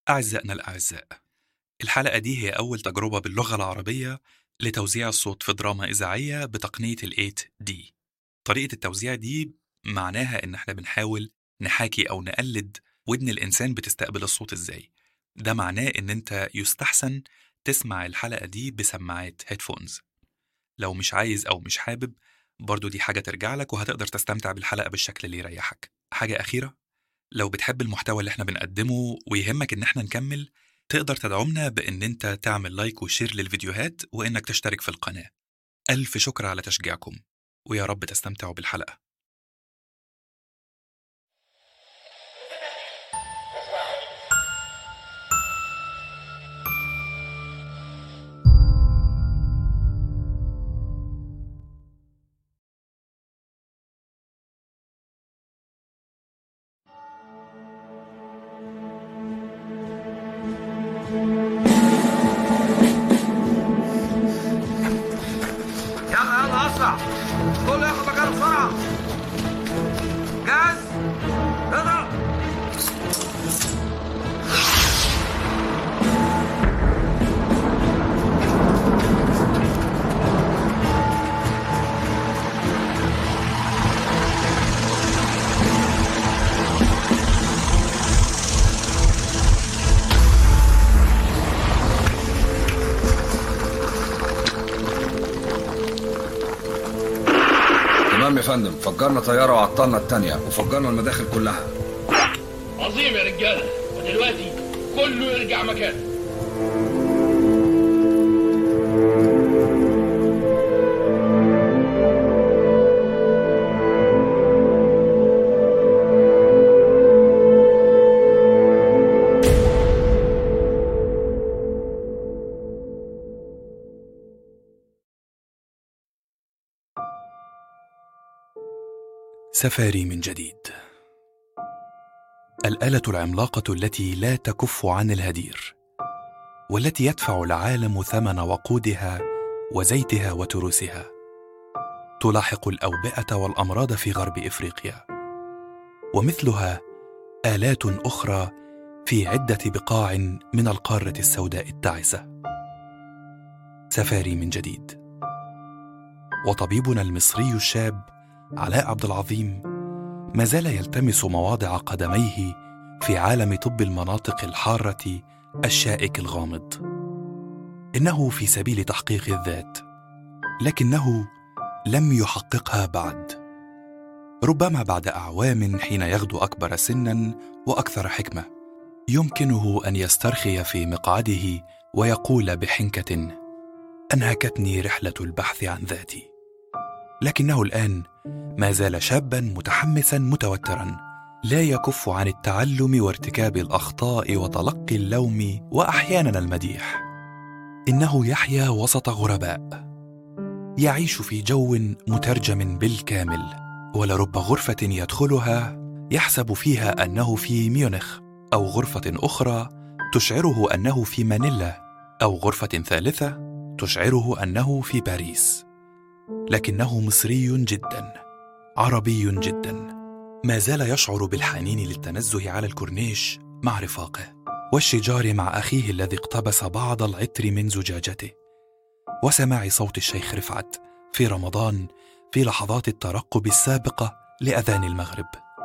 أعزائنا الأعزاء، الحلقة دي هي أول تجربة باللغة العربية لتوزيع الصوت في دراما إذاعية بتقنية ال 8D. طريقة التوزيع دي معناها إن احنا بنحاول نحاكي أو نقلد ودن الإنسان بتستقبل الصوت إزاي. ده معناه إن أنت يستحسن تسمع الحلقة دي بسماعات هيدفونز. لو مش عايز أو مش حابب، برضو دي حاجة ترجع لك وهتقدر تستمتع بالحلقة بالشكل اللي يريحك. حاجة أخيرة، لو بتحب المحتوى اللي احنا بنقدمه ويهمك إن احنا نكمل، تقدر تدعمنا بإن أنت تعمل لايك وشير للفيديوهات وإنك تشترك في القناة. ألف شكر على تشجيعكم، ويا رب تستمتعوا بالحلقة. يلا اسرع، كله ياخد مكانه بسرعه. جاهز؟ اضرب. تمام يا فندم، فجرنا طيارة وعطلنا التانية وفجرنا المداخل كلها. عظيم يا رجالة، ودلوقتي كله يرجع مكانه. سفاري من جديد. الآلة العملاقة التي لا تكف عن الهدير، والتي يدفع العالم ثمن وقودها وزيتها وتروسها، تلاحق الأوبئة والأمراض في غرب إفريقيا، ومثلها آلات أخرى في عدة بقاع من القارة السوداء التعسة. سفاري من جديد. وطبيبنا المصري الشاب علاء عبد العظيم ما زال يلتمس مواضع قدميه في عالم طب المناطق الحارة الشائك الغامض. إنه في سبيل تحقيق الذات، لكنه لم يحققها بعد. ربما بعد أعوام، حين يغدو أكبر سناً وأكثر حكمة، يمكنه أن يسترخي في مقعده ويقول بحنكة: أنهكتني رحلة البحث عن ذاتي. لكنه الآن ما زال شاباً متحمساً متوتراً، لا يكف عن التعلم وارتكاب الأخطاء وتلقي اللوم وأحياناً المديح. إنه يحيا وسط غرباء، يعيش في جو مترجم بالكامل، ولرب غرفة يدخلها يحسب فيها أنه في ميونخ، أو غرفة أخرى تشعره أنه في مانيلا، أو غرفة ثالثة تشعره أنه في باريس. لكنه مصري جدا، عربي جدا، ما زال يشعر بالحنين للتنزه على الكورنيش مع رفاقه، والشجار مع أخيه الذي اقتبس بعض العطر من زجاجته، وسماع صوت الشيخ رفعت في رمضان في لحظات الترقب السابقة لأذان المغرب.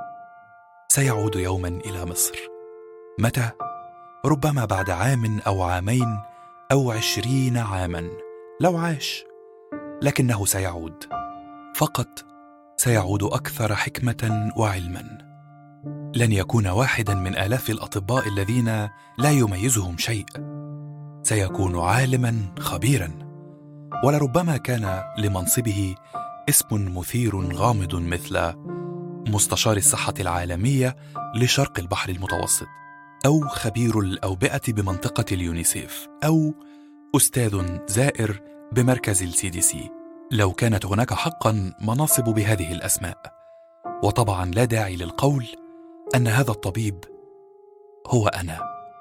سيعود يوما إلى مصر. متى؟ ربما بعد عام أو عامين أو 20 عاما لو عاش، لكنه سيعود. فقط سيعود أكثر حكمة وعلما. لن يكون واحدا من آلاف الأطباء الذين لا يميزهم شيء. سيكون عالما خبيرا، ولربما كان لمنصبه اسم مثير غامض مثل مستشار الصحة العالمية لشرق البحر المتوسط، أو خبير الأوبئة بمنطقة اليونيسيف، أو أستاذ زائر بمركز الCDC، لو كانت هناك حقا مناصب بهذه الأسماء. وطبعا لا داعي للقول أن هذا الطبيب هو أنا.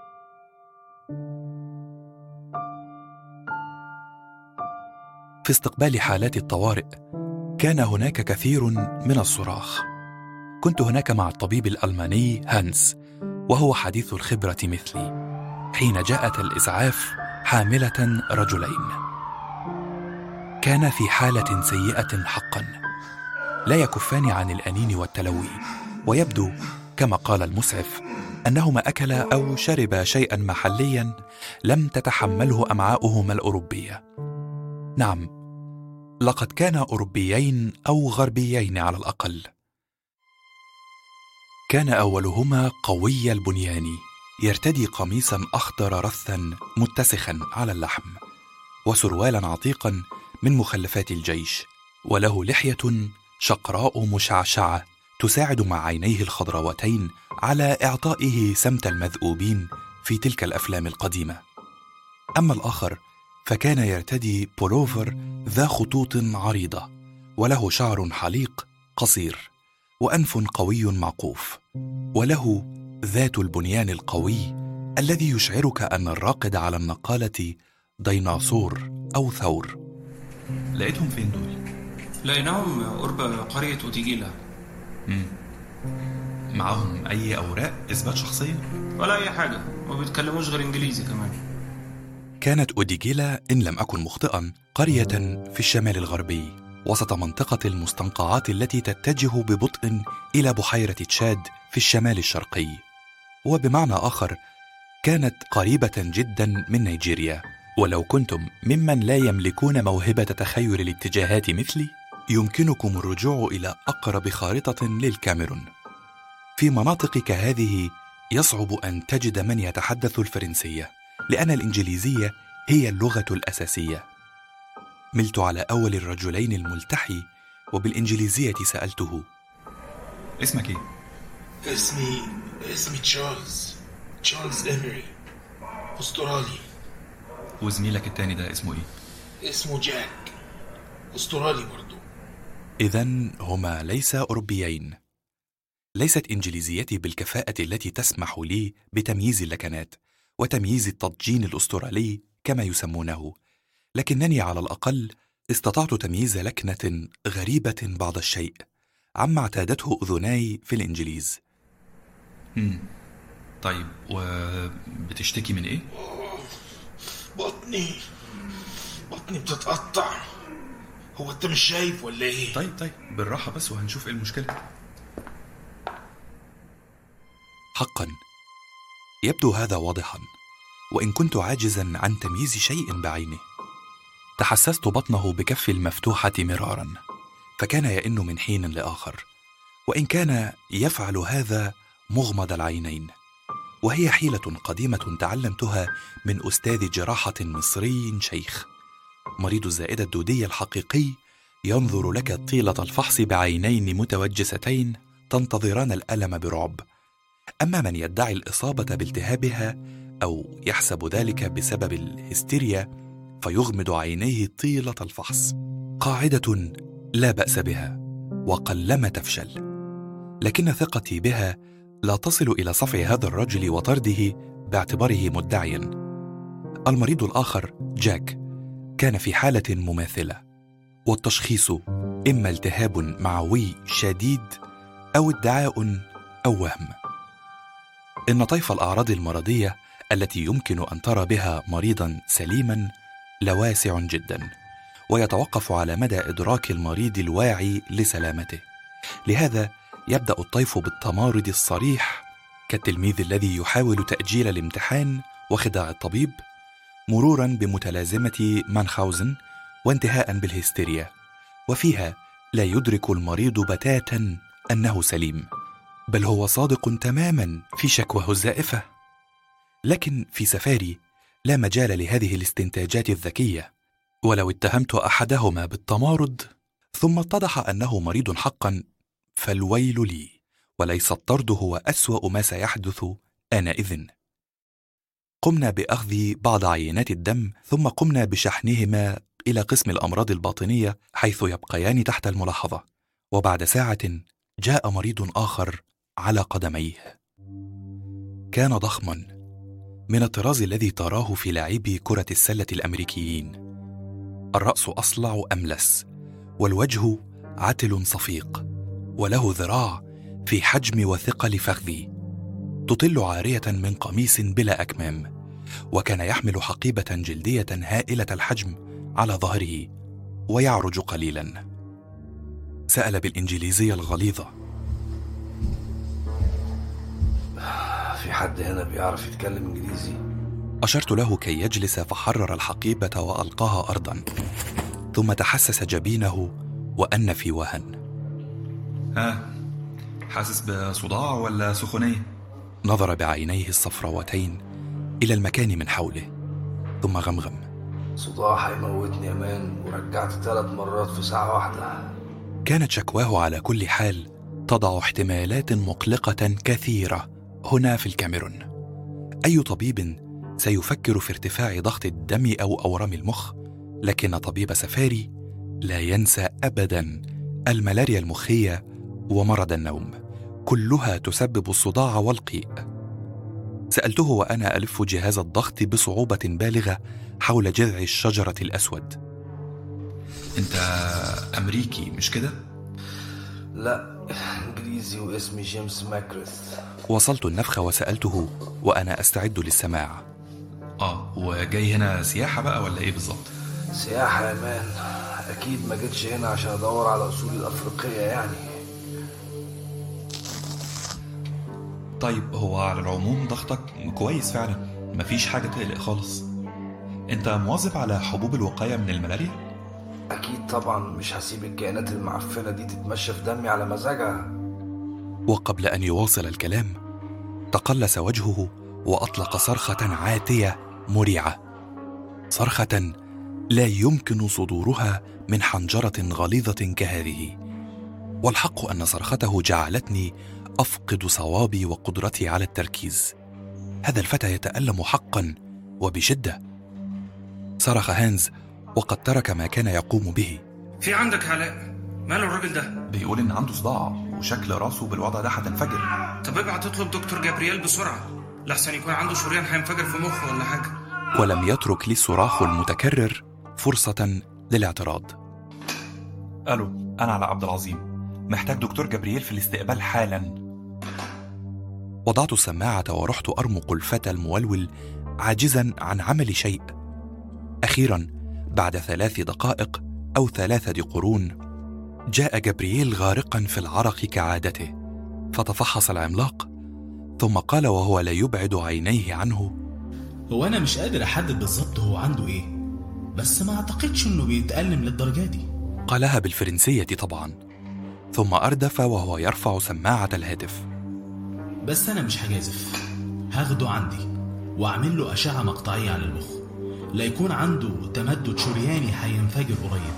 في استقبال حالات الطوارئ كان هناك كثير من الصراخ. كنت هناك مع الطبيب الألماني هانس، وهو حديث الخبرة مثلي. حين جاءت الإسعاف حاملة رجلين. كان في حالة سيئة حقا، لا يكفان عن الأنين والتلوي، ويبدو كما قال المسعف أنهما أكلا أو شربا شيئا محليا لم تتحمله أمعاؤهما الأوروبية. نعم، لقد كانا أوروبيين أو غربيين على الأقل. كان أولهما قوي البنيان، يرتدي قميصا أخضر رثا متسخا على اللحم، وسروالا عتيقا من مخلفات الجيش، وله لحية شقراء مشعشعة تساعد مع عينيه الخضراوتين على إعطائه سمت المذؤوبين في تلك الأفلام القديمة. أما الآخر فكان يرتدي بولوفر ذا خطوط عريضة، وله شعر حليق قصير، وأنف قوي معقوف، وله ذات البنيان القوي الذي يشعرك أن الراقد على النقالة ديناصور أو ثور. لقيتهم فين دول؟ لقيناهم قرب قرية أوديجيلا. معاهم أي أوراق إثبات شخصية؟ ولا أي حاجة، ما بيتكلموش غير إنجليزي كمان. كانت أوديجيلا إن لم أكن مخطئا قرية في الشمال الغربي، وسط منطقة المستنقعات التي تتجه ببطء إلى بحيرة تشاد في الشمال الشرقي. وبمعنى آخر كانت قريبة جدا من نيجيريا. ولو كنتم ممن لا يملكون موهبة تخيل الاتجاهات مثلي، يمكنكم الرجوع إلى أقرب خارطة للكاميرون. في مناطق كهذه يصعب أن تجد من يتحدث الفرنسية، لأن الإنجليزية هي اللغة الأساسية. ملت على أول الرجلين الملتحي وبالإنجليزية سألته: اسمك إيه؟ اسمي تشارلز إيمري، أسترالي. وزميلك التاني ده اسمه إيه؟ اسمه جاك، أسترالي برضو. إذن هما ليس أوروبيين. ليست إنجليزيتي بالكفاءة التي تسمح لي بتمييز اللكنات وتمييز التضجين الأسترالي كما يسمونه، لكنني على الأقل استطعت تمييز لكنة غريبة بعض الشيء عما اعتادته أذناي في الإنجليز. طيب، وبتشتكي من إيه؟ بطني بتتقطع. هو أنت مش شايف ولا إيه؟ طيب بالراحة بس وهنشوف إيه المشكلة. حقا يبدو هذا واضحا، وإن كنت عاجزا عن تمييز شيء بعينه. تحسست بطنه بكفي المفتوحة مرارا، فكان يئن من حين لآخر، وإن كان يفعل هذا مغمض العينين، وهي حيلة قديمة تعلمتها من أستاذ جراحة مصري شيخ. مريض الزائدة الدودية الحقيقي ينظر لك طيلة الفحص بعينين متوجستين تنتظران الألم برعب. أما من يدعي الإصابة بالتهابها أو يحسب ذلك بسبب الهستيريا فيغمض عينيه طيلة الفحص. قاعدة لا بأس بها وقلما تفشل، لكن ثقتي بها لا تصل إلى صفع هذا الرجل وطرده باعتباره مدعيا. المريض الآخر جاك كان في حالة مماثلة، والتشخيص إما التهاب معوي شديد أو ادعاء أو وهم. إن طيف الأعراض المرضية التي يمكن أن ترى بها مريضا سليما لواسع جدا، ويتوقف على مدى إدراك المريض الواعي لسلامته. لهذا يبدأ الطيف بالتمارض الصريح كالتلميذ الذي يحاول تأجيل الامتحان وخداع الطبيب، مرورا بمتلازمة مانخاوزن، وانتهاء بالهستيريا، وفيها لا يدرك المريض بتاتا أنه سليم، بل هو صادق تماما في شكواه الزائفة. لكن في سفاري لا مجال لهذه الاستنتاجات الذكية، ولو اتهمت أحدهما بالتمارض ثم اتضح أنه مريض حقا فالويل لي، وليس الطرد هو أسوأ ما سيحدث آنئذ. قمنا بأخذ بعض عينات الدم، ثم قمنا بشحنهما إلى قسم الأمراض الباطنية حيث يبقيان تحت الملاحظة. وبعد ساعة جاء مريض آخر على قدميه. كان ضخما من الطراز الذي تراه في لاعبي كرة السلة الأمريكيين. الرأس أصلع أملس، والوجه عتل صفيق، وله ذراع في حجم وثقل فخذي تطل عارية من قميص بلا أكمام، وكان يحمل حقيبة جلدية هائلة الحجم على ظهره ويعرج قليلا. سأل بالإنجليزية الغليظة: في حد هنا بيعرف يتكلم إنجليزي؟ أشرت له كي يجلس، فحرر الحقيبة وألقاها أرضا، ثم تحسس جبينه وأن في وهن. حاسس بصداع ولا سخونية؟ نظر بعينيه الصفراوتين إلى المكان من حوله ثم غمغم: صداع هيموتني يا مان، ورجعت 3 مرات في ساعة واحدة. كانت شكواه على كل حال تضع احتمالات مقلقة كثيرة هنا في الكاميرون. أي طبيب سيفكر في ارتفاع ضغط الدم أو أورام المخ، لكن طبيب سفاري لا ينسى أبدا الملاريا المخية ومرض النوم، كلها تسبب الصداع والقيء. سألته وأنا ألف جهاز الضغط بصعوبة بالغة حول جذع الشجرة الأسود: أنت أمريكي مش كده؟ لا، إنجليزي واسمي جيمس ماكريث. وصلت النفخ وسألته وأنا أستعد للسماع: وجاي هنا سياحة بقى ولا إيه بالظبط؟ سياحة يا مان، أكيد ما جيتش هنا عشان أدور على أصولي الأفريقية يعني. طيب هو على العموم ضغطك كويس فعلا، مفيش حاجة تقلق خالص. أنت مواظب على حبوب الوقاية من الملاريا؟ أكيد طبعا، مش هسيب الكائنات المعفنة دي تتمشى في دمي على مزاجها. وقبل أن يواصل الكلام تقلص وجهه وأطلق صرخة عاتية مريعة، صرخة لا يمكن صدورها من حنجرة غليظة كهذه. والحق أن صرخته جعلتني أفقد صوابي وقدرتي على التركيز. هذا الفتى يتألم حقا وبشدة. صرخ هانز وقد ترك ما كان يقوم به: في عندك علاء؟ ماله الراجل ده؟ بيقول إن عنده صداع وشكل راسه بالوضع ده هتنفجر. طب ابعت تطلب دكتور جابرييل بسرعة، لحسن يكون عنده شريان هينفجر في مخه ولا حاجة. ولم يترك لي الصراخ المتكرر فرصة للاعتراض. ألو، أنا على عبد العظيم، محتاج دكتور جابرييل في الاستقبال حالا. وضعت السماعة ورحت أرمق الفتى المولول عاجزا عن عمل شيء. أخيرا بعد 3 دقائق أو 3 قرون جاء جابرييل غارقا في العرق كعادته، فتفحص العملاق ثم قال وهو لا يبعد عينيه عنه: هو أنا مش قادر أحدد بالظبط هو عنده إيه، بس ما أعتقدش إنه بيتألم للدرجة دي. قالها بالفرنسية طبعا، ثم أردف وهو يرفع سماعة الهاتف: بس أنا مش هجازف، هاخده عندي وأعمل له أشعة مقطعية على المخ، لا يكون عنده تمدد شرياني هينفجر قريب.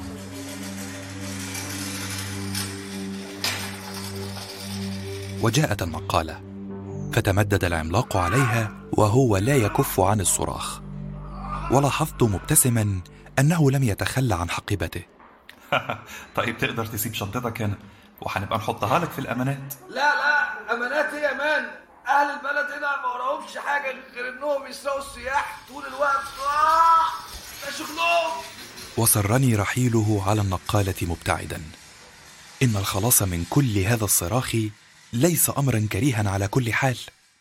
وجاءت النقالة، فتمدد العملاق عليها وهو لا يكف عن الصراخ. ولاحظت مبتسما أنه لم يتخلى عن حقيبته. طيب تقدر تسيب شنطتك هنا وهنبقى نحطها لك في الأمانات. لا أمانات يا مان، أهل البلد هنا ما وراهمش حاجة غير إنهم يسرقوا السياح طول الوقت. ده شغلهم. وسرني رحيله على النقالة مبتعدا. إن الخلاص من كل هذا الصراخ ليس أمرا كريها على كل حال.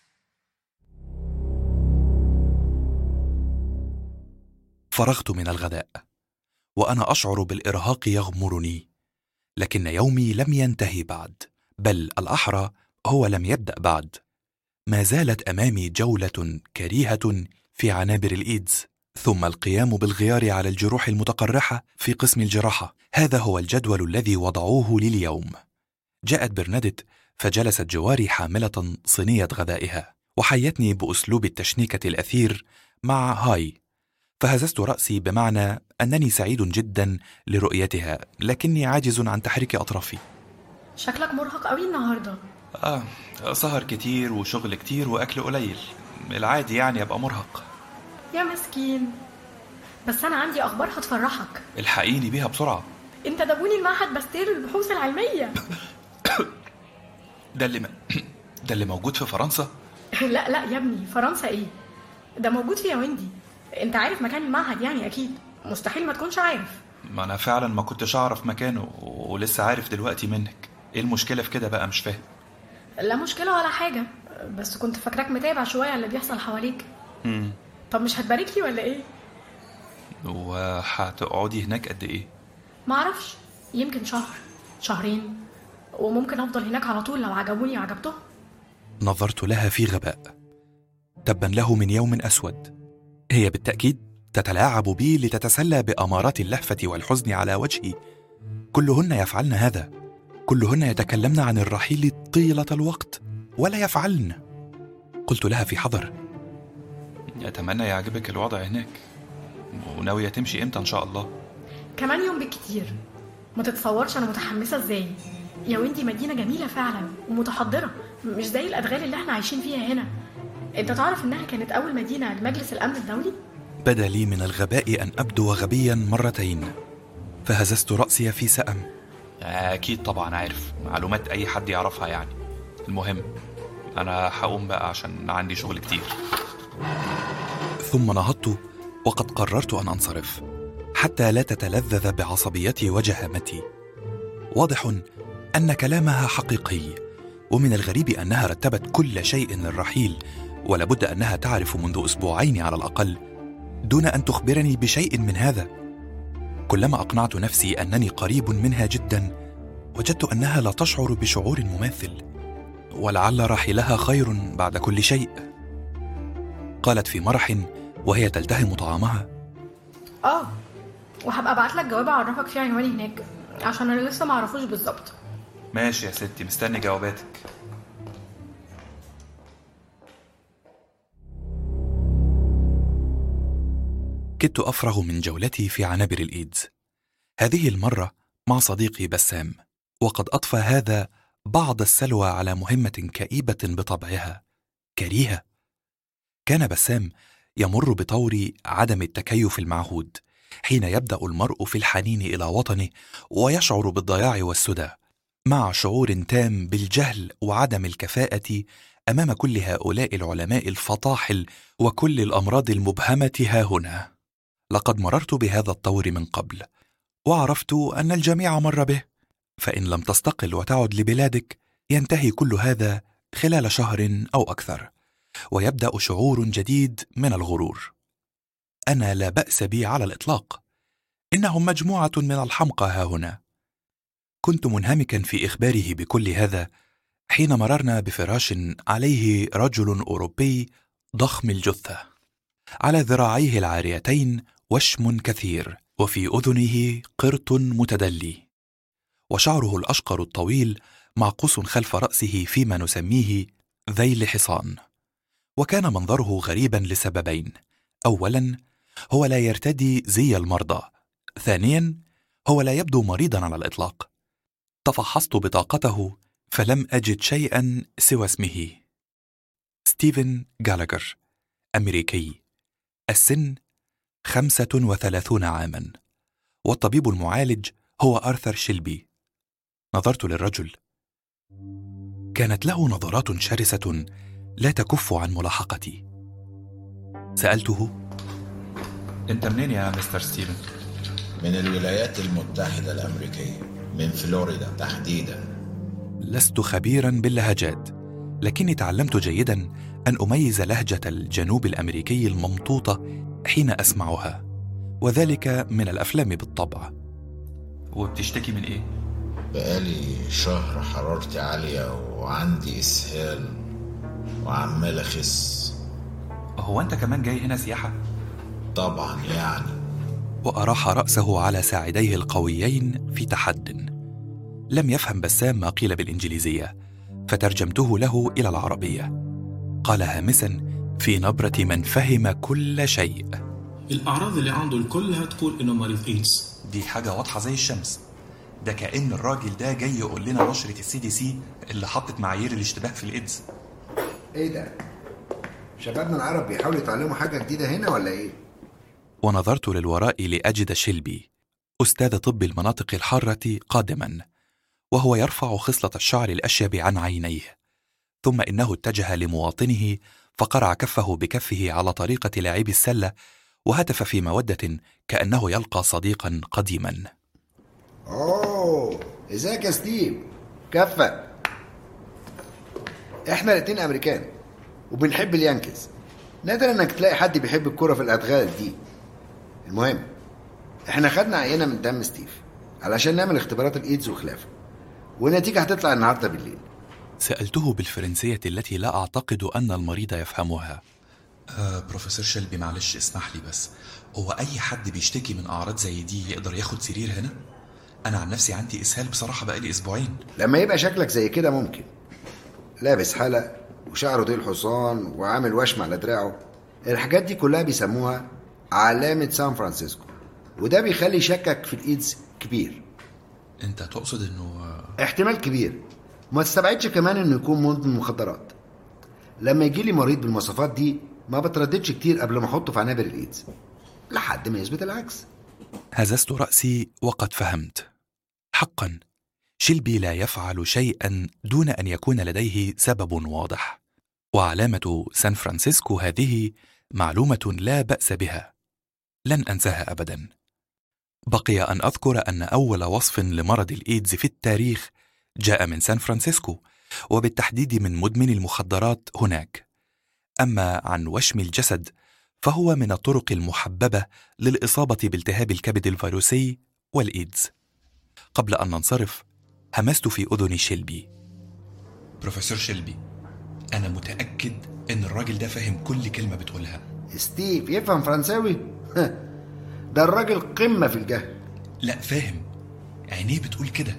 فرغت من الغداء وأنا أشعر بالإرهاق يغمرني، لكن يومي لم ينتهي بعد، بل الأحرى هو لم يبدأ بعد. ما زالت أمامي جولة كريهة في عنابر الإيدز، ثم القيام بالغيار على الجروح المتقرحة في قسم الجراحة. هذا هو الجدول الذي وضعوه لي اليوم. جاءت برناديت فجلست جواري حاملة صينية غذائها، وحيتني بأسلوب التشنيكة الأثير مع هاي، فهززت رأسي بمعنى أنني سعيد جدا لرؤيتها، لكني عاجز عن تحريك أطرافي. شكلك مرهق قوي النهاردة. سهر كتير وشغل كتير وأكل قليل، العادي يعني أبقى مرهق. يا مسكين، بس أنا عندي أخبار هتفرحك. الحقيني بيها بسرعة. انت دبوني المعهد باستير للبحوث العلمية. ده اللي موجود في فرنسا؟ لا يا ابني، فرنسا ايه؟ ده موجود في ياوندي. انت عارف مكان المعهد يعني اكيد، مستحيل ما تكونش عارف. ما انا فعلا ما كنتش اعرف مكانه ولسه عارف دلوقتي منك. ايه المشكلة في كده بقى؟ مش فاهم. لا مشكلة ولا حاجة، بس كنت فاكراك متابع شوية اللي بيحصل حواليك. طب مش هتباركلي ولا ايه؟ وهتقعدي هناك قد ايه؟ معرفش، يمكن شهر، شهرين، وممكن افضل هناك على طول لو عجبوني وعجبتهم. نظرت لها في غباء. تبا له من يوم أسود. هي بالتأكيد تتلاعب بي لتتسلى بأمارات اللهفة والحزن على وجهي. كلهن يفعلن هذا، كلهن يتكلمن عن الرحيل طيلة الوقت ولا يفعلن. قلت لها في حذر: أتمنى يعجبك الوضع هناك. وناوية تمشي إمتى إن شاء الله؟ كمان يوم بالكتير. ما تتصورش أنا متحمسة إزاي. يا ويندي مدينة جميلة فعلا ومتحضرة، مش زي الأدغال اللي احنا عايشين فيها هنا. انت تعرف إنها كانت أول مدينة لمجلس الأمن الدولي؟ بدا لي من الغباء أن أبدو غبيا مرتين، فهززت رأسي في سأم. أكيد طبعا عارف، معلومات أي حد يعرفها يعني. المهم أنا هقوم بقى عشان عندي شغل كتير. ثم نهضت وقد قررت أن أنصرف حتى لا تتلذذ بعصبيتي وجهامتي. واضح أن كلامها حقيقي، ومن الغريب أنها رتبت كل شيء للرحيل، ولابد أنها تعرف منذ أسبوعين على الأقل دون أن تخبرني بشيء من هذا. كلما أقنعت نفسي أنني قريب منها جدا، وجدت أنها لا تشعر بشعور مماثل، ولعل رحيلها خير بعد كل شيء. قالت في مرح وهي تلتهم طعامها: وهبقى ابعتلك جواب اعرفك فيه عنواني هناك، عشان انا لسه معرفوش بالظبط. ماشي يا ستي، مستني جواباتك. كدت أفرغ من جولتي في عنابر الإيدز، هذه المرة مع صديقي بسام، وقد أضفى هذا بعض السلوى على مهمة كئيبة بطبعها، كريهة. كان بسام يمر بطور عدم التكيف المعهود حين يبدأ المرء في الحنين إلى وطنه ويشعر بالضياع والسدى، مع شعور تام بالجهل وعدم الكفاءة أمام كل هؤلاء العلماء الفطاحل وكل الأمراض المبهمة هاهنا. لقد مررت بهذا الطور من قبل، وعرفت أن الجميع مر به، فإن لم تستقل وتعد لبلادك ينتهي كل هذا خلال شهر أو أكثر، ويبدأ شعور جديد من الغرور. أنا لا بأس بي على الإطلاق، إنهم مجموعة من الحمقى هاهنا. كنت منهمكا في إخباره بكل هذا حين مررنا بفراش عليه رجل أوروبي ضخم الجثة، على ذراعيه العاريتين وشم كثير، وفي أذنه قرط متدلي، وشعره الأشقر الطويل معقوس خلف رأسه فيما نسميه ذيل حصان. وكان منظره غريبا لسببين: أولا، هو لا يرتدي زي المرضى، ثانيا، هو لا يبدو مريضا على الإطلاق. تفحصت بطاقته فلم أجد شيئا سوى اسمه: ستيفن جالاغر، أمريكي، السن 35 عاما، والطبيب المعالج هو آرثر شيلبي. نظرت للرجل، كانت له نظرات شرسة لا تكف عن ملاحقتي. سألته: أنت منين يا مستر ستيفن؟ من الولايات المتحدة الأمريكية، من فلوريدا تحديدا. لست خبيرا باللهجات، لكني تعلمت جيدا أن أميز لهجة الجنوب الأمريكي الممطوطة حين أسمعها، وذلك من الأفلام بالطبع. وبتشتكي من إيه؟ بقالي شهر حرارتي عالية وعندي إسهال وعمال أخس. هو أنت كمان جاي هنا سياحة؟ طبعا يعني. وأراح رأسه على ساعديه القويين في تحد. لم يفهم بسام ما قيل بالإنجليزية، فترجمته له إلى العربية. قال هامسا في نبرة من فهم كل شيء: الأعراض اللي عنده الكل هتقول إنه مريض إيدز. دي حاجة واضحة زي الشمس. ده كأن الراجل ده جاي يقول لنا نشرة CDC اللي حطت معايير الاشتباه في الإيدز. إيه ده؟ شبابنا العرب بيحاولوا يتعلموا حاجة جديدة هنا ولا إيه؟ ونظرت للوراء لأجد شيلبي، أستاذ طب المناطق الحارة، قادما، وهو يرفع خصلة الشعر الأشيب عن عينيه، ثم إنه اتجه لمواطنه فقرع كفه بكفه على طريقة لاعبي السلة، وهتف في مودة كأنه يلقى صديقا قديما: أوه، إزيك يا ستيف؟ كفة. إحنا الاتنين أمريكان وبنحب اليانكيز. نادر انك تلاقي حد بيحب الكرة في الادغال دي. المهم، احنا خدنا عينة من دم ستيف علشان نعمل اختبارات الايدز وخلافه، والنتيجة هتطلع النهاردة بالليل. سألته بالفرنسية التي لا أعتقد أن المريض يفهمها. بروفيسور شيلبي معلش اسمح لي، بس هو أي حد بيشتكي من أعراض زي دي يقدر ياخد سرير هنا؟ أنا عن نفسي عندي إسهال بصراحة بقالي أسبوعين. لما يبقى شكلك زي كده ممكن. لابس حلق وشعره ديل حصان وعامل وشم على دراعه، الحاجات دي كلها بيسموها علامة سان فرانسيسكو، وده بيخلي شكك في الإيدز كبير. أنت تقصد إنه احتمال كبير. ما تستبعدش كمان إنه يكون مدمن مخدرات. لما يجي لي مريض بالمواصفات دي ما بترددش كتير قبل ما احطه في عنابر الايدز لحد ما يثبت العكس. هززت رأسي وقد فهمت. حقا شيلبي لا يفعل شيئا دون أن يكون لديه سبب واضح، وعلامة سان فرانسيسكو هذه معلومة لا بأس بها، لن أنساها أبدا. بقي أن أذكر أن أول وصف لمرض الإيدز في التاريخ جاء من سان فرانسيسكو، وبالتحديد من مدمن المخدرات هناك. أما عن وشم الجسد فهو من الطرق المحببة للإصابة بالتهاب الكبد الفيروسي والإيدز. قبل أن ننصرف همست في أذن شيلبي. بروفيسور شيلبي، أنا متأكد إن الراجل ده فاهم كل كلمة بتقولها. ستيف يفهم فرنساوي؟ ده الراجل قمة في الجهل. لا فاهم، عينيه بتقول كده.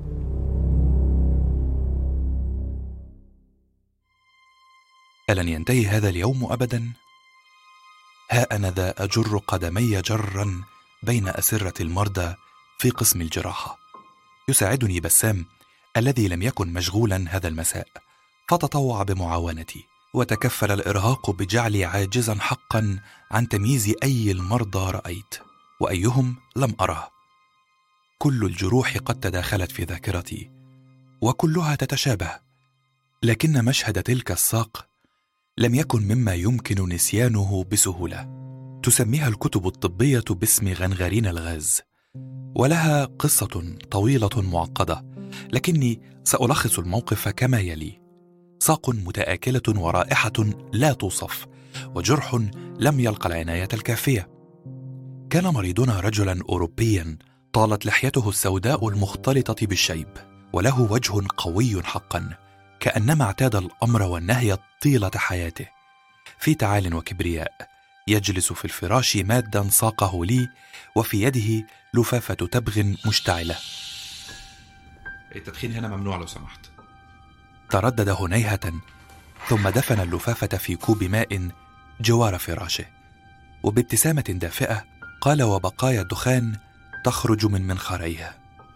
ألن ينتهي هذا اليوم أبدا؟ ها أنا ذا أجر قدمي جرا بين أسرة المرضى في قسم الجراحة. يساعدني بسام الذي لم يكن مشغولا هذا المساء، فتطوع بمعاونتي، وتكفل الإرهاق بجعلي عاجزا حقا عن تمييز أي المرضى رأيت وأيهم لم أره. كل الجروح قد تداخلت في ذاكرتي وكلها تتشابه، لكن مشهد تلك الساق لم يكن مما يمكن نسيانه بسهولة. تسميها الكتب الطبية باسم غنغرين الغاز، ولها قصة طويلة معقدة، لكني سألخص الموقف كما يلي: ساق متآكلة ورائحة لا توصف، وجرح لم يلقى العناية الكافية. كان مريضنا رجلا أوروبيا طالت لحيته السوداء المختلطة بالشيب، وله وجه قوي حقا، كأنما اعتاد الأمر والنهي طيلة حياته. في تعال وكبرياء يجلس في الفراش مادا ساقه لي، وفي يده لفافة تبغ مشتعلة. التدخين هنا ممنوع لو سمحت. تردد هنيهة، ثم دفن اللفافة في كوب ماء جوار فراشه، وبابتسامة دافئة قال وبقايا الدخان تخرج من منخريها: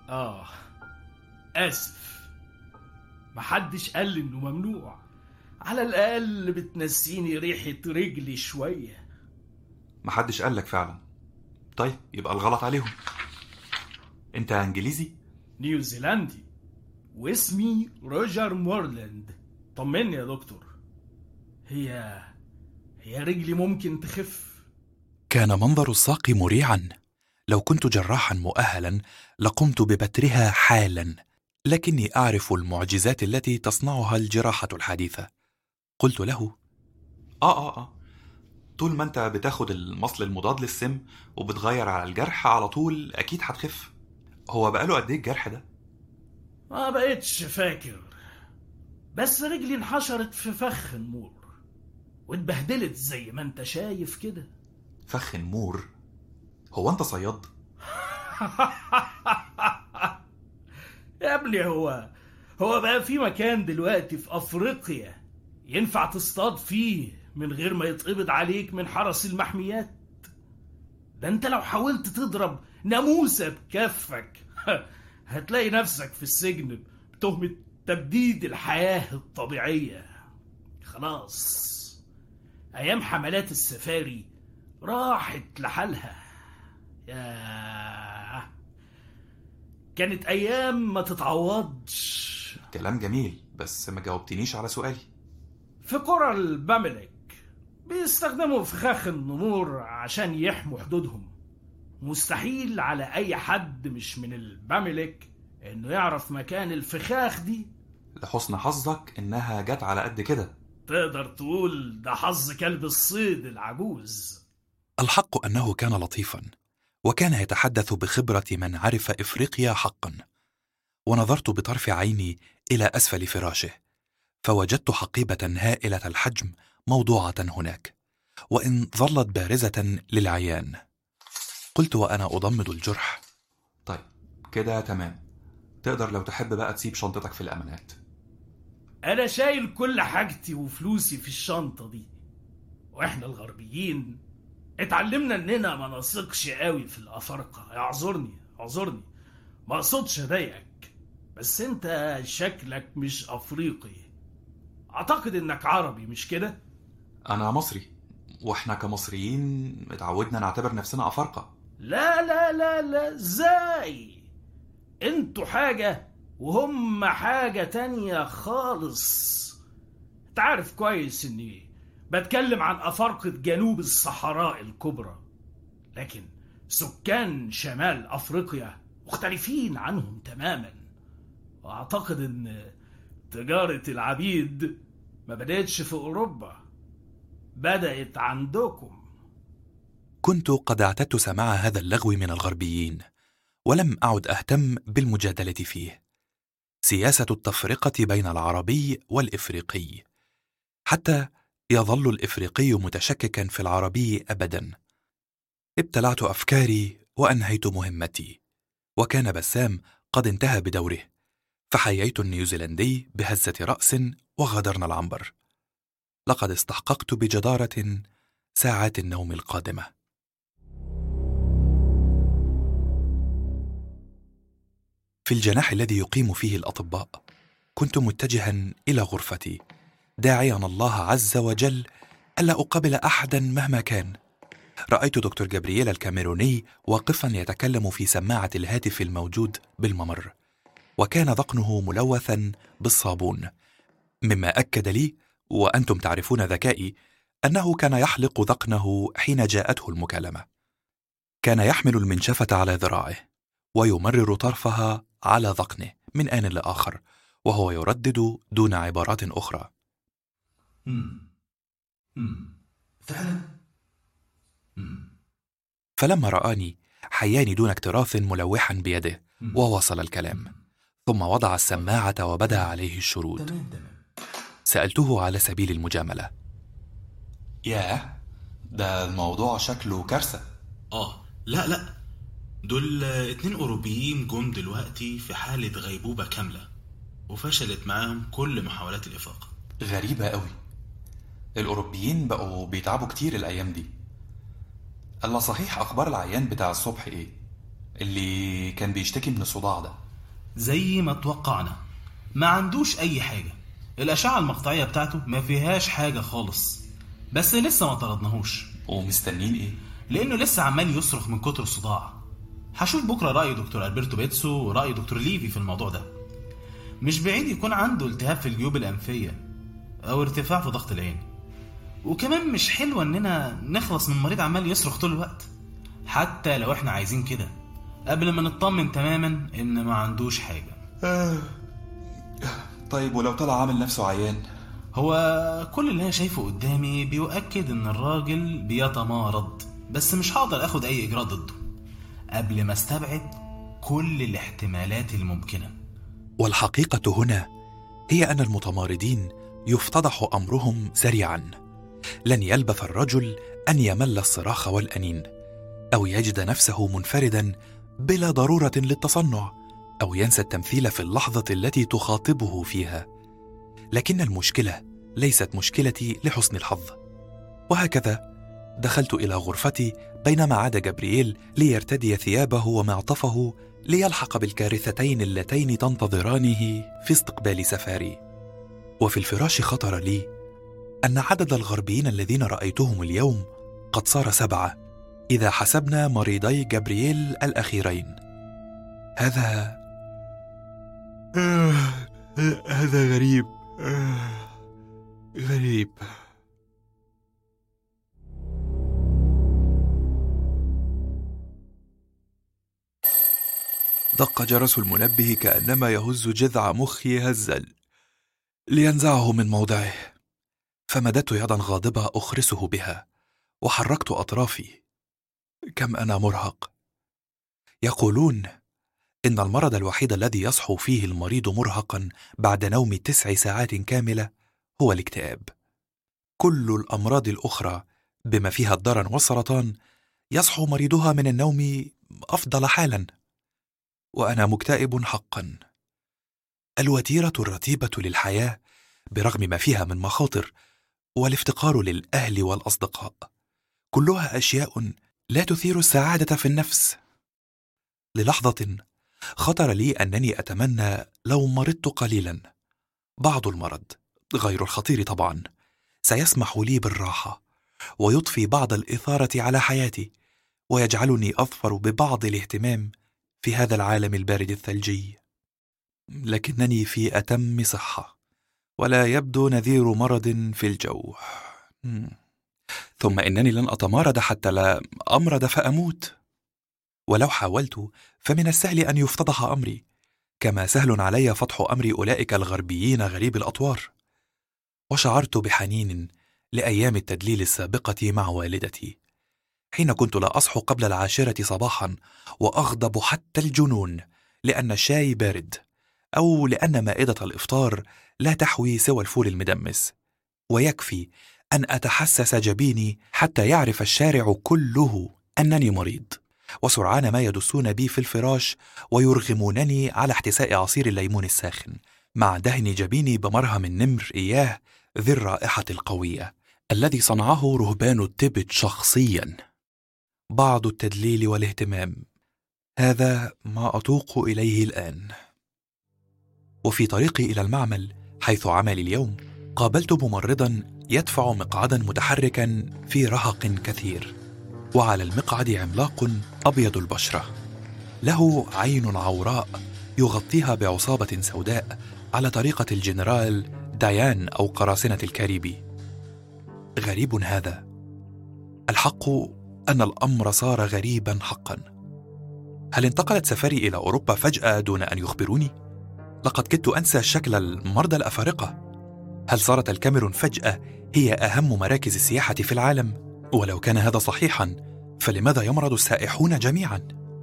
آسف، محدش قال إنه ممنوع. على الأقل بتنسيني ريحة رجلي شوية. محدش قال لك فعلا. طيب يبقى الغلط عليهم. انت انجليزي؟ نيوزيلندي، واسمي روجر مورلاند. طمني يا دكتور، هي رجلي ممكن تخف؟ كان منظر الساق مريعا. لو كنت جراحا مؤهلا لقمت ببترها حالا، لكني أعرف المعجزات التي تصنعها الجراحة الحديثة. قلت له: طول ما انت بتاخد المصل المضاد للسم وبتغير على الجرح على طول أكيد هتخف. هو بقاله قد ايه الجرح ده؟ ما بقيتش فاكر، بس رجلي انحشرت في فخ النور واتبهدلت زي ما انت شايف كده. فخ النور؟ هو انت صياد؟ يا ابني، هو بقى في مكان دلوقتي في أفريقيا ينفع تصطاد فيه من غير ما يتقبض عليك من حرس المحميات؟ ده انت لو حاولت تضرب ناموسة بكفك هتلاقي نفسك في السجن بتهمة تبديد الحياة الطبيعية. خلاص، أيام حملات السفاري راحت لحالها. كانت أيام ما تتعوضش. كلام جميل، بس ما جاوبتنيش على سؤالي. في قرى الباملك بيستخدموا فخاخ النمور عشان يحموا حدودهم. مستحيل على أي حد مش من الباملك إنه يعرف مكان الفخاخ دي. لحسن حظك إنها جت على قد كده، تقدر تقول ده حظ كلب الصيد العجوز. الحق أنه كان لطيفا، وكان يتحدث بخبرة من عرف إفريقيا حقا. ونظرت بطرف عيني إلى أسفل فراشه، فوجدت حقيبة هائلة الحجم موضوعة هناك، وإن ظلت بارزة للعيان. قلت وأنا أضمد الجرح: طيب كده تمام، تقدر لو تحب بقى تسيب شنطتك في الأمانات. أنا شايل كل حاجتي وفلوسي في الشنطة دي، وإحنا الغربيين اتعلمنا إننا ما نثقش قوي في الأفارقة. اعذرني ما أقصدش أضايقك، بس أنت شكلك مش أفريقي. أعتقد إنك عربي، مش كده؟ أنا مصري، وإحنا كمصريين اتعودنا نعتبر نفسنا أفارقة. لا لا لا لا، ازاي؟ انتوا حاجة وهم حاجة تانية خالص. تعرف كويس اني بتكلم عن أفارقة جنوب الصحراء الكبرى، لكن سكان شمال أفريقيا مختلفين عنهم تماما. وأعتقد ان تجارة العبيد ما بدأتش في أوروبا، بدأت عندكم. كنت قد اعتدت سماع هذا اللغو من الغربيين، ولم أعد أهتم بالمجادلة فيه. سياسة التفرقة بين العربي والإفريقي، حتى يظل الإفريقي متشككا في العربي أبدا. ابتلعت أفكاري وأنهيت مهمتي، وكان بسام قد انتهى بدوره، فحييت النيوزيلندي بهزة رأس وغادرنا العنبر. لقد استحققت بجدارة ساعات النوم القادمة. في الجناح الذي يقيم فيه الأطباء كنت متجها إلى غرفتي، داعيا الله عز وجل ألا أقابل أحدا مهما كان. رأيت دكتور جابرييل الكاميروني واقفا يتكلم في سماعة الهاتف الموجود بالممر، وكان ذقنه ملوثا بالصابون، مما أكد لي، وأنتم تعرفون ذكائي، أنه كان يحلق ذقنه حين جاءته المكالمة. كان يحمل المنشفة على ذراعه ويمرر طرفها على ذقنه من آن لآخر، وهو يردد دون عبارات أخرى: فعلا. فلما رآني حياني دون اكتراث ملوحا بيده، وواصل الكلام، ثم وضع السماعة وبدأ عليه الشرود. سألته على سبيل المجاملة: ياه، ده الموضوع شكله كارثة. لا، دول 2 أوروبيين جم دلوقتي في حالة غيبوبة كاملة، وفشلت معاهم كل محاولات الإفاقة. غريبة قوي، الأوروبيين بقوا بيتعبوا كتير الأيام دي. الله، صحيح أخبار العيان بتاع الصبح إيه؟ اللي كان بيشتكي من الصداع ده؟ زي ما توقعنا، ما عندوش أي حاجة. الأشعة المقطعية بتاعته ما فيهاش حاجة خالص، بس لسه ما طردناهوش. ومستنين إيه؟ لأنه لسه عمال يصرخ من كتر الصداع. هشوف بكرة رأي دكتور ألبرتو بيتسو ورأي دكتور ليفي في الموضوع ده. مش بعيد يكون عنده التهاب في الجيوب الأنفية أو ارتفاع في ضغط العين. وكمان مش حلوة إننا نخلص من مريض عمال يصرخ طول الوقت، حتى لو إحنا عايزين كده، قبل ما نطمن تماما إن ما عندوش حاجة. طيب ولو طلع عامل نفسه عيان؟ هو كل اللي أنا شايفه قدامي بيؤكد إن الراجل بيتمارض، بس مش هقدر أخد أي إجراء ضده قبل ما استبعد كل الاحتمالات الممكنة. والحقيقة هنا هي أن المتمارضين يفتضح أمرهم سريعا. لن يلبث الرجل أن يمل الصراخ والأنين، أو يجد نفسه منفردا بلا ضرورة للتصنع، أو ينسى التمثيل في اللحظة التي تخاطبه فيها. لكن المشكلة ليست مشكلتي لحسن الحظ. وهكذا دخلت إلى غرفتي بينما عاد جابرييل ليرتدي ثيابه ومعطفه ليلحق بالكارثتين اللتين تنتظرانه في استقبال سفاري. وفي الفراش خطر لي أن عدد الغربيين الذين رأيتهم اليوم قد صار 7 إذا حسبنا مريضي جابرييل الأخيرين. هذا غريب. غريب. دق جرس المنبه كأنما يهز جذع مخي هزا لينزعه من موضعه. فمددت يدا غاضبة أخرسه بها وحركت أطرافي. كم أنا مرهق. يقولون إن المرض الوحيد الذي يصحو فيه المريض مرهقا بعد نوم 9 ساعات كاملة هو الاكتئاب. كل الأمراض الأخرى بما فيها الضرر والسرطان يصحو مريضها من النوم أفضل حالا، وأنا مكتئب حقا. الوتيرة الرتيبة للحياة برغم ما فيها من مخاطر، والافتقار للأهل والأصدقاء، كلها أشياء لا تثير السعادة في النفس. للحظة خطر لي أنني أتمنى لو مرضت قليلا. بعض المرض غير الخطير طبعا سيسمح لي بالراحة ويضفي بعض الإثارة على حياتي ويجعلني أظفر ببعض الاهتمام في هذا العالم البارد الثلجي. لكنني في أتم صحة ولا يبدو نذير مرض في الجو. ثم إنني لن أتمارض حتى لا أمرض فأموت. ولو حاولت فمن السهل أن يفتضح أمري، كما سهل علي فتح أمر أولئك الغربيين غريب الأطوار. وشعرت بحنين لأيام التدليل السابقة مع والدتي، حين كنت لا أصحو قبل 10 صباحا وأغضب حتى الجنون لأن الشاي بارد، أو لأن مائدة الإفطار لا تحوي سوى الفول المدمس، ويكفي أن أتحسس جبيني حتى يعرف الشارع كله أنني مريض، وسرعان ما يدسون بي في الفراش ويرغمونني على احتساء عصير الليمون الساخن مع دهن جبيني بمرهم النمر إياه ذي الرائحة القوية الذي صنعه رهبان التبت شخصيا. بعض التدليل والاهتمام، هذا ما أتوق إليه الآن. وفي طريقي إلى المعمل حيث عملي اليوم قابلت ممرضا يدفع مقعدا متحركا في رهق كثير، وعلى المقعد عملاق أبيض البشرة له عين عوراء يغطيها بعصابة سوداء على طريقة الجنرال ديان أو قراصنة الكاريبي. غريب هذا. الحق أن الأمر صار غريبا حقا. هل انتقلت سفري إلى أوروبا فجأة دون أن يخبروني؟ لقد كدت أنسى شكل المرضى الأفارقة. هل صارت الكاميرون فجأة هي أهم مراكز السياحة في العالم؟ ولو كان هذا صحيحا فلماذا يمرض السائحون جميعا؟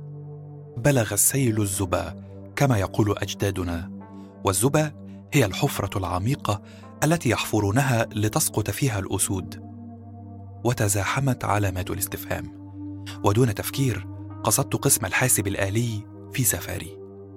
بلغ السيل الزبا كما يقول أجدادنا، والزبا هي الحفرة العميقة التي يحفرونها لتسقط فيها الأسود. وتزاحمت علامات الاستفهام، ودون تفكير قصدت قسم الحاسب الآلي في سفاري.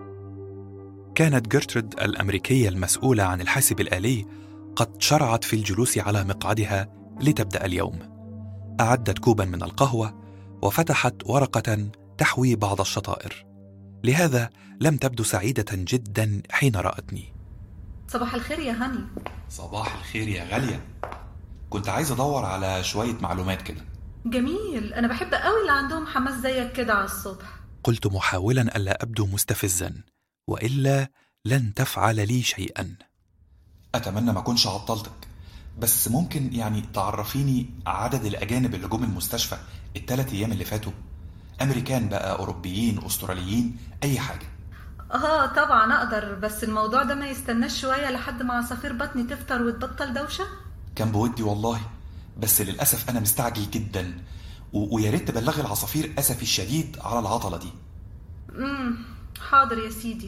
كانت جيرترود الأمريكية المسؤولة عن الحاسب الآلي قد شرعت في الجلوس على مقعدها لتبدأ اليوم. أعدت كوبا من القهوة وفتحت ورقة تحوي بعض الشطائر، لهذا لم تبدو سعيدة جدا حين رأتني. صباح الخير يا هاني. صباح الخير يا غالية. كنت عايز أدور على شوية معلومات كده. جميل، أنا بحب قوي اللي عندهم حماس زيك كده على الصبح. قلت محاولا ألا أبدو مستفزا، وإلا لن تفعل لي شيئا. أتمنى ما كنش عطلتك، بس ممكن يعني تعرفيني عدد الأجانب اللي جم المستشفى ال3 أيام اللي فاتوا؟ أمريكان بقى، أوروبيين، أستراليين، أي حاجة. طبعا أقدر، بس الموضوع ده ما يستناش شوية لحد ما عصافير بطني تفطر وتبطل دوشة؟ كان بودي والله، بس للأسف أنا مستعجل جدا، وياريت تبلغي العصافير أسفي الشديد على العطلة دي. حاضر يا سيدي.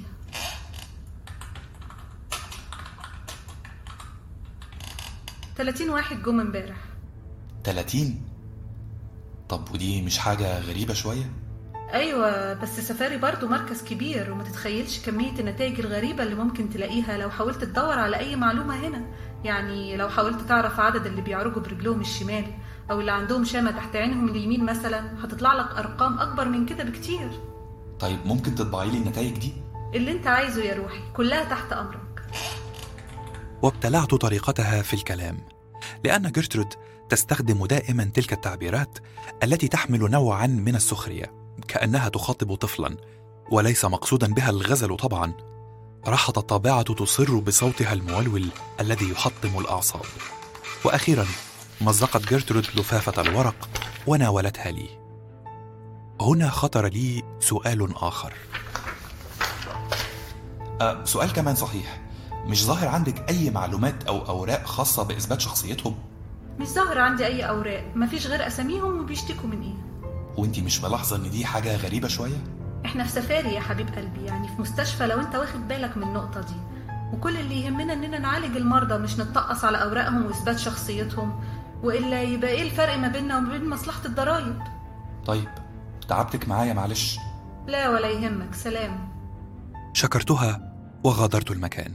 30 واحد جم امبارح. 30؟ طب ودي مش حاجة غريبة شوية؟ أيوة، بس سفاري برضو مركز كبير، وما تتخيلش كمية النتائج الغريبة اللي ممكن تلاقيها لو حاولت تدور على أي معلومة هنا. يعني لو حاولت تعرف عدد اللي بيعرجوا برجلهم الشمال أو اللي عندهم شامة تحت عينهم اليمين مثلا، هتطلع لك أرقام أكبر من كده بكتير. طيب ممكن تطبعي لي النتائج دي؟ اللي انت عايزه يا روحي، كلها تحت أمرك. وابتلعت طريقتها في الكلام، لأن جيرترود تستخدم دائما تلك التعبيرات التي تحمل نوعا من السخرية، كأنها تخاطب طفلا، وليس مقصودا بها الغزل طبعا. راحت الطابعة تصر بصوتها المولول الذي يحطم الأعصاب، وأخيرا مزقت جيرترود لفافة الورق وناولتها لي. هنا خطر لي سؤال آخر. سؤال كمان صحيح، مش ظاهر عندك أي معلومات أو أوراق خاصة بإثبات شخصيتهم؟ مش ظاهر عندي أي أوراق، مفيش غير أساميهم وبيشتكوا من إيه. وانتي مش ملاحظة إن دي حاجة غريبة شوية؟ إحنا في سفاري يا حبيب قلبي، يعني في مستشفى لو أنت واخد بالك من النقطة دي، وكل اللي يهمنا إننا نعالج المرضى مش نتطقص على أوراقهم وإثبات شخصيتهم، وإلا يبقى إيه الفرق ما بيننا وما بين مصلحة الضرايب؟ طيب تعبتك معايا معلش. لا ولا يهمك، سلام. شكرتها وغادرت المكان.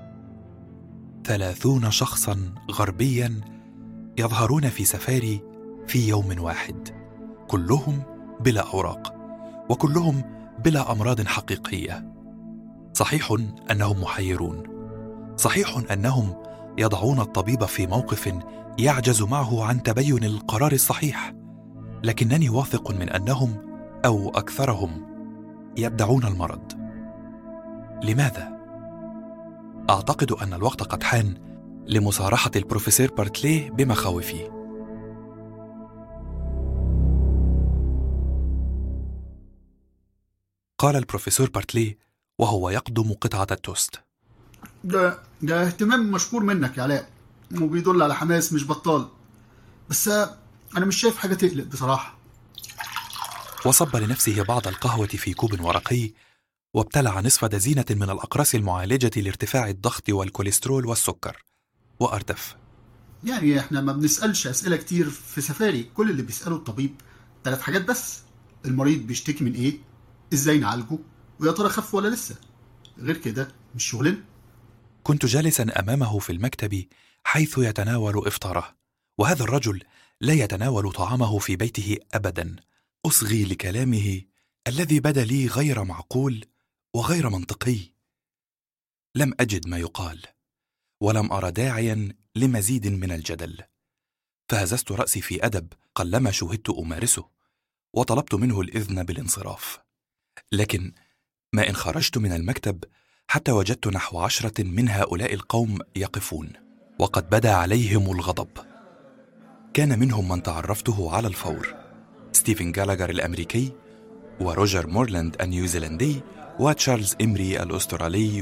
30 شخصا غربيا يظهرون في سفاري في يوم واحد، كلهم بلا أوراق وكلهم بلا أمراض حقيقية. صحيح أنهم محيرون، صحيح أنهم يضعون الطبيب في موقف يعجز معه عن تبين القرار الصحيح، لكنني واثق من أنهم أو أكثرهم يدعون المرض. لماذا؟ أعتقد أن الوقت قد حان لمصارحة البروفيسور بارتلي بمخاوفي. قال البروفيسور بارتلي وهو يقدم قطعة التوست: ده اهتمام مشكور منك يا علاء، وبيدل على حماس مش بطال، بس أنا مش شايف حاجة تقلق بصراحة. وصب لنفسه بعض القهوة في كوب ورقي، وابتلع نصف دزينة من الأقراص المعالجة لارتفاع الضغط والكوليسترول والسكر، وأردف: يعني احنا ما بنسألش أسئلة كتير في سفاري، كل اللي بيسأله الطبيب 3 حاجات بس: المريض بيشتكي من ايه، ازاي نعالجه، ويا ترى خف ولا لسه. غير كده مش شغلنا. كنت جالسا أمامه في المكتب حيث يتناول إفطاره، وهذا الرجل لا يتناول طعامه في بيته أبدا. أصغي لكلامه الذي بدا لي غير معقول وغير منطقي. لم أجد ما يقال، ولم أرى داعيا لمزيد من الجدل، فهززت رأسي في أدب قلما شهدت أمارسه، وطلبت منه الإذن بالانصراف. لكن ما إن خرجت من المكتب حتى وجدت نحو 10 من هؤلاء القوم يقفون، وقد بدا عليهم الغضب. كان منهم من تعرفته على الفور: ستيفن جالاغر الأمريكي، وروجر مورلاند النيوزيلندي، وتشارلز إمري الأسترالي،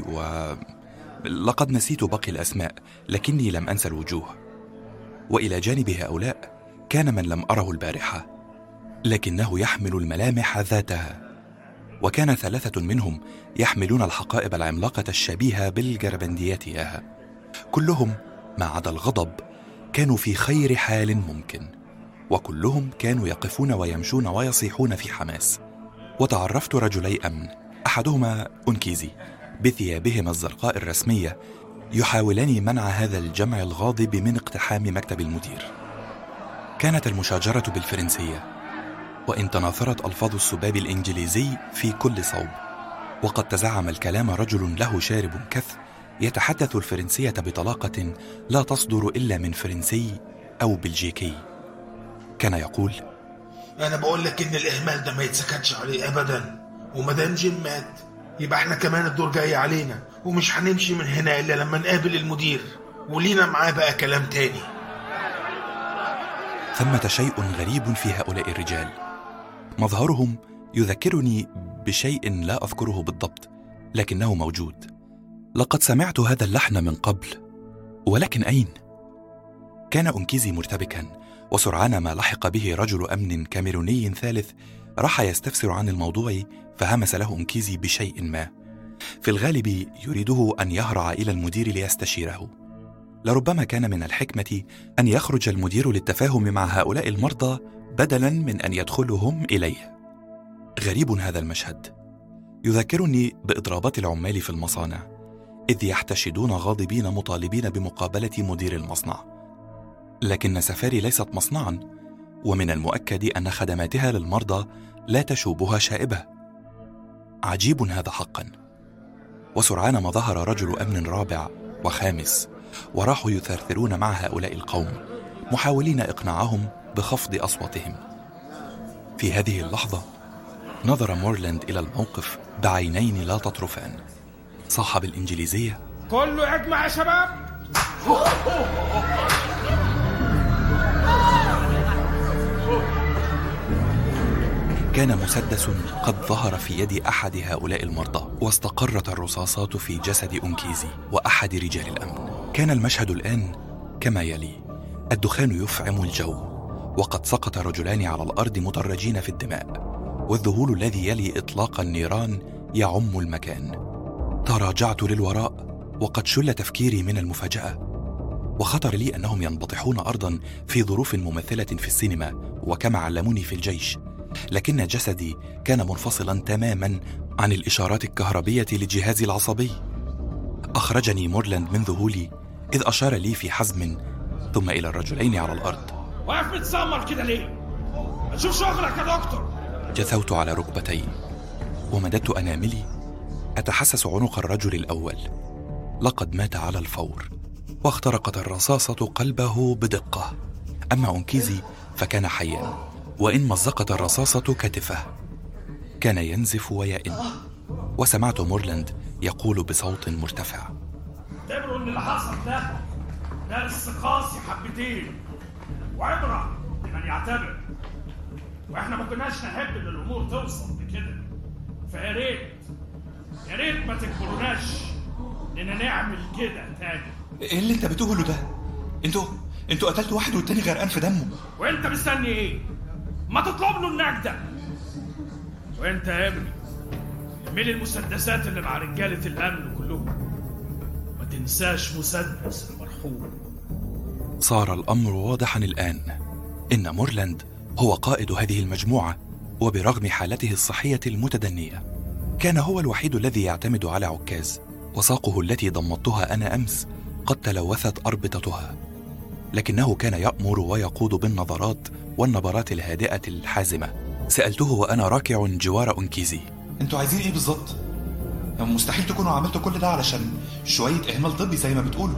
لقد نسيت باقي الأسماء لكني لم أنسى الوجوه. وإلى جانب هؤلاء كان من لم أره البارحة لكنه يحمل الملامح ذاتها، وكان 3 منهم يحملون الحقائب العملاقة الشبيهة بالجربنديات إياها. كلهم ما عدا الغضب كانوا في خير حال ممكن، وكلهم كانوا يقفون ويمشون ويصيحون في حماس. وتعرفت رجلي أمن، أحدهما أنكيزي بثيابهما الزرقاء الرسمية، يحاولان منع هذا الجمع الغاضب من اقتحام مكتب المدير. كانت المشاجرة بالفرنسية، وإن تناثرت ألفاظ السباب الإنجليزي في كل صوب، وقد تزعم الكلام رجل له شارب كث يتحدث الفرنسية بطلاقة لا تصدر إلا من فرنسي أو بلجيكي. كان يقول: أنا بقول لك إن الإهمال ده ما يتسكتش عليه أبدا، ومدام جيم مات يبقى احنا كمان الدور جاي علينا، ومش هنمشي من هنا إلا لما نقابل المدير ولينا معاه بقى كلام تاني. ثمة شيء غريب في هؤلاء الرجال، مظهرهم يذكرني بشيء لا أذكره بالضبط، لكنه موجود. لقد سمعت هذا اللحن من قبل، ولكن أين؟ كان أنكيزي مرتبكا، وسرعان ما لحق به رجل أمن كاميروني ثالث راح يستفسر عن الموضوع، فهمس له أنكيزي بشيء ما، في الغالب يريده أن يهرع إلى المدير ليستشيره. لربما كان من الحكمة أن يخرج المدير للتفاهم مع هؤلاء المرضى بدلا من أن يدخلوا هم إليه. غريب هذا المشهد، يذكرني بإضرابات العمال في المصانع، إذ يحتشدون غاضبين مطالبين بمقابلة مدير المصنع. لكن سفاري ليست مصنعا، ومن المؤكد أن خدماتها للمرضى لا تشوبها شائبة. عجيب هذا حقا. وسرعان ما ظهر رجل أمن رابع وخامس، وراحوا يثرثرون مع هؤلاء القوم محاولين إقناعهم بخفض أصواتهم. في هذه اللحظة نظر مورلاند إلى الموقف بعينين لا تطرفان، صاح بالإنجليزية: كله يجمع يا شباب. كان مسدس قد ظهر في يد أحد هؤلاء المرضى، واستقرت الرصاصات في جسد أونكيزي وأحد رجال الأمن. كان المشهد الآن كما يلي: الدخان يفعم الجو، وقد سقط رجلان على الأرض مدرجين في الدماء، والذهول الذي يلي إطلاق النيران يعم المكان. تراجعت للوراء وقد شل تفكيري من المفاجأة، وخطر لي أنهم ينبطحون أرضا في ظروف ممثلة في السينما وكما علموني في الجيش، لكن جسدي كان منفصلا تماما عن الإشارات الكهربية لجهازي العصبي. أخرجني مورلاند من ذهولي إذ أشار لي في حزم ثم إلى الرجلين على الأرض. واقف متسمر كده ليه؟ شوف شغلك يا دكتور. جثوت على ركبتي ومددت أناملي أتحسس عنق الرجل الأول، لقد مات على الفور، واخترقت الرصاصة قلبه بدقة. أما أونكيزي فكان حيا، وإن مزقت الرصاصة كتفه كان ينزف ويئن. وسمعت مورلاند يقول بصوت مرتفع: اعتبروا ان اللي حصل ده درس قاسي حبتين وعبرة لمن يعتبر، واحنا ما كناش نحب ان الامور توصل لكده، فيا ريت ما تجبروناش اننا نعمل كده تاني. ايه اللي انت بتقوله ده؟ انتوا قتلتوا واحد والتاني غرقان في دمه. وانت مستني ايه؟ ما تطلب له النجدة. وانت يا ابني اعمل المسدسات اللي مع رجالة الامن كلهم، ما تنساش مسدس المرحوم. صار الامر واضحا الان، ان مورلاند هو قائد هذه المجموعة، وبرغم حالته الصحية المتدنية كان هو الوحيد الذي يعتمد على عكاز، وساقه التي ضمدتها أنا أمس قد تلوثت أربطتها، لكنه كان يأمر ويقود بالنظرات والنبرات الهادئة الحازمة. سألته وأنا راكع جوار أونكيزي: انتوا عايزين ايه بالظبط؟ مستحيل تكونوا عملتوا كل ده علشان شوية إهمال طبي زي ما بتقولوا.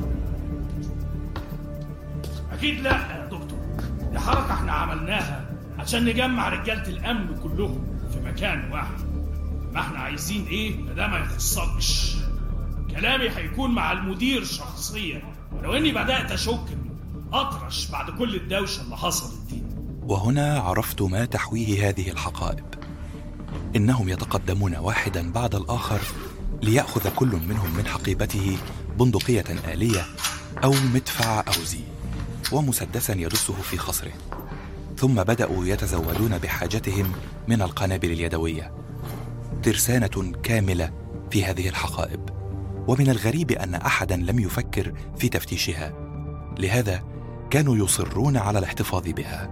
أكيد لا يا دكتور، دي حركة احنا عملناها عشان نجمع رجالة الأمن كلهم في مكان واحد. ما احنا عايزين ايه ده ما يخصكش، كلامي هيكون مع المدير شخصيا، ولو اني بدأت اشك اطرش بعد كل الدوشة اللي حصلت دي. وهنا عرفت ما تحويه هذه الحقائب. إنهم يتقدمون واحدا بعد الآخر ليأخذ كل منهم من حقيبته بندقية آلية أو مدفع أوزي ومسدسا يدسه في خصره، ثم بدأوا يتزودون بحاجتهم من القنابل اليدوية. ترسانة كاملة في هذه الحقائب، ومن الغريب أن أحدا لم يفكر في تفتيشها، لهذا كانوا يصرون على الاحتفاظ بها.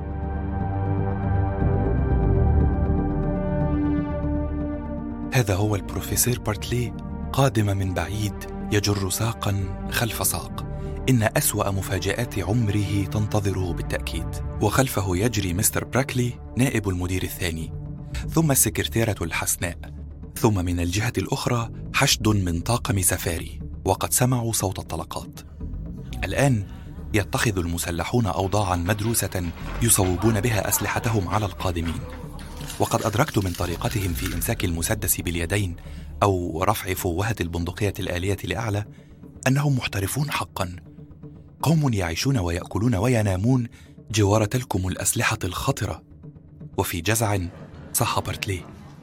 هذا هو البروفيسور بارتلي قادم من بعيد يجر ساقا خلف ساق. إن أسوأ مفاجآت عمره تنتظره بالتأكيد. وخلفه يجري مستر براكلي نائب المدير الثاني، ثم السكرتيرة الحسناء، ثم من الجهة الأخرى حشد من طاقم سفاري، وقد سمعوا صوت الطلقات. الآن يتخذ المسلحون أوضاعا مدروسة يصوبون بها أسلحتهم على القادمين، وقد أدركت من طريقتهم في إمساك المسدس باليدين أو رفع فوهة البندقية الآلية لأعلى أنهم محترفون حقا، قوم يعيشون ويأكلون وينامون جوار تلكم الأسلحة الخطرة. وفي جزع صح بارتلي: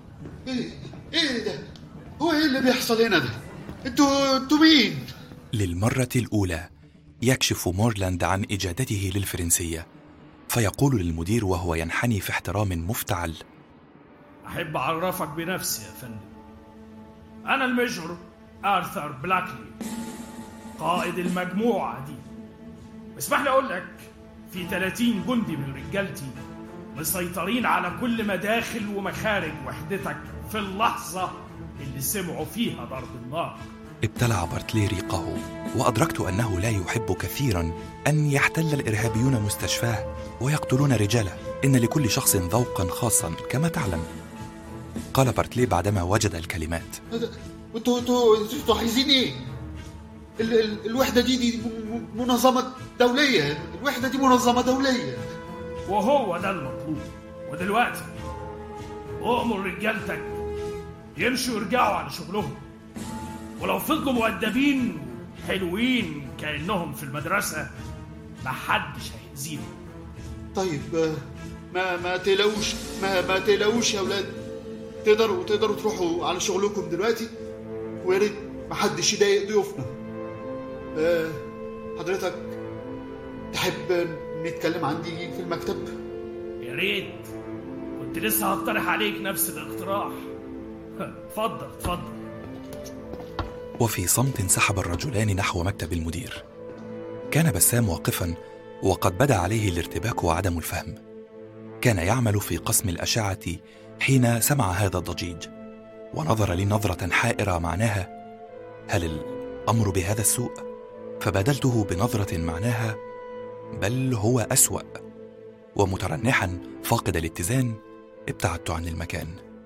ايه ده؟ هو ايه اللي بيحصل هنا ده؟ انتوا مين؟ للمرة الأولى يكشف مورلاند عن إجادته للفرنسية، فيقول للمدير وهو ينحني في احترام مفتعل: أحب أعرفك بنفسي يا فندم، أنا الميجور آرثر بلاكلي، قائد المجموعة دي. اسمح لي أقول لك، في 30 جندي من رجالتي مسيطرين على كل مداخل ومخارج وحدتك في اللحظة اللي سمعوا فيها ضرب النار. ابتلع بارتلي ريقه، وأدركت أنه لا يحب كثيرا أن يحتل الإرهابيون مستشفاه ويقتلون رجاله. إن لكل شخص ذوقا خاصا كما تعلم. قال بارتلي بعدما وجد الكلمات: انتوا عايزين ايه؟ الوحدة دي منظمة دولية، الوحدة دي منظمة دولية، وهو ده المطلوب. ودلوقتي أؤمر رجالتك يمشوا ويرجعوا على شغلهم، ولو فضلوا مؤدبين حلوين كأنهم في المدرسة محدش هيأذيهم. طيب ما تقلقوش، ما تقلقوش يا ولاد. تقدروا تروحوا على شغلكم دلوقتي، ويا ريت محدش يضايق ضيوفنا. حضرتك تحب نتكلم عندي في المكتب؟ يا ريت، كنت لسه هقترح عليك نفس الاقتراح. اتفضل. وفي صمت انسحب الرجلان نحو مكتب المدير. كان بسام واقفا وقد بدا عليه الارتباك وعدم الفهم. كان يعمل في قسم الأشعة حين سمع هذا الضجيج، ونظر لي نظرة حائرة معناها: هل الأمر بهذا السوء؟ فبادلته بنظرة معناها: بل هو أسوأ. ومترنحا فاقد الاتزان ابتعدت عن المكان.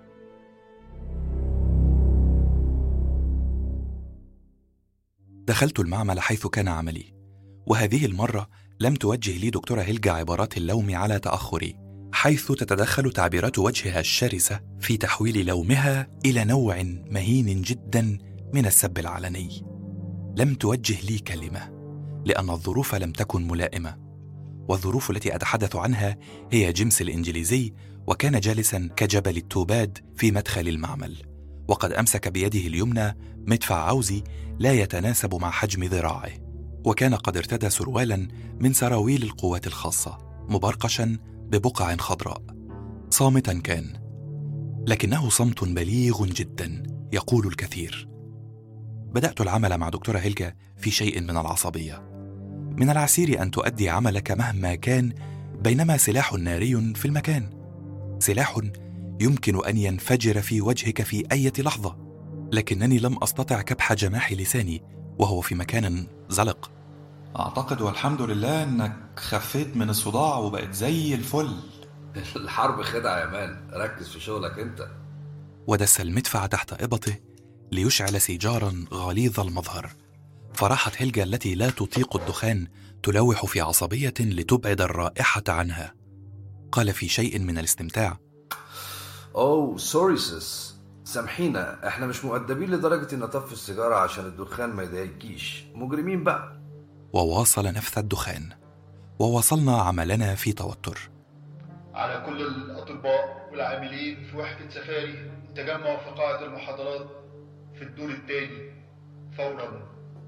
دخلت المعمل حيث كان عملي، وهذه المرة لم توجه لي دكتورة هيلجا عبارات اللوم على تأخري، حيث تتدخل تعبيرات وجهها الشرسة في تحويل لومها إلى نوع مهين جدا من السب العلني. لم توجه لي كلمة، لأن الظروف لم تكن ملائمة، والظروف التي أتحدث عنها هي جيمس الإنجليزي، وكان جالسا كجبل التوباد في مدخل المعمل، وقد أمسك بيده اليمنى مدفع عوزي لا يتناسب مع حجم ذراعه، وكان قد ارتدى سروالا من سراويل القوات الخاصة مبرقشا ببقع خضراء. صامتا كان، لكنه صمت بليغ جدا يقول الكثير. بدأت العمل مع دكتورة هيلجا في شيء من العصبية. من العسير أن تؤدي عملك مهما كان، بينما سلاح ناري في المكان، سلاح يمكن أن ينفجر في وجهك في أي لحظة، لكنني لم أستطع كبح جماح لساني وهو في مكان زلق. أعتقد والحمد لله أنك خفيت من الصداع وبقت زي الفل. الحرب خدعة يا مان، ركز في شغلك أنت. ودس المدفع تحت إبطه ليشعل سيجارا غليظ المظهر، فراحت هيلجا التي لا تطيق الدخان تلوح في عصبية لتبعد الرائحة عنها. قال في شيء من الاستمتاع: أوه سوري سيس، سامحينا، احنا مش مؤدبين لدرجة ان نطفي السيجارة عشان الدخان ما يضايقكيش، مجرمين بقى. وواصل نفث الدخان، وواصلنا عملنا في توتر. على كل الأطباء والعاملين في وحدة سفاري تجمعوا في قاعة المحاضرات في الدور الثاني فورا.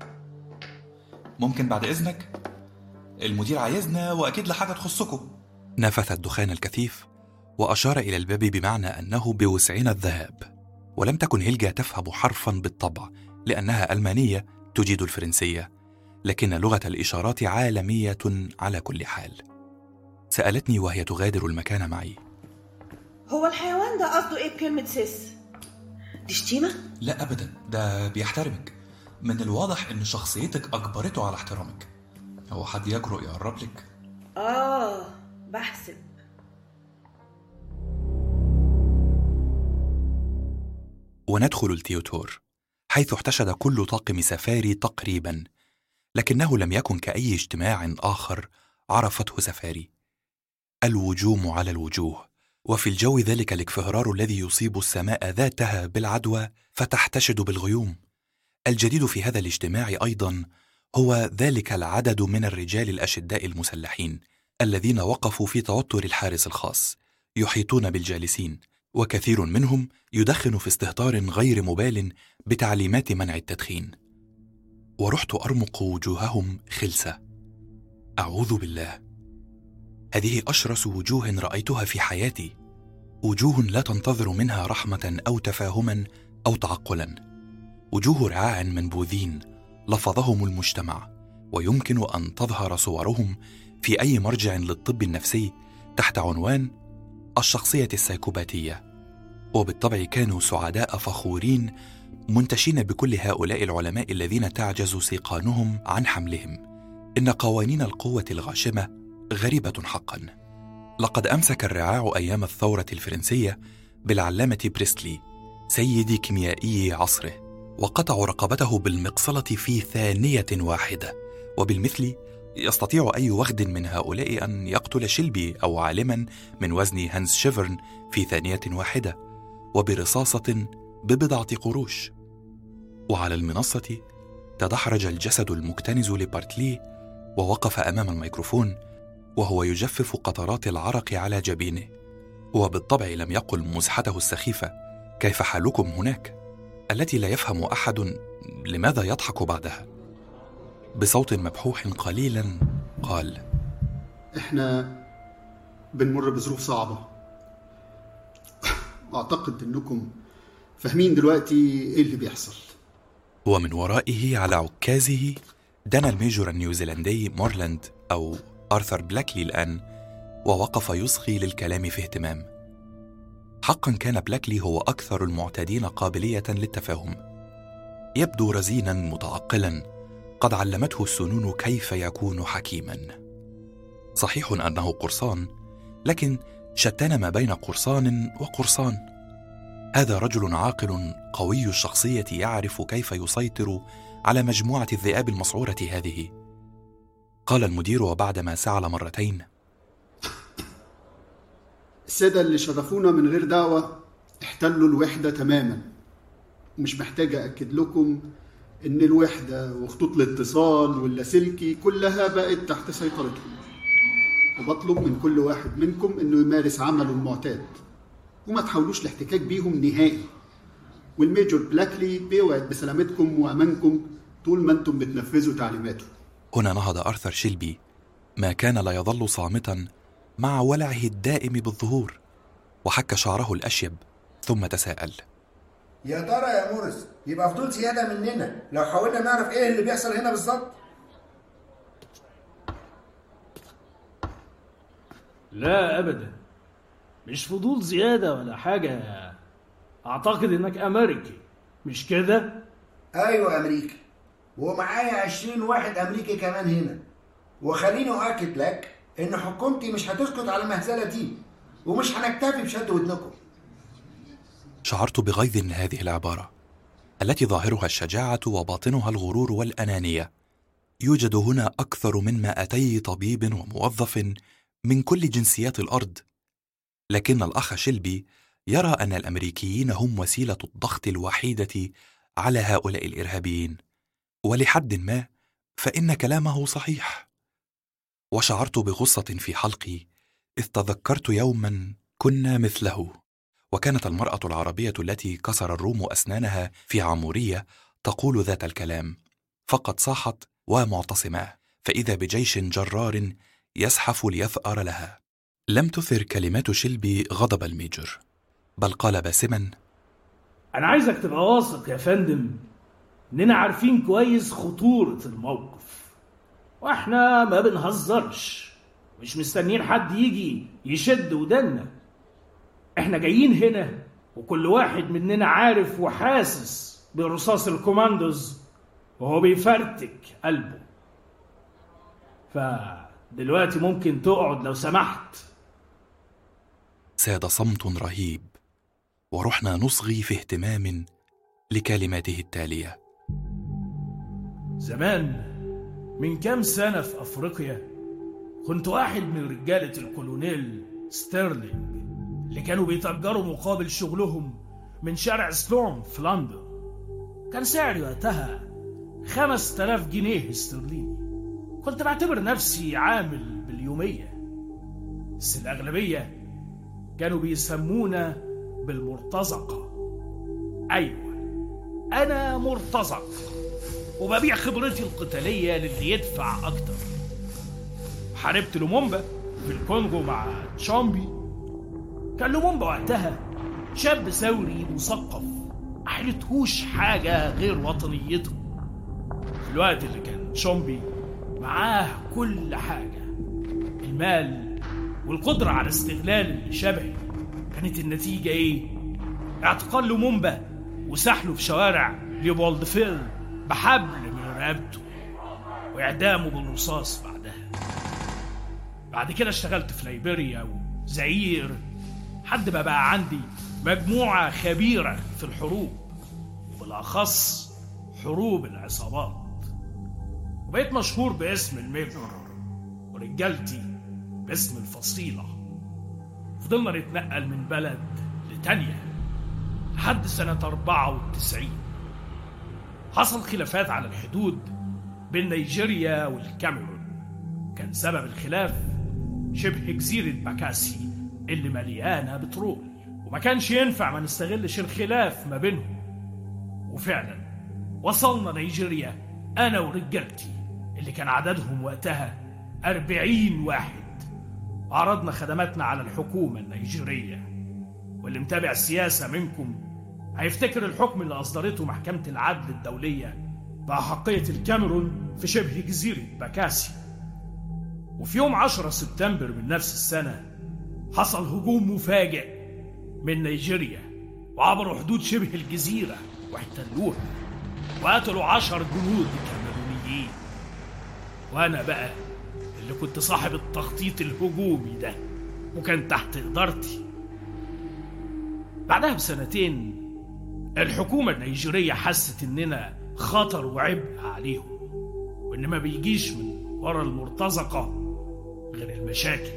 ممكن بعد إذنك؟ المدير عايزنا وأكيد لحاجة تخصكم. نفث الدخان الكثيف وأشار إلى الباب بمعنى أنه بوسعنا الذهاب. ولم تكن هيلجا تفهم حرفا بالطبع، لأنها ألمانية تجيد الفرنسية، لكن لغة الإشارات عالمية على كل حال. سألتني وهي تغادر المكان معي: هو الحيوان ده قصده إيه بكلمة سيس؟ دي شتيمة؟ لا أبدا، ده بيحترمك. من الواضح إن شخصيتك أجبرته على احترامك. هو حد يجرؤ يقرب لك؟ بحسب. وندخل التيوتور، حيث احتشد كل طاقم سفاري تقريبا، لكنه لم يكن كأي اجتماع آخر عرفته سفاري. الوجوم على الوجوه، وفي الجو ذلك الاكفهرار الذي يصيب السماء ذاتها بالعدوى فتحتشد بالغيوم. الجديد في هذا الاجتماع أيضا هو ذلك العدد من الرجال الأشداء المسلحين الذين وقفوا في توتر الحارس الخاص يحيطون بالجالسين، وكثير منهم يدخن في استهتار غير مبال بتعليمات منع التدخين. ورحت أرمق وجوههم خلسة. أعوذ بالله، هذه أشرس وجوه رأيتها في حياتي، وجوه لا تنتظر منها رحمة أو تفاهما أو تعقلا، وجوه رعاع منبوذين لفظهم المجتمع، ويمكن أن تظهر صورهم في أي مرجع للطب النفسي تحت عنوان الشخصية السايكوباتية. وبالطبع كانوا سعداء فخورين منتشين بكل هؤلاء العلماء الذين تعجز سيقانهم عن حملهم. إن قوانين القوة الغاشمة غريبة حقا. لقد أمسك الرعاع أيام الثورة الفرنسية بالعلامة بريسلي سيد كيميائي عصره، وقطعوا رقبته بالمقصلة في ثانية واحدة. وبالمثل يستطيع أي وغد من هؤلاء أن يقتل شلبي أو عالما من وزن هانس شيفرن في ثانية واحدة، وبرصاصة ببضعة قروش. وعلى المنصة تدحرج الجسد المكتنز لبارتلي، ووقف أمام الميكروفون وهو يجفف قطرات العرق على جبينه، وبالطبع لم يقل مزحته السخيفة كيف حالكم هناك، التي لا يفهم أحد لماذا يضحك بعدها. بصوت مبحوح قليلا قال: احنا بنمر بظروف صعبة، أعتقد أنكم فاهمين دلوقتي إيه اللي بيحصل. ومن ورائه على عكازه دنا الميجور النيوزيلندي مورلاند أو آرثر بلاكلي الآن، ووقف يصغي للكلام في اهتمام. حقا كان بلاكلي هو أكثر المعتادين قابلية للتفاهم. يبدو رزينا متعقلا، قد علمته السنون كيف يكون حكيما. صحيح أنه قرصان، لكن شتان ما بين قرصان وقرصان. هذا رجل عاقل قوي الشخصية يعرف كيف يسيطر على مجموعة الذئاب المسعورة هذه. قال المدير وبعدما سعل مرتين: السادة اللي شرفونا من غير دعوة احتلوا الوحدة تماما، ومش محتاج أكد لكم إن الوحدة وخطوط الاتصال واللاسلكي كلها بقت تحت سيطرتهم، وبطلب من كل واحد منكم إنه يمارس عمله المعتاد وما تحاولوش الاحتكاك بيهم نهائي. والميجور بلاكلي بيوعد بسلامتكم وأمانكم طول ما أنتم بتنفذوا تعليماته. هنا نهض آرثر شيلبي، ما كان لا يظل صامتا مع ولعه الدائم بالظهور، وحك شعره الأشيب ثم تساءل: يا ترى يا موريس يبقى فضول زيادة مننا لو حاولنا نعرف ايه اللي بيحصل هنا بالظبط؟ لا أبدا، مش فضول زيادة ولا حاجة. أعتقد إنك أمريكي، مش كده؟ أيوة أمريكي، ومعايا 20 واحد أمريكي كمان هنا. وخليني أؤكد لك إن حكومتي مش هتسكت على المهزلة دي، ومش هنكتفي بشد ودنكم. شعرت بغيظ هذه العبارة التي ظاهرها الشجاعة وباطنها الغرور والأنانية. يوجد هنا أكثر من 200 طبيب وموظف من كل جنسيات الأرض، لكن الأخ شيلبي يرى أن الأمريكيين هم وسيلة الضغط الوحيدة على هؤلاء الإرهابيين، ولحد ما فإن كلامه صحيح. وشعرت بغصة في حلقي إذ تذكرت يوما كنا مثله، وكانت المرأة العربية التي كسر الروم أسنانها في عمورية تقول ذات الكلام، فقد صاحت ومعتصمة فإذا بجيش جرار يزحف ليثأر لها. لم تثر كلمات شيلبي غضب الميجور، بل قال باسما: أنا عايزك تبقى واثق يا فندم إننا عارفين كويس خطورة الموقف، وإحنا ما بنهزرش، مش مستنيين حد يجي يشد ودنا. إحنا جايين هنا وكل واحد مننا عارف وحاسس برصاص الكوماندوز وهو بيفرتك قلبه. فدلوقتي ممكن تقعد لو سمحت. ساد صمت رهيب، ورحنا نصغي في اهتمام لكلماته التالية: زمان من كام سنة في أفريقيا كنت واحد من رجالة الكولونيل ستيرلينج اللي كانوا بيتأجروا مقابل شغلهم من شارع ستورم في لندن. كان سعري وقتها 5000 جنيه استرليني. كنت بعتبر نفسي عامل باليومية، بس الأغلبية كانوا بيسمونا بالمرتزقة. أيوة، أنا مرتزق، وببيع خبرتي القتالية للي يدفع أكتر. حاربت لومومبا في الكونغو مع تشامبي. كان لومومبا وقتها شاب ثوري مثقف محلتهوش حاجة غير وطنيته، في الوقت اللي كان تشامبي معاه كل حاجة، المال والقدرة على استغلال اللي شبهي. كانت النتيجة ايه؟ اعتقال لومومبا وسحله في شوارع ليوبولدفيل بحبل من رقبته، واعدامه بالرصاص بعدها. بعد كده اشتغلت في ليبيريا وزعير حد ما بقى عندي مجموعة خبيرة في الحروب، وبالأخص حروب العصابات، وبقيت مشهور باسم الميجور ورجالتي باسم الفصيلة. فضلنا نتنقل من بلد لتانية لحد سنة 94. حصل خلافات على الحدود بين نيجيريا والكاميرون. كان سبب الخلاف شبه جزيرة باكاسي اللي مليانة بترول، وما كانش ينفع ما نستغلش الخلاف ما بينهم. وفعلا وصلنا نيجيريا أنا ورجالتي اللي كان عددهم وقتها 40 واحد، وعرضنا خدماتنا على الحكومة النيجيرية. واللي متابع السياسة منكم هيفتكر الحكم اللي أصدرته محكمة العدل الدولية بأحقية الكاميرون في شبه جزيرة باكاسي. وفي يوم 10 سبتمبر من نفس السنة حصل هجوم مفاجئ من نيجيريا، وعبروا حدود شبه الجزيرة واحتلوها وقتلوا 10 جنود كاميرونيين. وأنا بقى اللي كنت صاحب التخطيط الهجومي ده، وكان تحت إدارتي. بعدها بسنتين الحكومة النيجيرية حست إننا خطر وعبء عليهم، وإن ما بيجيش من ورا المرتزقة غير المشاكل.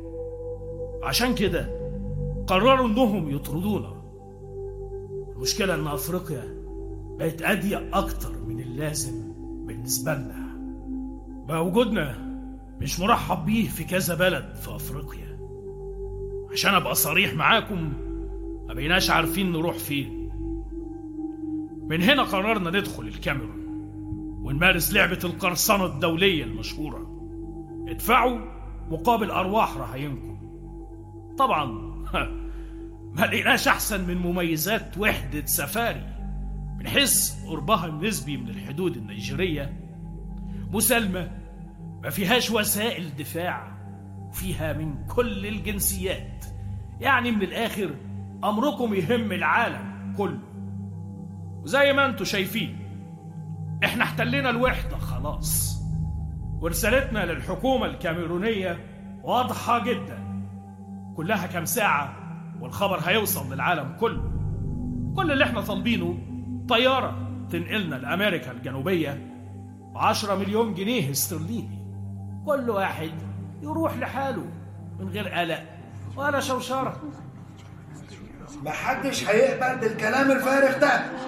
عشان كده قرروا إنهم يطردونا. المشكلة إن أفريقيا بقت أضيق أكتر من اللازم بالنسبة لنا. بقى وجودنا مش مرحب بيه في كذا بلد في أفريقيا. عشان أبقى صريح معاكم، ما بقيناش عارفين نروح فين. من هنا قررنا ندخل الكاميرون ونمارس لعبة القرصنة الدولية المشهورة. ادفعوا مقابل أرواح رهاينكم. طبعا ما لقيناش أحسن من مميزات وحدة سفاري من حيث قربها النسبي من الحدود النيجيرية، مسالمة ما فيهاش وسائل دفاع، فيها من كل الجنسيات. يعني من الآخر أمركم يهم العالم كله. وزي ما انتوا شايفين احنا احتلنا الوحدة خلاص، ورسالتنا للحكومة الكاميرونية واضحة جدا. كلها كام ساعة والخبر هيوصل للعالم كله. كل اللي احنا طالبينه طيارة تنقلنا لأمريكا الجنوبية و10 مليون جنيه استرليني، كل واحد يروح لحاله من غير قلق ولا شوشرة. محدش هيقبل بالكلام الفارغ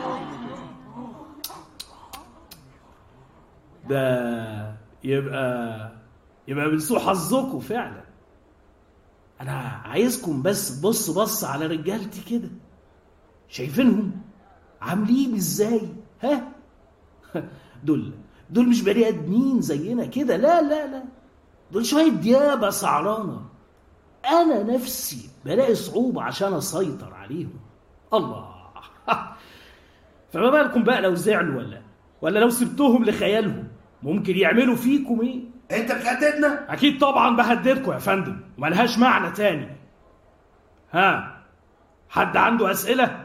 ده يبقى من سوء حظكم فعلا. انا عايزكم بس تبص بص على رجالتي كده، شايفينهم عاملين ازاي؟ ها دول مش بني ادمين زينا كده، لا لا لا، دول شويه ديابه سعرانه. انا نفسي بلاقي صعوبه عشان اسيطر عليهم. الله فما بالكم بقى لو زعلوا ولا لو سبتوهم لخيالهم ممكن يعملوا فيكم ايه؟ انت بتهددنا؟ اكيد طبعا بهددكم يا فندم، وملهاش معنى تاني. ها، حد عنده اسئله؟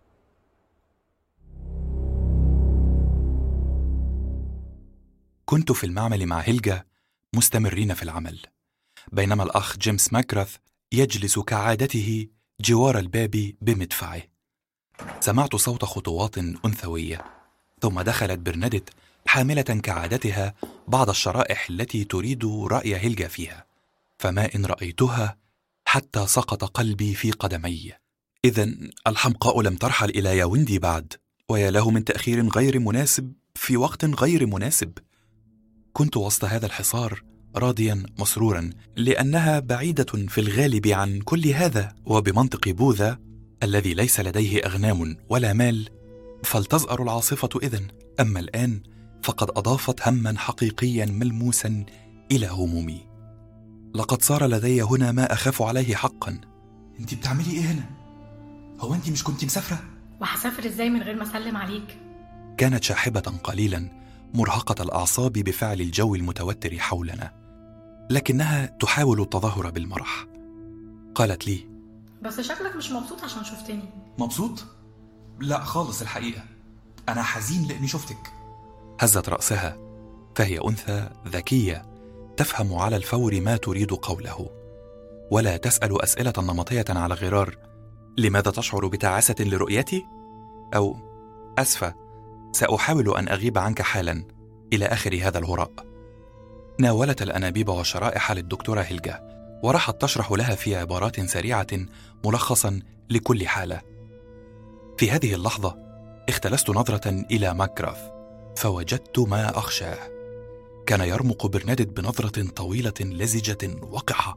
كنت في المعمل مع هيلجا مستمرين في العمل، بينما الأخ جيمس ماكراث يجلس كعادته جوار الباب بمدفعه. سمعت صوت خطوات أنثوية، ثم دخلت برناديت حاملة كعادتها بعض الشرائح التي تريد رأي هيلجا فيها، فما إن رأيتها حتى سقط قلبي في قدمي. إذن الحمقاء لم ترحل إلى ياوندي بعد، ويا له من تأخير غير مناسب في وقت غير مناسب. كنت وسط هذا الحصار راضيا مسرورا، لأنها بعيدة في الغالب عن كل هذا، وبمنطق بوذا الذي ليس لديه أغنام ولا مال فلتزأر العاصفة إذن. أما الآن فقد أضافت هما حقيقيا ملموسا إلى همومي. لقد صار لدي هنا ما أخاف عليه حقا. انت بتعملي ايه هنا؟ هو انت مش كنت مسافرة؟ وهسافر ازاي من غير ما اسلم عليك؟ كانت شاحبة قليلا، مرهقة الأعصاب بفعل الجو المتوتر حولنا، لكنها تحاول التظاهر بالمرح. قالت لي: بس شكلك مش مبسوط عشان شفتني. مبسوط؟ لا خالص الحقيقة، أنا حزين لأني شفتك. هزت رأسها، فهي أنثى ذكية تفهم على الفور ما تريد قوله، ولا تسأل أسئلة نمطية على غرار: لماذا تشعر بتعاسة لرؤيتي؟ أو أسفة، سأحاول أن أغيب عنك حالا، إلى آخر هذا الهراء. ناولت الأنابيب والشرائح للدكتورة هيلجا، وراحت تشرح لها في عبارات سريعة ملخصا لكل حالة. في هذه اللحظة اختلست نظرة إلى ماكراث، فوجدت ما أخشاه. كان يرمق برناديت بنظرة طويلة لزجة وقحة،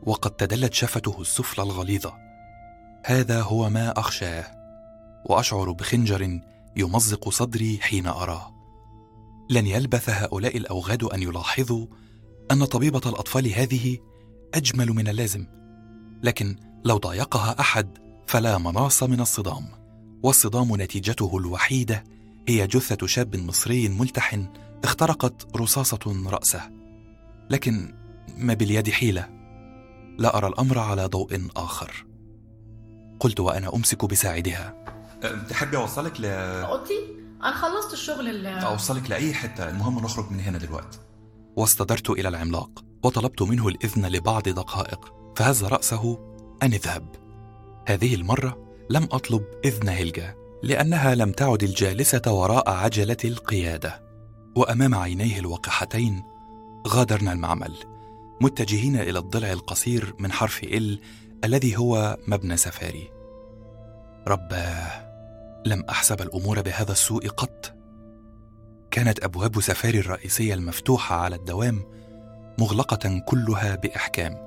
وقد تدلت شفته السفلى الغليظة. هذا هو ما أخشاه، وأشعر بخنجر يمزق صدري حين أراه. لن يلبث هؤلاء الأوغاد أن يلاحظوا أن طبيبة الأطفال هذه أجمل من اللازم، لكن لو ضايقها أحد فلا مناص من الصدام، والصدام نتيجته الوحيدة هي جثة شاب مصري ملتحن اخترقت رصاصة رأسه. لكن ما باليد حيلة، لا أرى الأمر على ضوء آخر. قلت وأنا أمسك بساعدها: تحبي أوصلك أوضتي؟ أنا خلصت الشغل أوصلك لأي حتة، المهم نخرج من هنا دلوقتي. واستدرت إلى العملاق وطلبت منه الإذن لبعض دقائق، فهز رأسه أن اذهب. هذه المرة لم أطلب إذن هيلجا، لأنها لم تعد الجالسة وراء عجلة القيادة، وأمام عينيه الوقحتين غادرنا المعمل متجهين إلى الضلع القصير من حرف ال الذي هو مبنى سفاري. رباه، لم أحسب الأمور بهذا السوء قط. كانت أبواب سفاري الرئيسية المفتوحة على الدوام مغلقة كلها بإحكام،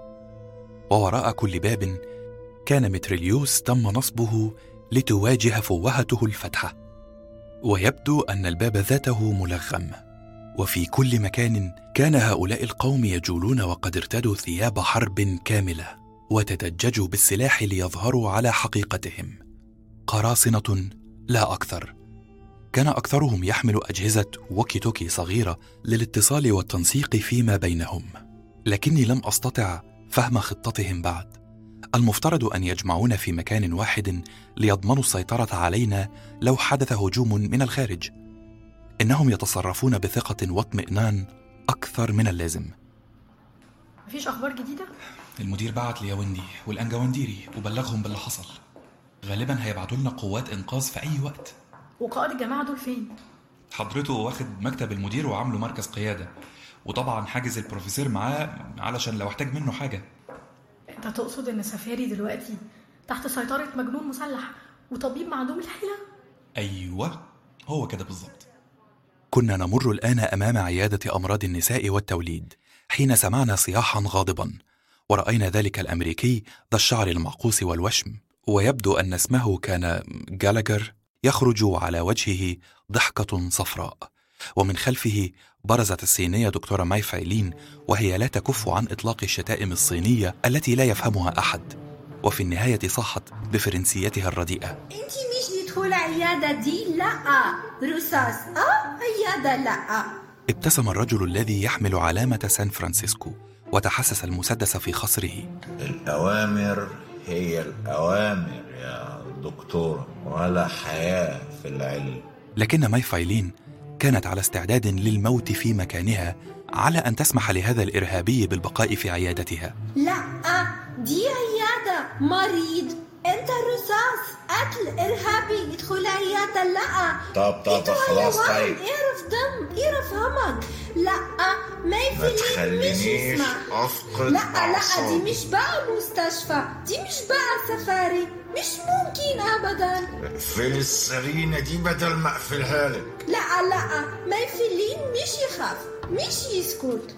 ووراء كل باب كان متريليوس تم نصبه لتواجه فوهته الفتحة، ويبدو أن الباب ذاته ملغم. وفي كل مكان كان هؤلاء القوم يجولون وقد ارتدوا ثياب حرب كاملة وتدججوا بالسلاح ليظهروا على حقيقتهم. قراصنة لا أكثر. كان أكثرهم يحمل أجهزة ووكي توكي صغيرة للاتصال والتنسيق فيما بينهم، لكني لم أستطع فهم خطتهم بعد. المفترض أن يجمعون في مكان واحد ليضمنوا السيطرة علينا لو حدث هجوم من الخارج. إنهم يتصرفون بثقة واطمئنان أكثر من اللازم. مفيش أخبار جديدة؟ المدير بعت لياوندي والأنجوانديري وبلغهم باللي حصل. غالبا هيبعتوا لنا قوات إنقاذ في أي وقت. وقائد الجماعة دول فين؟ حضرته واخد مكتب المدير وعامله مركز قيادة، وطبعا حاجز البروفيسور معاه علشان لو احتاج منه حاجة. انت تقصد ان سفاري دلوقتي تحت سيطرة مجنون مسلح وطبيب معدوم الحيلة؟ أيوة، هو كده بالظبط. كنا نمر الآن أمام عيادة أمراض النساء والتوليد حين سمعنا صياحا غاضبا، ورأينا ذلك الأمريكي ذا الشعر المعقوس والوشم، ويبدو أن اسمه كان جالاجر، يخرج على وجهه ضحكة صفراء، ومن خلفه برزت الصينية دكتورة ماي فايلين، وهي لا تكف عن إطلاق الشتائم الصينية التي لا يفهمها أحد، وفي النهاية صاحت بفرنسيتها الرديئة: انتي مش ندخل عيادة دي؟ لا رصاص. عيادة لا. ابتسم الرجل الذي يحمل علامة سان فرانسيسكو وتحسس المسدس في خصره. الأوامر هي الأوامر يا دكتور، ولا حياة في العلم. لكن ماي فايلين كانت على استعداد للموت في مكانها على أن تسمح لهذا الإرهابي بالبقاء في عيادتها. لا، دي عيادة مريض. انت رصاص، قتل، إرهابي، يدخل عيادة. لا. طب خلاص. طيب اعرف دم، اعرف همك. لا، ما تخلينيش أفقد لا، دي مش بقى مستشفى، دي مش بقى سفاري، مش ممكن أبدا. اقفل السرينة دي بدل ما اقفلها لك. لا، ما يفلين مش يخاف، مش يسكت.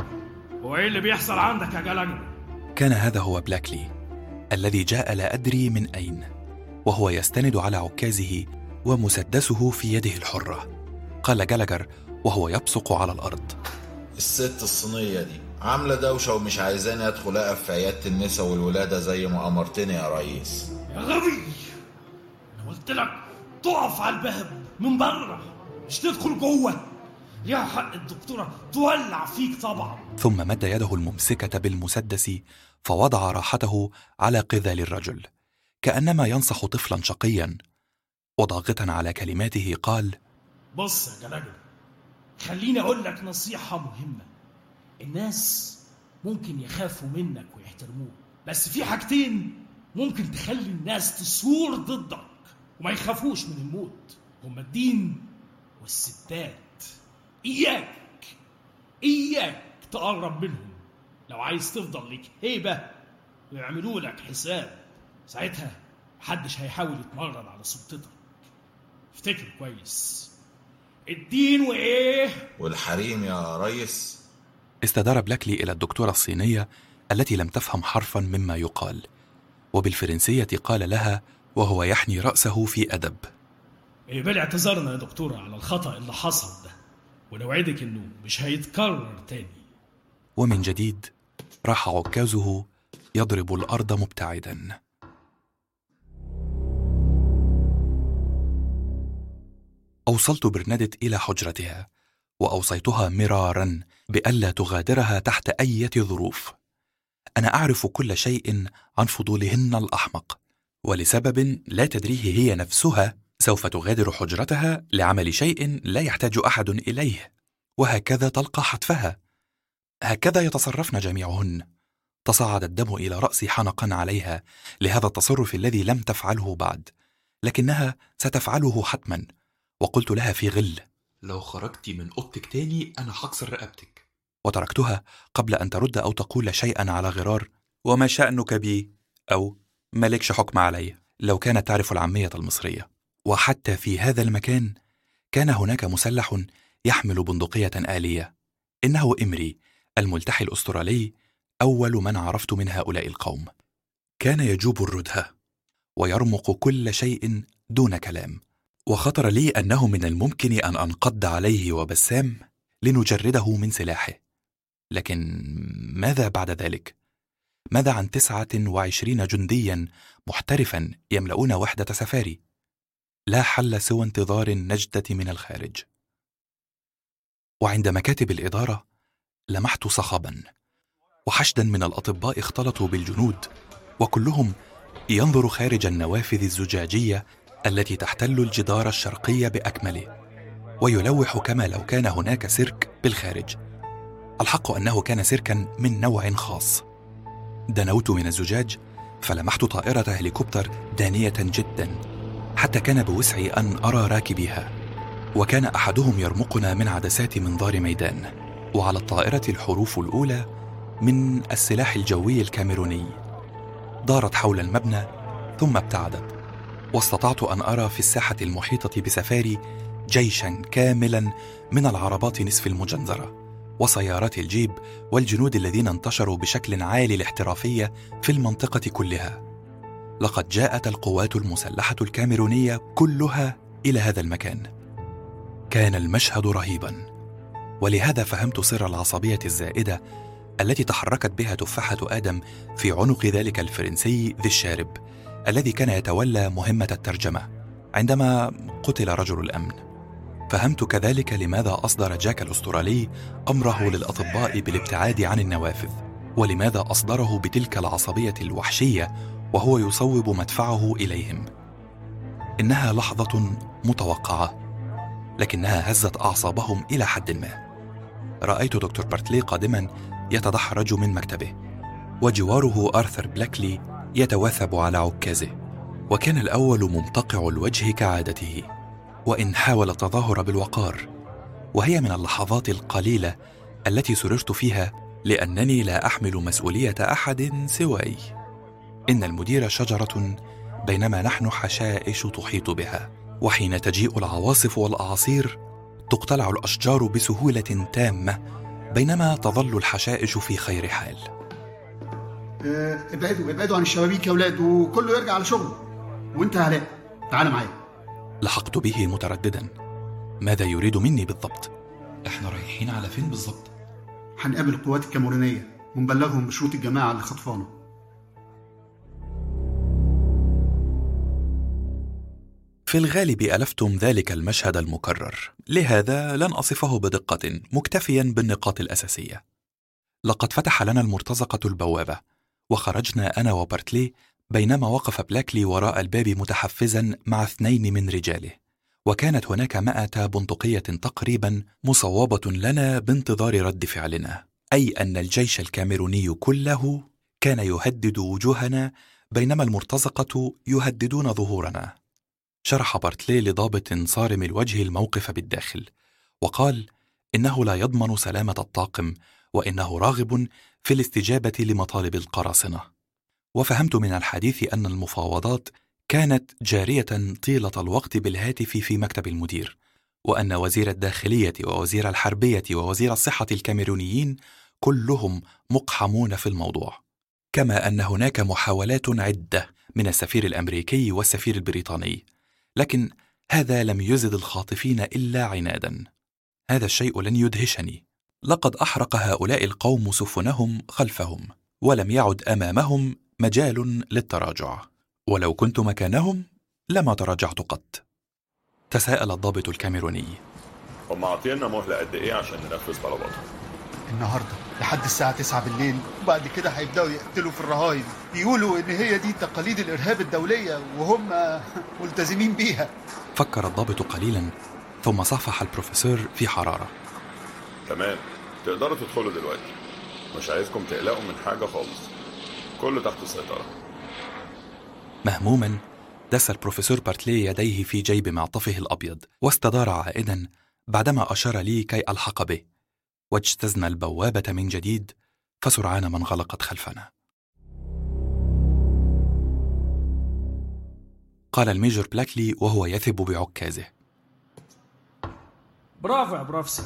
وايه اللي بيحصل عندك يا جلاجر؟ كان هذا هو بلاكلي الذي جاء لا أدري من أين، وهو يستند على عكازه ومسدسه في يده الحرة. قال جالاجر وهو يبصق على الأرض: الست الصينية دي عاملة دوشة ومش عايزاني أدخل أقف في عيادة النساء والولادة زي ما أمرتني يا ريس. يا غبي، أنا قلت لك تقف على الباب من بره، مش تدخل جوه. ليها حق الدكتورة تولع فيك طبعا. ثم مد يده الممسكة بالمسدس فوضع راحته على قذال الرجل كأنما ينصح طفلا شقيا، وضاغطا على كلماته قال: بص يا جلاجر، خليني أقول لك نصيحة مهمة. الناس ممكن يخافوا منك ويحترموك، بس في حاجتين ممكن تخلي الناس تثور ضدك وما يخافوش من الموت، هما الدين والستات. إياك تقرب منهم لو عايز تفضل لك هيبة ويعملوا لك حساب. ساعتها محدش هيحاول يتمرد على سلطتك. افتكر كويس، الدين وإيه؟ والحريم يا ريس. استدار بلاكلي إلى الدكتورة الصينية التي لم تفهم حرفا مما يقال، وبالفرنسية قال لها وهو يحني رأسه في أدب: يبقى اعتذرنا يا دكتورة على الخطأ اللي حصل ده، ونوعدك إنه مش هيتكرر تاني. ومن جديد راح عكازه يضرب الأرض مبتعدا. أوصلت برنادت إلى حجرتها، وأوصيتها مرارا بألا تغادرها تحت أي ظروف. أنا أعرف كل شيء عن فضولهن الأحمق، ولسبب لا تدريه هي نفسها سوف تغادر حجرتها لعمل شيء لا يحتاج أحد إليه، وهكذا تلقى حتفها. هكذا يتصرفن جميعهن. تصاعد الدم إلى رأسي حنقا عليها لهذا التصرف الذي لم تفعله بعد، لكنها ستفعله حتما. وقلت لها في غل: لو خرجتي من أوضتك تاني أنا هكسر رقبتك. وتركتها قبل أن ترد أو تقول شيئا على غرار: وما شأنك بي؟ أو مالكش حكم علي، لو كانت تعرف العامية المصرية. وحتى في هذا المكان كان هناك مسلح يحمل بندقية آلية. إنه إمري الملتحي الأسترالي، أول من عرفت من هؤلاء القوم. كان يجوب الردهة ويرمق كل شيء دون كلام، وخطر لي أنه من الممكن أن أنقض عليه وبسام لنجرده من سلاحه. لكن ماذا بعد ذلك؟ ماذا عن 29 جنديا محترفا يملؤون وحدة سفاري؟ لا حل سوى انتظار النجدة من الخارج. وعند مكاتب الإدارة لمحت صخبا وحشدا من الأطباء اختلطوا بالجنود، وكلهم ينظر خارج النوافذ الزجاجية التي تحتل الجدار الشرقي بأكمله، ويلوح كما لو كان هناك سيرك بالخارج. الحق أنه كان سيركا من نوع خاص. دنوت من الزجاج فلمحت طائرة هليكوبتر دانية جدا، حتى كان بوسعي أن أرى راكبيها، وكان أحدهم يرمقنا من عدسات منظار ميدان، وعلى الطائرة الحروف الأولى من السلاح الجوي الكاميروني. دارت حول المبنى ثم ابتعدت، واستطعت أن أرى في الساحة المحيطة بسفاري جيشا كاملا من العربات نصف المجنزرة وسيارات الجيب والجنود الذين انتشروا بشكل عالي الاحترافية في المنطقة كلها. لقد جاءت القوات المسلحة الكاميرونية كلها إلى هذا المكان. كان المشهد رهيبا، ولهذا فهمت سر العصبية الزائدة التي تحركت بها تفاحة آدم في عنق ذلك الفرنسي ذي الشارب الذي كان يتولى مهمة الترجمة عندما قتل رجل الأمن. فهمت كذلك لماذا أصدر جاك الأسترالي أمره للأطباء بالابتعاد عن النوافذ، ولماذا أصدره بتلك العصبية الوحشية وهو يصوب مدفعه إليهم. إنها لحظة متوقعة، لكنها هزت أعصابهم إلى حد ما. رأيت دكتور بارتلي قادما يتدحرج من مكتبه، وجواره آرثر بلاكلي يتوثب على عكازه، وكان الأول ممتقع الوجه كعادته، وإن حاول التظاهر بالوقار. وهي من اللحظات القليلة التي سررت فيها لأنني لا أحمل مسؤولية أحد سواي. إن المدير شجرة بينما نحن حشائش تحيط بها، وحين تجيء العواصف والأعاصير تقتلع الأشجار بسهولة تامة بينما تظل الحشائش في خير حال. ابعدوا عن الشبابيك يا ولاد، وكله يرجع على شغله. وانت يا علاء تعال معايا. لحقت به مترددا، ماذا يريد مني بالضبط؟ احنا رايحين على فين بالضبط؟ هنقابل القوات الكاميرونية ونبلغهم بشروط الجماعة اللي خطفانه. في الغالب ألفتم ذلك المشهد المكرر، لهذا لن أصفه بدقة، مكتفيا بالنقاط الأساسية. لقد فتح لنا المرتزقة البوابة، وخرجنا أنا وبارتلي بينما وقف بلاكلي وراء الباب متحفزا مع 2 من رجاله، وكانت هناك 100 بندقية تقريبا مصوبة لنا بانتظار رد فعلنا، أي أن الجيش الكاميروني كله كان يهدد وجوهنا بينما المرتزقة يهددون ظهورنا. شرح بارتلي لضابط صارم الوجه الموقف بالداخل، وقال إنه لا يضمن سلامة الطاقم، وإنه راغب في الاستجابة لمطالب القراصنة. وفهمت من الحديث أن المفاوضات كانت جارية طيلة الوقت بالهاتف في مكتب المدير، وأن وزير الداخلية ووزير الحربية ووزير الصحة الكاميرونيين كلهم مقحمون في الموضوع، كما أن هناك محاولات عدة من السفير الأمريكي والسفير البريطاني، لكن هذا لم يزد الخاطفين إلا عنادا. هذا الشيء لن يدهشني، لقد أحرق هؤلاء القوم سفنهم خلفهم، ولم يعد أمامهم مجال للتراجع، ولو كنت مكانهم لما تراجعت قط. تساءل الضابط الكاميروني: هم عطينا مهلة قد إيه عشان ننفذ طلباتهم؟ النهارده لحد الساعة 9 بالليل، وبعد كده هيبدأوا يقتلوا في الرهاين. يقولوا إن هي دي تقاليد الإرهاب الدولية وهم ملتزمين بيها. فكر الضابط قليلا ثم صفح البروفيسور في حرارة: تمام، تقدروا تدخلوا دلوقتي، مش عايزكم تقلقوا من حاجة خالص، كله تحت السيطرة. مهموما دس البروفيسور بارتلي يديه في جيب معطفه الأبيض واستدار عائدا بعدما أشار لي كي ألحق به، واجتزنا البوابة من جديد فسرعان ما انغلقت خلفنا. قال الميجور بلاكلي وهو يثب بعكازه: برافو يا بروفيسور،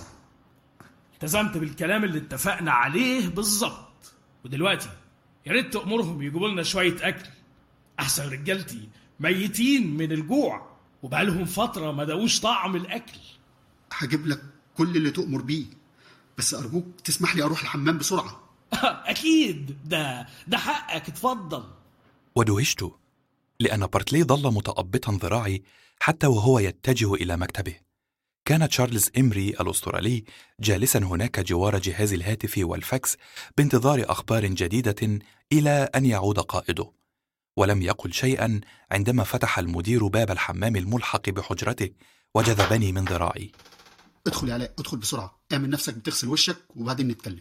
التزمت بالكلام اللي اتفقنا عليه بالظبط. ودلوقتي يا ريت تأمرهم يجيبوا لنا شوية أكل، أحسن رجالتي ميتين من الجوع وبقالهم فترة ما داوش طعم الأكل. هجيب لك كل اللي تؤمر بيه، بس أرجوك تسمح لي أروح الحمام بسرعة. أكيد، ده حقك، اتفضل. ودهشت لأن بارتلي ظل متأبطا ذراعي حتى وهو يتجه إلى مكتبه. كان تشارلز إمري الأسترالي جالسا هناك جوار جهاز الهاتف والفاكس بانتظار أخبار جديدة إلى أن يعود قائده، ولم يقل شيئا عندما فتح المدير باب الحمام الملحق بحجرته وجذبني من ذراعي. ادخل يا علاء، ادخل بسرعة، اعمل نفسك بتغسل وشك وبعدين نتكلم.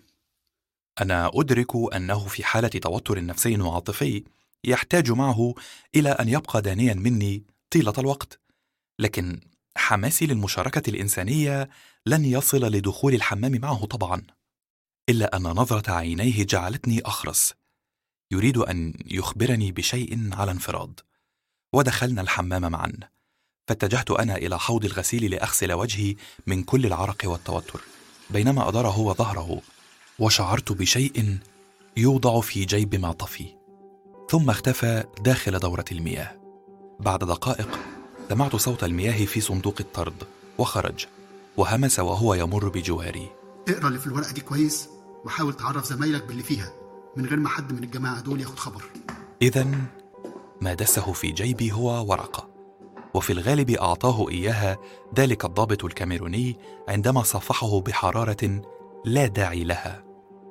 أنا أدرك أنه في حالة توتر نفسي وعاطفي يحتاج معه إلى أن يبقى دانيا مني طيلة الوقت، لكن حماسي للمشاركة الإنسانية لن يصل لدخول الحمام معه طبعا، إلا أن نظرة عينيه جعلتني أخرس. يريد أن يخبرني بشيء على انفراد. ودخلنا الحمام معا، فاتجهت أنا إلى حوض الغسيل لأغسل وجهي من كل العرق والتوتر، بينما أدار هو ظهره، وشعرت بشيء يوضع في جيب معطفي ثم اختفى داخل دورة المياه. بعد دقائق سمعت صوت المياه في صندوق الطرد وخرج وهمس وهو يمر بجواري: اقرأ اللي في الورقة دي كويس وحاول تعرف زمايلك باللي فيها من غير ما حد من الجماعة دول ياخد خبر. إذن ما دسه في جيبي هو ورقة، وفي الغالب أعطاه إياها ذلك الضابط الكاميروني عندما صافحه بحرارة لا داعي لها.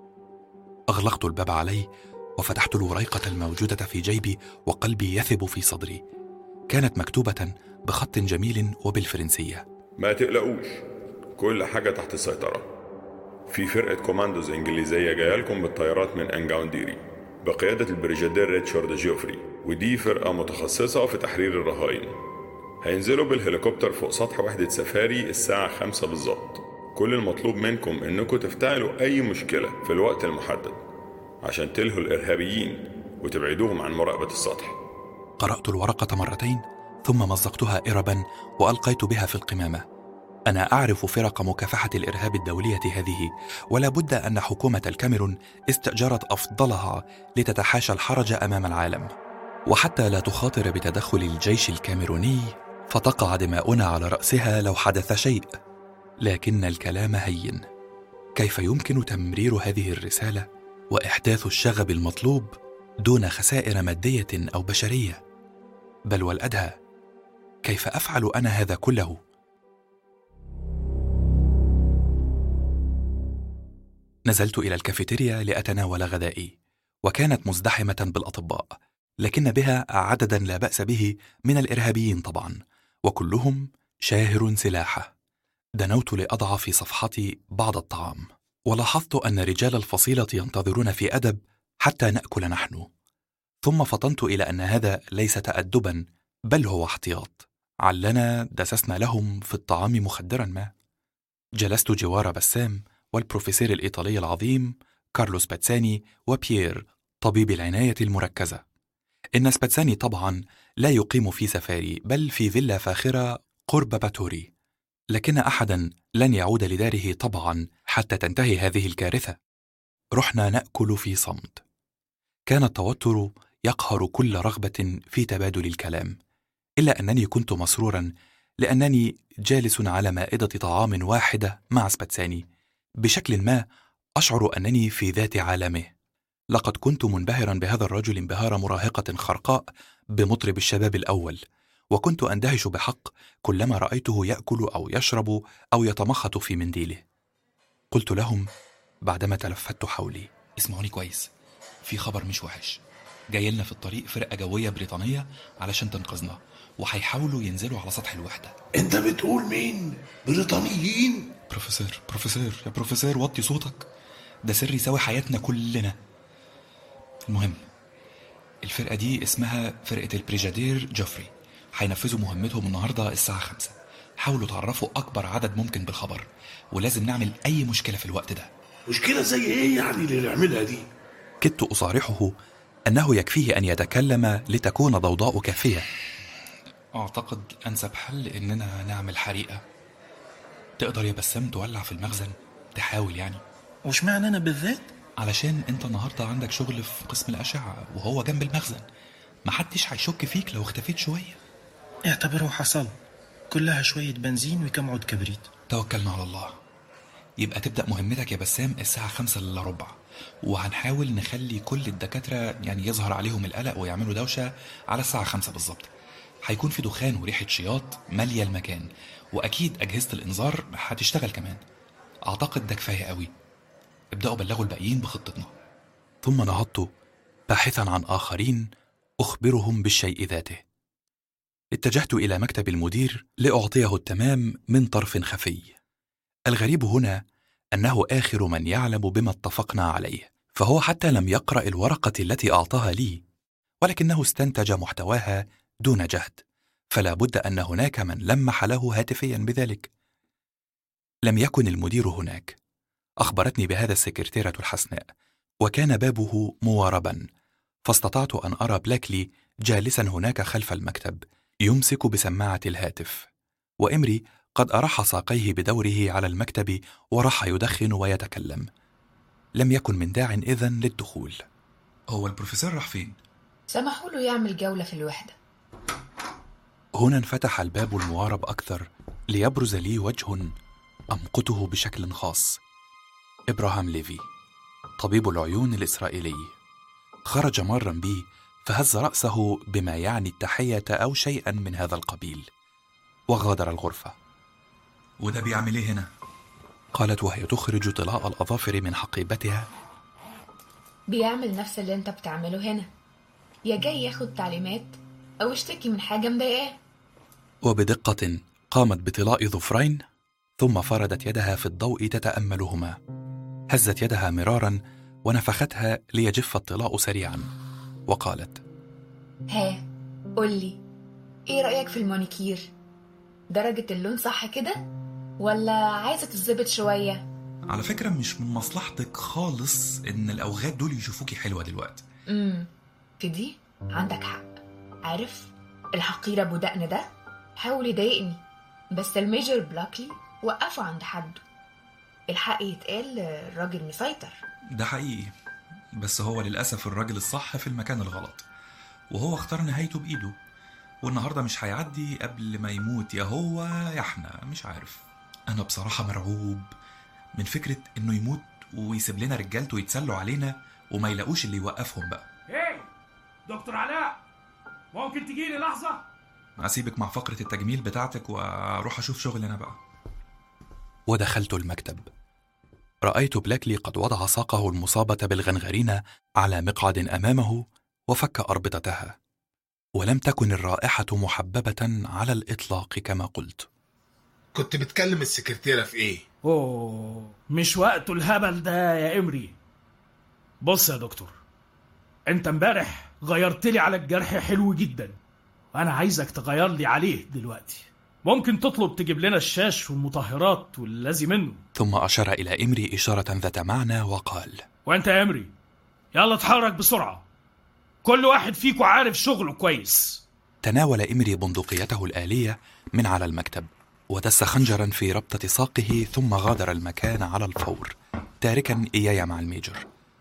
أغلقت الباب علي وفتحت الوريقة الموجودة في جيبي وقلبي يثب في صدري. كانت مكتوبة بخط جميل وبالفرنسية: ما تقلقوش، كل حاجة تحت السيطرة. في فرقة كوماندوز إنجليزية جاية لكم بالطيارات من أنجاونديري بقيادة البريجادير ريتشارد جيوفري، ودي فرقة متخصصة في تحرير الرهائن. هينزلوا بالهليكوبتر فوق سطح وحدة سفاري الساعة 5 بالظبط. كل المطلوب منكم إنكم تفتعلوا أي مشكلة في الوقت المحدد عشان تلهوا الإرهابيين وتبعدوهم عن مراقبة السطح. قرأت الورقة مرتين ثم مزقتها إربا وألقيت بها في القمامة. أنا أعرف فرق مكافحة الإرهاب الدولية هذه، ولا بد أن حكومة الكاميرون استأجرت أفضلها لتتحاشى الحرج أمام العالم، وحتى لا تخاطر بتدخل الجيش الكاميروني فتقع دماؤنا على رأسها لو حدث شيء. لكن الكلام هين. كيف يمكن تمرير هذه الرسالة وإحداث الشغب المطلوب دون خسائر مادية أو بشرية؟ بل والأدهى، كيف أفعل أنا هذا كله؟ نزلت إلى الكافيتيريا لأتناول غدائي، وكانت مزدحمة بالأطباء، لكن بها عددا لا بأس به من الإرهابيين طبعا، وكلهم شاهر سلاحه. دنوت لأضع في صفحتي بعض الطعام، ولاحظت أن رجال الفصيلة ينتظرون في أدب حتى نأكل نحن. ثم فطنت إلى أن هذا ليس تأدبا بل هو احتياط، علنا دسسنا لهم في الطعام مخدرا ما. جلست جوار بسام والبروفيسور الإيطالي العظيم كارلوس باتساني وبيير طبيب العناية المركزة. إن سباتساني طبعا لا يقيم في سفاري بل في فيلا فاخرة قرب باتوري، لكن أحدا لن يعود لداره طبعا حتى تنتهي هذه الكارثة. رحنا نأكل في صمت. كان التوتر يقهر كل رغبة في تبادل الكلام، إلا أنني كنت مسرورا لأنني جالس على مائدة طعام واحدة مع سباتساني. بشكل ما أشعر أنني في ذات عالمه. لقد كنت منبهرا بهذا الرجل انبهار مراهقة خرقاء بمطرب الشباب الأول، وكنت أندهش بحق كلما رأيته يأكل أو يشرب أو يتمخط في منديله. قلت لهم بعدما تلفت حولي: اسمعوني كويس، في خبر مش وحش. جاي لنا في الطريق فرقة جوية بريطانية علشان تنقذنا، وهيحاولوا ينزلوا على سطح الوحدة. انت بتقول مين؟ بريطانيين؟ بروفيسور وطي صوتك، ده سر يساوي حياتنا كلنا. المهم، الفرقة دي اسمها فرقة البريجادير جوفري، هينفذوا مهمتهم النهاردة الساعة 5. حاولوا تعرفوا أكبر عدد ممكن بالخبر، ولازم نعمل أي مشكلة في الوقت ده. مشكلة زي إيه يعني اللي نعملها دي؟ كدت أصارحه أنه يكفيه أن يتكلم لتكون ضوضاء كافية. أعتقد أنسب حل إننا نعمل حريقة. تقدر يا بسام تولع في المخزن؟ تحاول يعني. وش معنى أنا بالذات؟ علشان أنت النهاردة عندك شغل في قسم الأشعة وهو جنب المخزن، محدش هيشك فيك لو اختفيت شوية. اعتبره حصل، كلها شوية بنزين وكم عود كبريت. توكلنا على الله. يبقى تبدأ مهمتك يا بسام الساعة 5:15، وهنحاول نخلي كل الدكاترة يعني يظهر عليهم القلق ويعملوا دوشة على الساعة 5 بالظبط. هيكون في دخان وريحة شياط مالية المكان، وأكيد أجهزة الإنذار هتشتغل كمان. أعتقد ده كفاية قوي. ابدأوا بلغوا الباقيين بخطتنا. ثم نهضت باحثا عن آخرين أخبرهم بالشيء ذاته. اتجهت إلى مكتب المدير لأعطيه التمام من طرف خفي. الغريب هنا أنه آخر من يعلم بما اتفقنا عليه، فهو حتى لم يقرأ الورقة التي أعطاها لي، ولكنه استنتج محتواها دون جهد، فلا بد أن هناك من لمح له هاتفيا بذلك. لم يكن المدير هناك. أخبرتني بهذا السكرتيرة الحسناء، وكان بابه مواربا، فاستطعت أن أرى بلاكلي جالسا هناك خلف المكتب يمسك بسماعة الهاتف، وإمري قد أرح ساقيه بدوره على المكتب وراح يدخن ويتكلم. لم يكن من داع إذن للدخول. هو البروفيسور راح فين؟ سمحوا له يعمل جولة في الوحدة. هنا انفتح الباب الموارب أكثر ليبرز لي وجه أمقته بشكل خاص. إبراهام ليفي، طبيب العيون الإسرائيلي، خرج مرا بي فهز رأسه بما يعني التحية أو شيئا من هذا القبيل، وغادر الغرفة. وده بيعمل ايه هنا؟ قالت وهي تخرج طلاء الأظافر من حقيبتها. بيعمل نفس اللي انت بتعمله هنا، يا جاي ياخد تعليمات أو اشتكي من حاجة مضايقاه. وبدقة قامت بطلاء ظفرين، ثم فردت يدها في الضوء تتأملهما. هزت يدها مرارا ونفختها ليجف الطلاء سريعا، وقالت: ها، قولي ايه رأيك في المانيكير؟ درجة اللون صح كده ولا عايزة تظبط شوية؟ على فكرة مش من مصلحتك خالص ان الأوغاد دول يشوفوكي حلوة دلوقتي. في دي عندك حق. عارف الحقير ابو دقن ده حاول يضايقني، بس الميجر بلاكلي وقفوا عند حده. الحق يتقال، الراجل مسيطر. ده حقيقي، بس هو للأسف الراجل الصح في المكان الغلط، وهو اختار نهايته بإيده، والنهاردة مش هيعدي قبل ما يموت، يا هو يا احنا مش عارف. أنا بصراحة مرعوب من فكرة إنه يموت ويسيب لنا رجالته يتسلوا علينا وما يلاقوش اللي يوقفهم بقى. هاي دكتور علاء، ممكن تجيلي لحظة؟ أسيبك مع فقرة التجميل بتاعتك وأروح أشوف شغل أنا بقى. ودخلت المكتب. رأيت بلاكلي قد وضع ساقه المصابة بالغنغرينة على مقعد أمامه وفك أربطتها، ولم تكن الرائحة محببة على الإطلاق كما قلت. كنت بتكلم السكرتيرة في إيه؟ مش وقته الهبل ده يا إمري. بص يا دكتور، أنت امبارح غيرت لي على الجرح حلو جدا، وأنا عايزك تغير لي عليه دلوقتي. ممكن تطلب تجيب لنا الشاش والمطهرات والذي منه. ثم أشار إلى إمري إشارة ذات معنى وقال: وأنت يا إمري يلا اتحرك بسرعة، كل واحد فيكو عارف شغله كويس. تناول إمري بندقيته الآلية من على المكتب ودس خنجرا في ربطة ساقه، ثم غادر المكان على الفور تاركا إياي مع الميجر.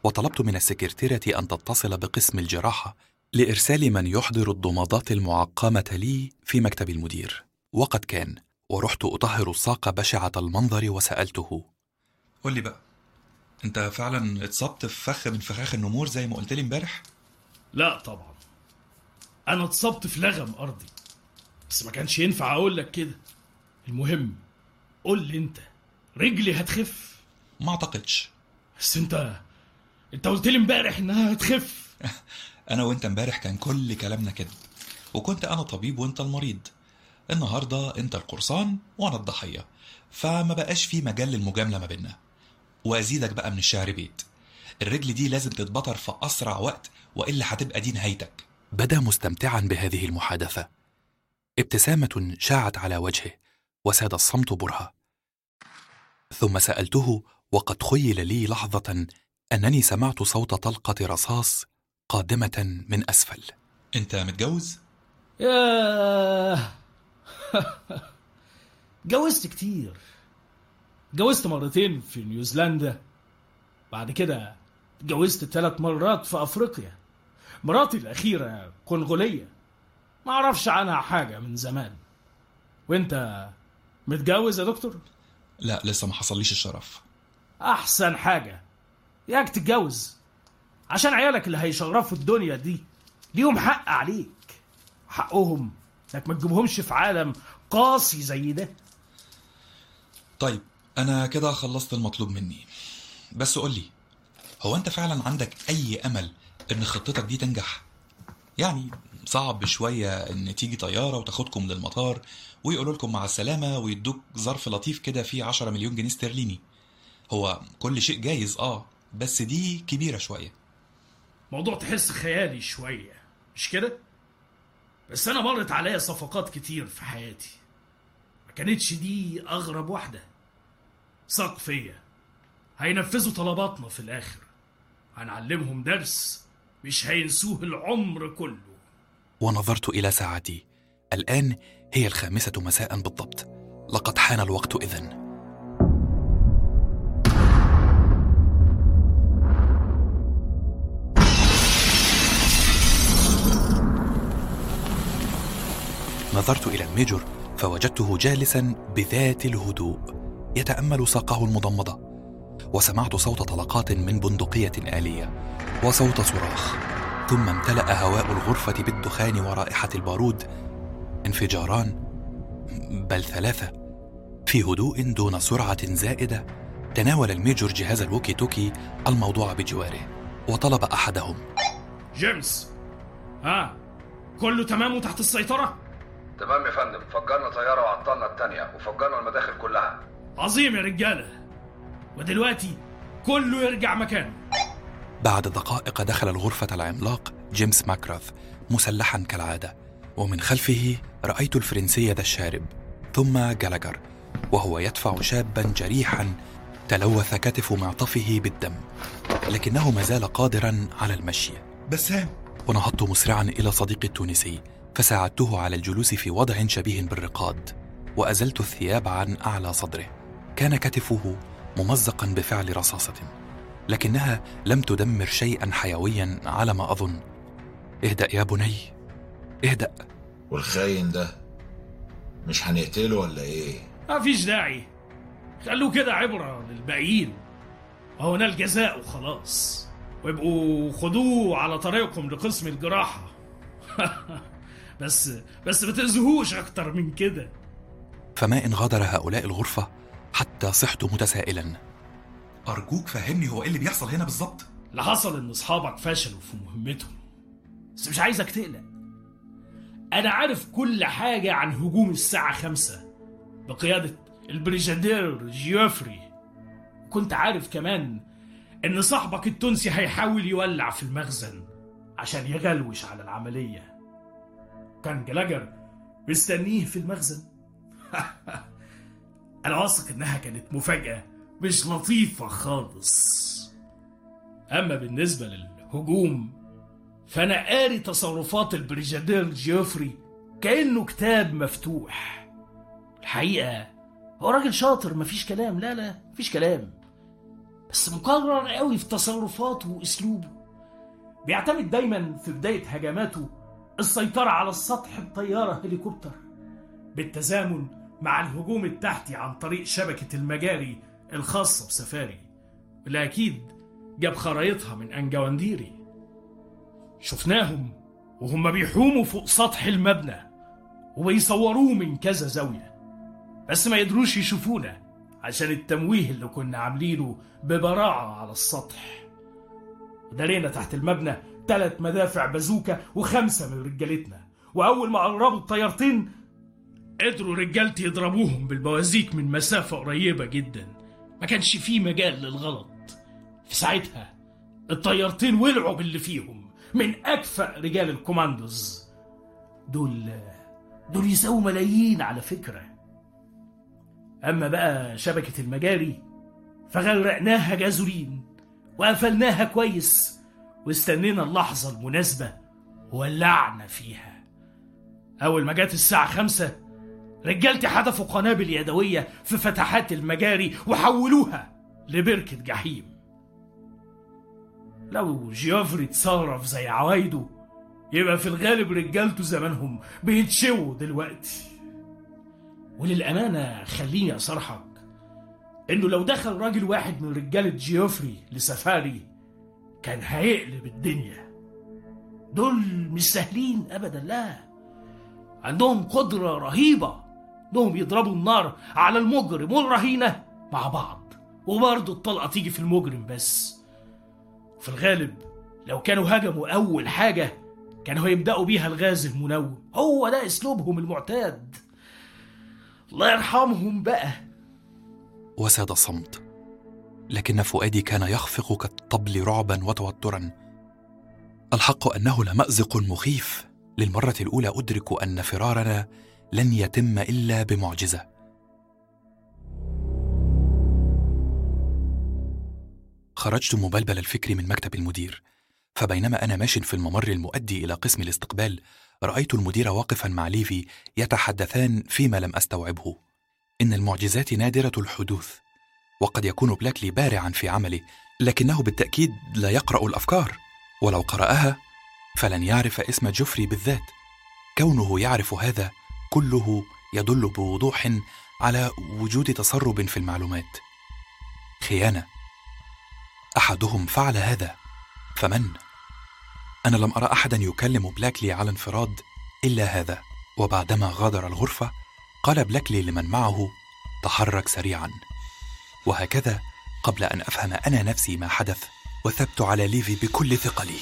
وطلبت من السكرتيرة أن تتصل بقسم الجراحة لإرسال من يحضر الضمادات المعقمة لي في مكتب المدير. وقد كان، ورحت أطهر الساق بشعة المنظر وسألته: قول لي بقى، أنت فعلا اتصبت في فخ من فخاخ النمور زي ما قلت لي امبارح؟ لا طبعا، أنا اتصبت في لغم أرضي، بس ما كانش ينفع أقول لك كده. المهم قول لي أنت، رجلي هتخف؟ ما أعتقدش. بس أنت قلت لي امبارح إنها هتخف. أنا وأنت امبارح كان كل كلامنا كده، وكنت أنا طبيب وأنت المريض. النهاردة أنت القرصان وأنا الضحية، فما بقاش في مجال للمجاملة ما بيننا. وأزيدك بقى من الشعر بيت، الرجل دي لازم تتبطر في أسرع وقت، وإلا هتبقى دي نهايتك. بدا مستمتعا بهذه المحادثة. ابتسامة شاعت على وجهه، وساد الصمت برهة. ثم سألته، وقد خيل لي لحظة أنني سمعت صوت طلقة رصاص قادمة من أسفل. أنت متجوز؟ ياه جوزت كتير. جوزت مرتين في نيوزيلندا، بعد كده جوزت 3 مرات في أفريقيا. مراتي الأخيرة كونغولية، ما أعرفش عنها حاجة من زمان. وانت متجوز يا دكتور؟ لا لسه ما حصليش الشرف. أحسن حاجة ياك تتجوز، عشان عيالك اللي هيشرفوا الدنيا دي ليهم حق عليك، حقهم انك ما تجيبهمش في عالم قاسي زي ده. طيب أنا كده خلصت المطلوب مني، بس قولي، هو أنت فعلا عندك أي أمل إن خطتك دي تنجح؟ يعني صعب شوية إن تيجي طيارة وتاخدكم للمطار ويقولوا لكم مع السلامة ويدوك ظرف لطيف كده فيه 10 مليون جنيه استرليني. هو كل شيء جايز بس دي كبيرة شوية. موضوع تحس خيالي شوية، مش كده؟ بس أنا مرت عليا صفقات كتير في حياتي، ما كانتش دي أغرب واحدة. ثق فيا، هينفذوا طلباتنا في الآخر، هنعلمهم درس مش هينسوه العمر كله. ونظرت إلى ساعتي، الآن هي 5 مساء بالضبط. لقد حان الوقت إذن. نظرت إلى الميجور فوجدته جالسا بذات الهدوء يتأمل ساقه المضمضة، وسمعت صوت طلقات من بندقية آلية وصوت صراخ، ثم امتلأ هواء الغرفة بالدخان ورائحة البارود. انفجاران، بل 3. في هدوء دون سرعة زائدة تناول الميجور جهاز الوكي توكي الموضوع بجواره وطلب أحدهم: جيمس، كله تمام وتحت السيطرة؟ تمام يا فندم، فجرنا طيارة وعطلنا التانية وفجرنا المداخل كلها. عظيم يا رجالة، ودلوقتي كله يرجع مكانه. بعد دقائق دخل الغرفة العملاق جيمس ماكراث مسلحا كالعادة، ومن خلفه رأيت الفرنسي ذا الشارب، ثم جالاجر وهو يدفع شابا جريحا تلوث كتف معطفه بالدم، لكنه ما زال قادرا على المشي. بسام. ونهضت مسرعا إلى صديقي التونسي فساعدته على الجلوس في وضع شبيه بالرقاد، وأزلت الثياب عن أعلى صدره. كان كتفه ممزقا بفعل رصاصة، لكنها لم تدمر شيئا حيويا على ما أظن. اهدأ يا بني، اهدأ. والخاين ده مش هنقتله ولا ايه؟ ما فيش داعي، خلوه كده عبرة للباقيين، وهنا الجزاء وخلاص، ويبقوا خدوه على طريقكم لقسم الجراحة. بس ما تأذوهوش أكتر من كده. فما إن غادر هؤلاء الغرفة حتى صحت متسائلا: أرجوك فهمني، هو إيه اللي بيحصل هنا بالظبط؟ اللي حصل إن أصحابك فشلوا في مهمتهم، بس مش عايزك تقلق. أنا عارف كل حاجة عن هجوم الساعة 5 بقيادة البريجادير جيوفري. كنت عارف كمان إن صاحبك التونسي هيحاول يولع في المخزن عشان يغلوش على العملية. كان جلاجر مستنيه في المخزن. أنا واثق إنها كانت مفاجأة مش لطيفة خالص. أما بالنسبة للهجوم، فأنا قاري تصرفات البريجادير جيوفري كأنه كتاب مفتوح. الحقيقة هو راجل شاطر، مفيش كلام، لا مفيش كلام، بس مقرر قوي في تصرفاته واسلوبه. بيعتمد دايما في بداية هجماته السيطرة على السطح بطيارة هليكوبتر، بالتزامن مع الهجوم التحتي عن طريق شبكة المجاري الخاصة بسفاري، اللي أكيد جاب خرايطها من أنجوانديري. شفناهم وهم بيحوموا فوق سطح المبنى وبيصوروه من كذا زاوية، بس ما يقدروش يشوفونا عشان التمويه اللي كنا عاملينه ببراعة على السطح. ودارينا تحت المبنى 3 مدافع بازوكا و5 من رجالتنا، وأول ما قربوا الطيارتين قدروا رجالتي يضربوهم بالبوازيك من مسافة قريبة جدا، ما كانش فيه مجال للغلط. في ساعتها الطيارتين ولعوا باللي فيهم من أكفأ رجال الكوماندوز. دول يساووا ملايين على فكرة. أما بقى شبكة المجاري فغرقناها جازولين وقفلناها كويس، واستنينا اللحظة المناسبة وولعنا فيها. أول ما جت الساعة 5 رجالتي حدفوا قنابل يدوية في فتحات المجاري وحولوها لبركة جحيم. لو جيوفري اتصرف زي عوايده يبقى في الغالب رجالته زمانهم بيتشووا دلوقتي. وللأمانة خليني أصرحك إنه لو دخل راجل واحد من رجالة جيوفري لسفاري كان هيقلب الدنيا. دول مش سهلين أبدا، لا، عندهم قدرة رهيبة إنهم يضربوا النار على المجرم والرهينة مع بعض، وبرضه الطلقة تيجي في المجرم بس. في الغالب لو كانوا هجموا أول حاجة كانوا هيبدأوا بيها الغاز المنوم، هو ده أسلوبهم المعتاد. الله يرحمهم بقى. وساد الصمت، لكن فؤادي كان يخفق كالطبل رعبا وتوترا. الحق أنه لمأزق مخيف. للمرة الأولى أدرك أن فرارنا لن يتم إلا بمعجزة. خرجت مبلبل الفكر من مكتب المدير، فبينما أنا ماش في الممر المؤدي إلى قسم الاستقبال رأيت المدير واقفا مع ليفي يتحدثان فيما لم أستوعبه. إن المعجزات نادرة الحدوث، وقد يكون بلاكلي بارعا في عمله، لكنه بالتأكيد لا يقرأ الأفكار، ولو قرأها فلن يعرف اسم جوفري بالذات. كونه يعرف هذا كله يدل بوضوح على وجود تسرب في المعلومات. خيانة. أحدهم فعل هذا، فمن؟ أنا لم أرى أحدا يكلم بلاكلي على انفراد إلا هذا. وبعدما غادر الغرفة قال بلاكلي لمن معه: تحرك سريعا. وهكذا قبل أن أفهم أنا نفسي ما حدث وثبت على ليفي بكل ثقلي.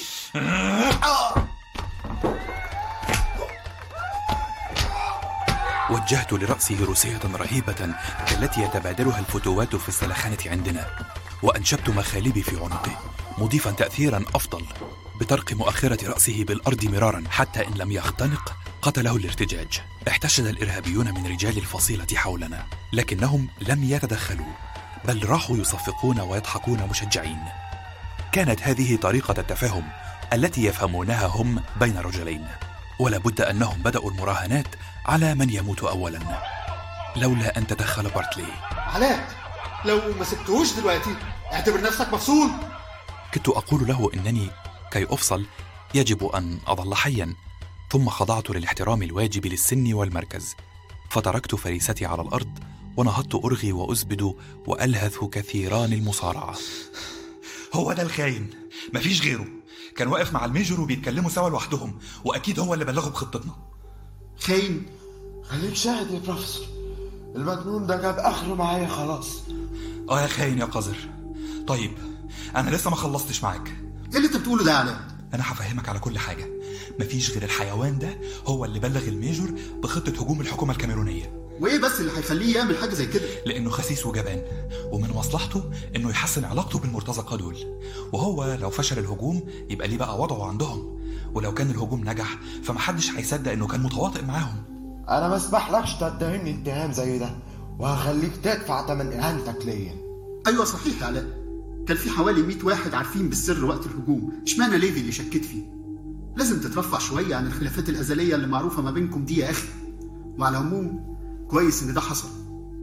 وجهت لرأسه روسية رهيبة كالتي يتبادلها الفتوات في السلخانة عندنا، وأنشبت مخالبي في عنقه مضيفا تأثيرا أفضل بطرق مؤخرة رأسه بالأرض مرارا حتى إن لم يختنق قتله الارتجاج. احتشد الإرهابيون من رجال الفصيلة حولنا، لكنهم لم يتدخلوا، بل راحوا يصفقون ويضحكون مشجعين. كانت هذه طريقة التفاهم التي يفهمونها هم بين رجلين، ولا بد أنهم بدأوا المراهنات على من يموت أولا، لولا أن تدخل بارتلي. علاء، لو ما سبتهوش دلوقتي اعتبر نفسك مفصول. كنت أقول له إنني كي أفصل يجب أن أظل حيا، ثم خضعت للاحترام الواجب للسن والمركز، فتركت فريستي على الأرض ونهضت أرغي وأزبد وألهث كثيران المصارعة. هو ده الخاين، مفيش غيره. كان واقف مع الميجور وبيتكلموا سوا لوحدهم، وأكيد هو اللي بلغه بخطتنا. خاين؟ خليك شاهد يا بروفيسور، المجنون ده جاب آخره معايا خلاص. يا خاين يا قذر. طيب أنا لسه ما خلصتش معاك. إيه اللي أنت بتقوله ده يا علاء؟ أنا هفهمك على كل حاجة. مفيش غير الحيوان ده هو اللي بلغ الميجور بخطة هجوم الحكومة الكاميرونية. وإيه بس اللي هيخليه يعمل حاجة زي كده؟ لأنه خسيس وجبان، ومن مصلحته إنه يحسن علاقته بالمرتزقة دول، وهو لو فشل الهجوم يبقى ليه بقى وضعه عندهم، ولو كان الهجوم نجح فمحدش هيصدق إنه كان متواطئ معاهم. أنا ما اسمحلكش تتهمني اتهام زي ده، وهخليك تدفع ثمن إهانتك ليا. أيوة صحيح يا علاء، كان في حوالي 100 واحد عارفين بالسر وقت الهجوم، اشمعنى ليفي اللي شكيت فيه؟ لازم تترفع شوية عن الخلافات الأزلية اللي معروفة ما بينكم دي يا أخي. وعلى العموم كويس إن ده حصل،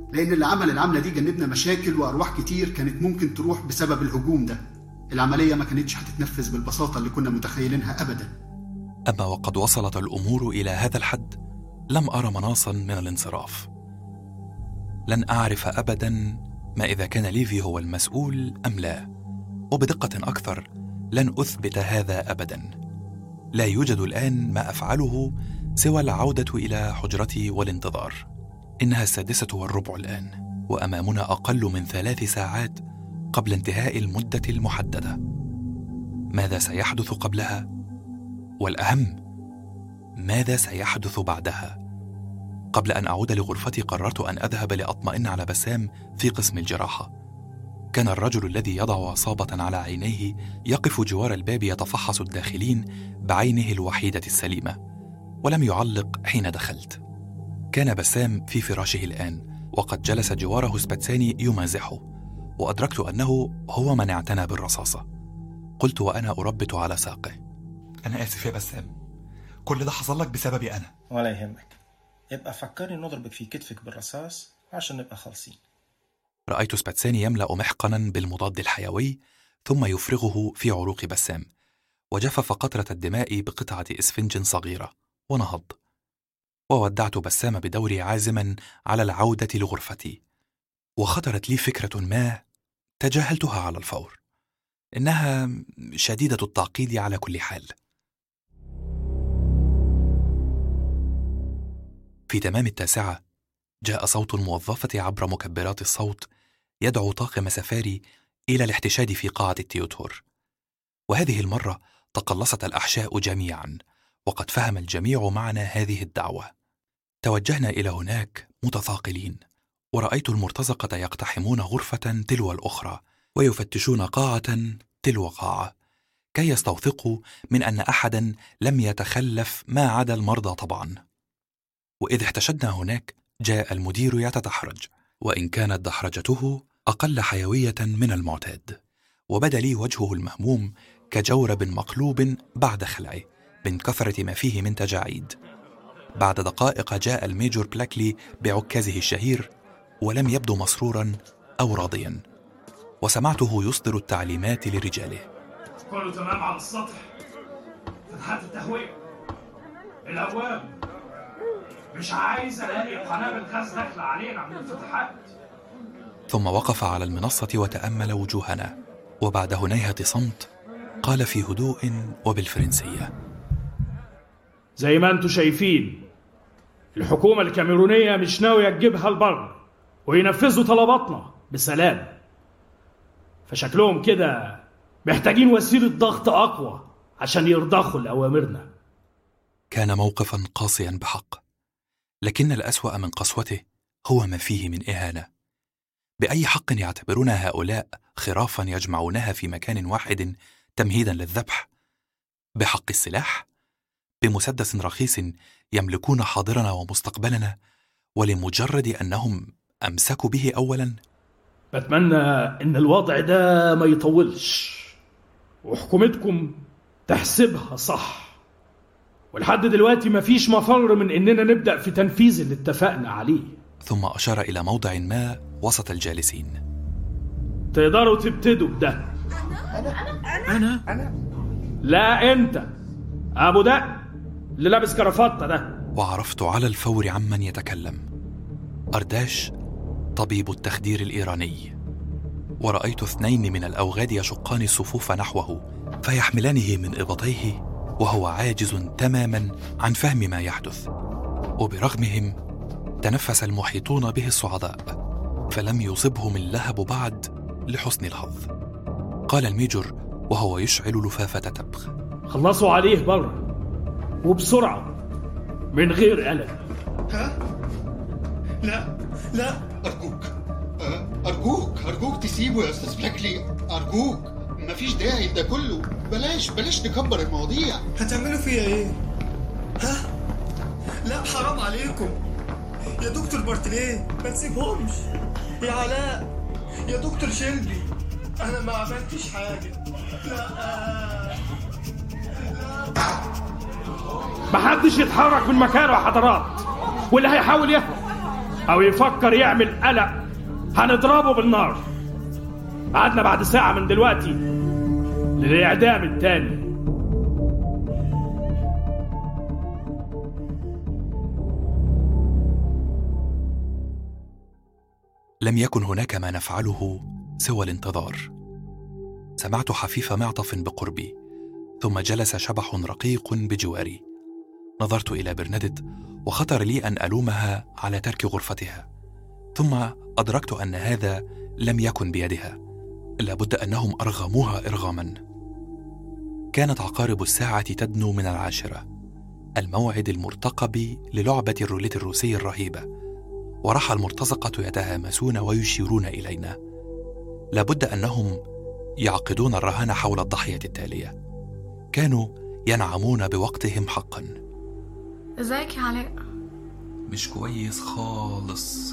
لأن اللي عمل العملة دي جنبنا مشاكل وأرواح كتير كانت ممكن تروح بسبب الهجوم ده. العملية ما كانتش هتتنفذ بالبساطة اللي كنا متخيلينها أبدا. أما وقد وصلت الأمور إلى هذا الحد لم أرى مناصا من الانصراف. لن أعرف أبدا ما إذا كان ليفي هو المسؤول أم لا، وبدقة أكثر لن أثبت هذا أبدا. لا يوجد الآن ما أفعله سوى العودة إلى حجرتي والانتظار. إنها 6:15 الآن، وأمامنا أقل من 3 ساعات قبل انتهاء المدة المحددة. ماذا سيحدث قبلها؟ والأهم، ماذا سيحدث بعدها؟ قبل أن أعود لغرفتي قررت أن أذهب لأطمئن على بسام في قسم الجراحة. كان الرجل الذي يضع عصابة على عينيه يقف جوار الباب يتفحص الداخلين بعينه الوحيدة السليمة، ولم يعلق حين دخلت. كان بسام في فراشه الآن، وقد جلس جواره سباتساني يمازحه، وأدركت أنه هو من اعتنى بالرصاصة. قلت وأنا أربت على ساقه: أنا آسف يا بسام، كل ده حصل لك بسببي أنا. ولا يهمك، ابقى فكرني نضربك في كتفك بالرصاص عشان نبقى خالصين. رأيت سباتساني يملأ محقنا بالمضاد الحيوي ثم يفرغه في عروق بسام، وجفف قطرة الدماء بقطعة إسفنج صغيرة ونهض. وودعت بسام بدوري عازما على العودة لغرفتي. وخطرت لي فكرة ما تجاهلتها على الفور، إنها شديدة التعقيد على كل حال. في تمام 9 جاء صوت الموظفة عبر مكبرات الصوت يدعو طاقم سفاري إلى الاحتشاد في قاعة التيوتور. وهذه المرة تقلصت الأحشاء جميعا، وقد فهم الجميع معنى هذه الدعوة. توجهنا إلى هناك متثاقلين، ورأيت المرتزقة يقتحمون غرفة تلو الأخرى ويفتشون قاعة تلو قاعة كي يستوثقوا من أن أحدا لم يتخلف ما عدا المرضى طبعا. وإذ احتشدنا هناك جاء المدير يتدحرج، وإن كانت دحرجته أقل حيوية من المعتاد، وبدا لي وجهه المهموم كجورب مقلوب بعد خلعه من كثرة ما فيه من تجاعيد. بعد دقائق جاء الميجور بلاكلي بعكازه الشهير، ولم يبدو مسرورا أو راضيا، وسمعته يصدر التعليمات لرجاله: كله تمام على السطح، فتحات التهوية، الأبواب، مش عايز ألاقي قنابل غاز داخلة علينا من الفتحات. ثم وقف على المنصة وتأمل وجوهنا، وبعد هنيهة صمت قال في هدوء وبالفرنسية: زي ما انتوا شايفين، الحكومة الكاميرونية مش ناوية تجيبها البر وينفذوا طلباتنا بسلام، فشكلهم كده محتاجين وسيلة ضغط أقوى عشان يرضخوا لأوامرنا. كان موقفا قاسيا بحق، لكن الأسوأ من قسوته هو ما فيه من إهانة. بأي حق يعتبرون هؤلاء خرافا يجمعونها في مكان واحد تمهيدا للذبح؟ بحق السلاح؟ بمسدس رخيص يملكون حاضرنا ومستقبلنا، ولمجرد أنهم أمسكوا به أولا؟ بتمنى إن الوضع ده ما يطولش، وحكومتكم تحسبها صح. ولحد دلوقتي مفيش مفر من إننا نبدأ في تنفيذ اللي اتفقنا عليه. ثم أشار إلى موضع ما وسط الجالسين: تقدروا تبتدوا بده. أنا؟ لا أنت، أبو ده اللي لابس كرافتة ده. وعرفت على الفور عمن يتكلم: أرداش، طبيب التخدير الإيراني. ورأيت 2 من الأوغاد يشقان الصفوف نحوه فيحملانه من إبطيه، وهو عاجز تماما عن فهم ما يحدث. وبرغمهم تنفس المحيطون به الصعداء، فلم يصبهم اللهب بعد لحسن الحظ. قال الميجور وهو يشعل لفافة تبغ: خلصوا عليه بره وبسرعة من غير قلق. ها؟ لا أرجوك تسيبه يا أستاذ بلاكلي، أرجوك، مفيش داعي ده كله، بلاش نكبر المواضيع. هتعملوا فيها ايه؟ ها؟ لا حرام عليكم يا دكتور بارتليه، ما تسيبهمش. يا علاء، يا دكتور شيلبي، انا ما عملتش حاجه. لا محدش يتحرك من مكانه يا حضرات، واللي هيحاول يهرب أو يفكر يعمل قلق هنضربه بالنار. قعدنا بعد ساعة من دلوقتي للإعدام التاني. لم يكن هناك ما نفعله سوى الانتظار. سمعت حفيف معطف بقربي، ثم جلس شبح رقيق بجواري. نظرت إلى برناديت وخطر لي أن ألومها على ترك غرفتها، ثم أدركت أن هذا لم يكن بيدها، لابد أنهم أرغموها إرغاما. كانت عقارب الساعة تدنو من 10، الموعد المرتقب للعبة الروليت الروسي الرهيبة، ورحى المرتزقة يتهامسون ويشيرون إلينا. لابد أنهم يعقدون الرهان حول الضحية التالية. كانوا ينعمون بوقتهم حقا. ازيك يا علاء؟ مش كويس خالص.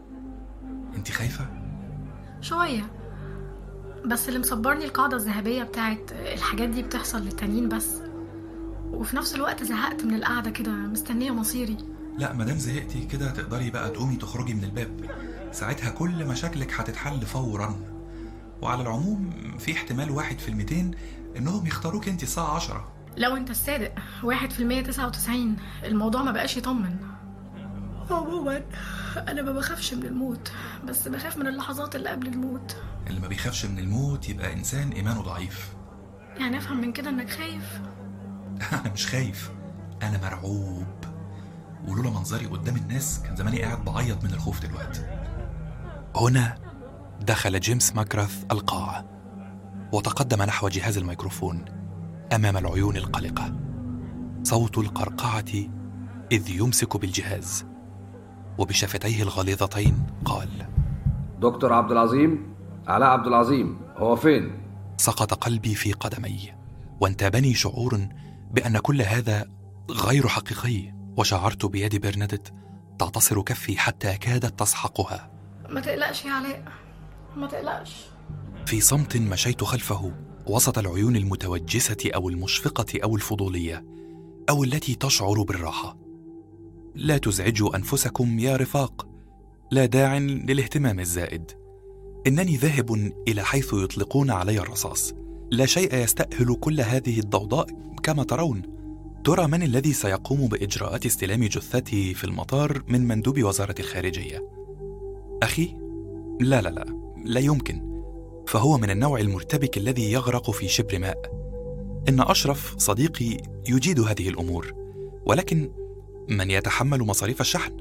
انت خايفة؟ شوية، بس اللي مصبرني القاعدة الذهبية بتاعت الحاجات دي بتحصل للتانيين بس، وفي نفس الوقت زهقت من القعدة كده مستنية مصيري. لا، مادام زهقتي كده تقدري بقى تقومي تخرجي من الباب، ساعتها كل مشاكلك هتتحل فورا. وعلى العموم في احتمال 1 في 200 انهم يختاروك انت الساعة 10. لو انت الصادق 1% 99 الموضوع ما بقاش يطمن. عموما انا ما بخافش من الموت، بس بخاف من اللحظات اللي قبل الموت. اللي ما بيخافش من الموت يبقى انسان ايمانه ضعيف. يعني افهم من كده انك خايف؟ انا مش خايف، انا مرعوب، ولولا منظري قدام الناس كان زماني قاعد بعيط من الخوف دلوقتي. هنا دخل جيمس ماكراث القاعة وتقدم نحو جهاز الميكروفون أمام العيون القلقة، صوت القرقعة إذ يمسك بالجهاز، وبشفتيه الغليظتين قال: دكتور عبد العظيم، علاء عبد العظيم، هو فين؟ سقط قلبي في قدمي، وانتابني شعور بأن كل هذا غير حقيقي، وشعرت بيد برناديت تعتصر كفي حتى كادت تسحقها. ما تقلقش يا علاء، ما تقلقش. في صمت مشيت خلفه وسط العيون المتوجسة أو المشفقة أو الفضولية أو التي تشعر بالراحة. لا تزعجوا أنفسكم يا رفاق، لا داع للاهتمام الزائد. إنني ذاهب إلى حيث يطلقون علي الرصاص، لا شيء يستأهل كل هذه الضوضاء كما ترون. ترى من الذي سيقوم بإجراءات استلام جثتي في المطار من مندوب وزارة الخارجية؟ أخي؟ لا لا لا، لا يمكن، فهو من النوع المرتبك الذي يغرق في شبر ماء. إن أشرف صديقي يجيد هذه الأمور، ولكن من يتحمل مصاريف الشحن؟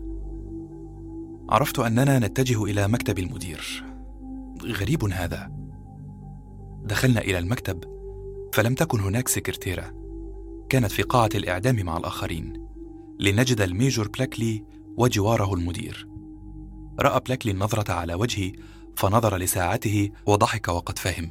عرفت أننا نتجه إلى مكتب المدير. غريب هذا. دخلنا إلى المكتب فلم تكن هناك سكرتيرة، كانت في قاعة الإعدام مع الآخرين، لنجد الميجور بلاكلي وجواره المدير. رأى بلاكلي النظرة على وجهي فنظر لساعته وضحك وقد فهم.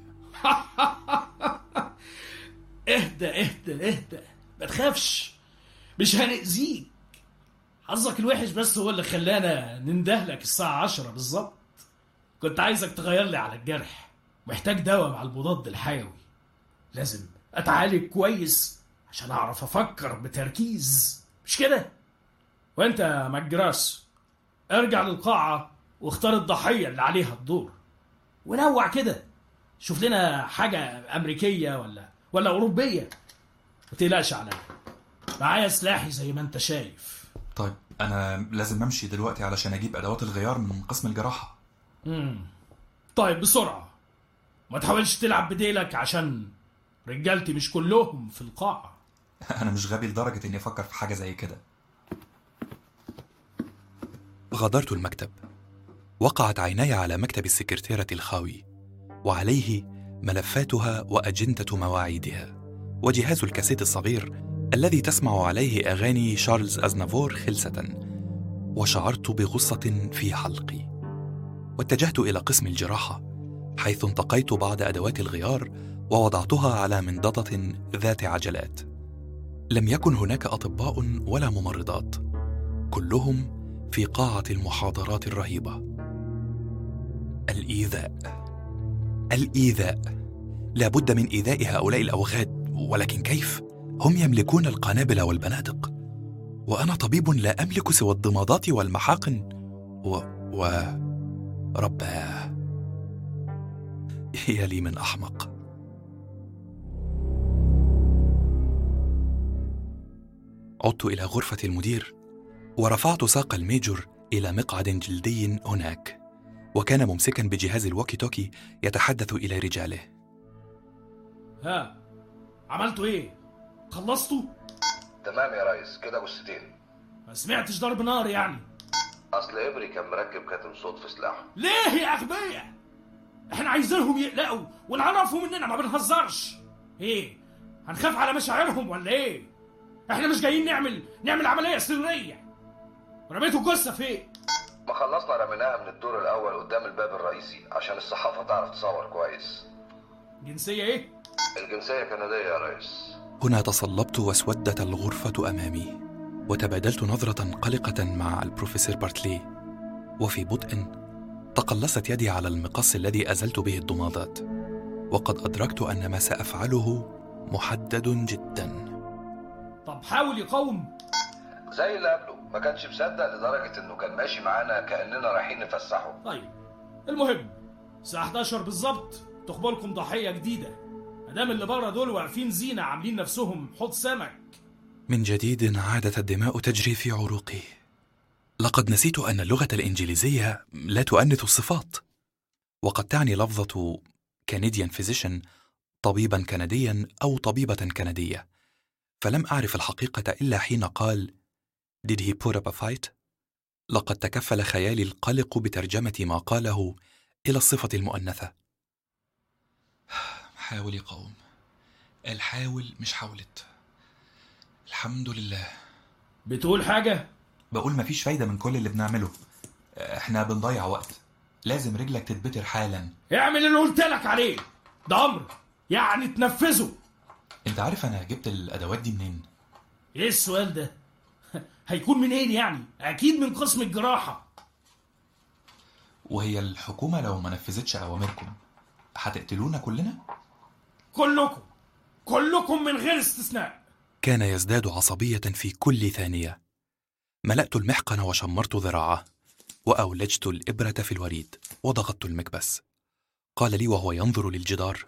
اهدى، ما تخافش، مش هنأذيك. حظك الوحش بس هو اللي خلانا نندهلك الساعة 10 بالظبط. كنت عايزك تغير لي على الجرح، محتاج دواء مع المضاد الحيوي، لازم أتعالج كويس عشان أعرف أفكر بتركيز، مش كده؟ وأنت يا مجراس ارجع للقاعة واختار الضحية اللي عليها الدور، ونوع كده، شوف لنا حاجة أمريكية ولا أوروبية. متقلقش عليا، معايا سلاحي زي ما أنت شايف. طيب أنا لازم أمشي دلوقتي علشان أجيب أدوات الغيار من قسم الجراحة. طيب بسرعة، ما تحاولش تلعب بديلك عشان رجالتي مش كلهم في القاعة. أنا مش غبي لدرجة إني أفكر في حاجة زي كده. غادرت المكتب، وقعت عيناي على مكتب السكرتيرة الخاوي، وعليه ملفاتها وأجندة مواعيدها، وجهاز الكاسيت الصغير الذي تسمع عليه أغاني شارلز أزنافور خلسة. وشعرت بغصة في حلقي، واتجهت إلى قسم الجراحة، حيث انتقيت بعض أدوات الغيار ووضعتها على منضدة ذات عجلات. لم يكن هناك أطباء ولا ممرضات، كلهم في قاعة المحاضرات الرهيبة. الإيذاء، لا بد من إيذاء هؤلاء الأوغاد، ولكن كيف؟ هم يملكون القنابل والبنادق، وأنا طبيب لا أملك سوى الضمادات والمحاقن، رباه، يا لي من أحمق. عدت إلى غرفة المدير ورفعت ساق الميجور إلى مقعد جلدي هناك، وكان ممسكا بجهاز الوكي توكي يتحدث إلى رجاله. ها، عملتوا إيه؟ خلصتوا؟ تمام يا ريس، كده جثتين. ما سمعتش ضرب نار يعني؟ أصل إبري كان مركب كاتم صوت في سلاحه. ليه يا أغبياء؟ إحنا عايزينهم يقلقوا ونعرفوا مننا، ما بنهزرش. إيه؟ هنخاف على مشاعرهم ولا إيه؟ إحنا مش جايين نعمل عملية سرية. رميتوا الجثة فين؟ ما خلصنا رميناها من الدور الأول قدام الباب الرئيسي عشان الصحافة تعرف تصور كويس. جنسية إيه؟ الجنسية كندية يا ريس. هنا تصلبت واسودت الغرفة أمامي، وتبادلت نظرة قلقة مع البروفيسور بارتلي، وفي بطء تقلصت يدي على المقص الذي أزلت به الضمادات، وقد أدركت أن ما سأفعله محدد جدا. طب حاول يقاوم. زي اللي قبله، ما كانش مصدق لدرجة إنه كان ماشي معانا كأننا رايحين نفسحه. طيب المهم الساعة 11 بالظبط تقبلكم ضحية جديدة. مدام اللي بره دول واقفين زينة عاملين نفسهم حوض سمك. من جديد عادت الدماء تجري في عروقي. لقد نسيت أن اللغة الإنجليزية لا تؤنث الصفات، وقد تعني لفظة Canadian physician طبيبا كنديا أو طبيبة كندية، فلم أعرف الحقيقة إلا حين قال Did he put up a fight؟ لقد تكفل خيالي القلق بترجمة ما قاله إلى الصفة المؤنثة. حاول يقوم، الحاول مش حاولت. الحمد لله. بتقول حاجة؟ بقول مفيش فايدة من كل اللي بنعمله، احنا بنضيع وقت. لازم رجلك تتبتر حالا. اعمل اللي قلت لك عليه، ده أمر يعني تنفذه. انت عارف انا جبت الادوات دي منين؟ ايه السؤال ده؟ هيكون منين يعني؟ اكيد من قسم الجراحة. وهي الحكومة لو ما نفذتش اوامركم هتقتلونا كلنا؟ كلكم من غير استثناء. كان يزداد عصبية في كل ثانية. ملأت المحقن وشمرت ذراعه، وأولجت الإبرة في الوريد وضغطت المكبس. قال لي وهو ينظر للجدار: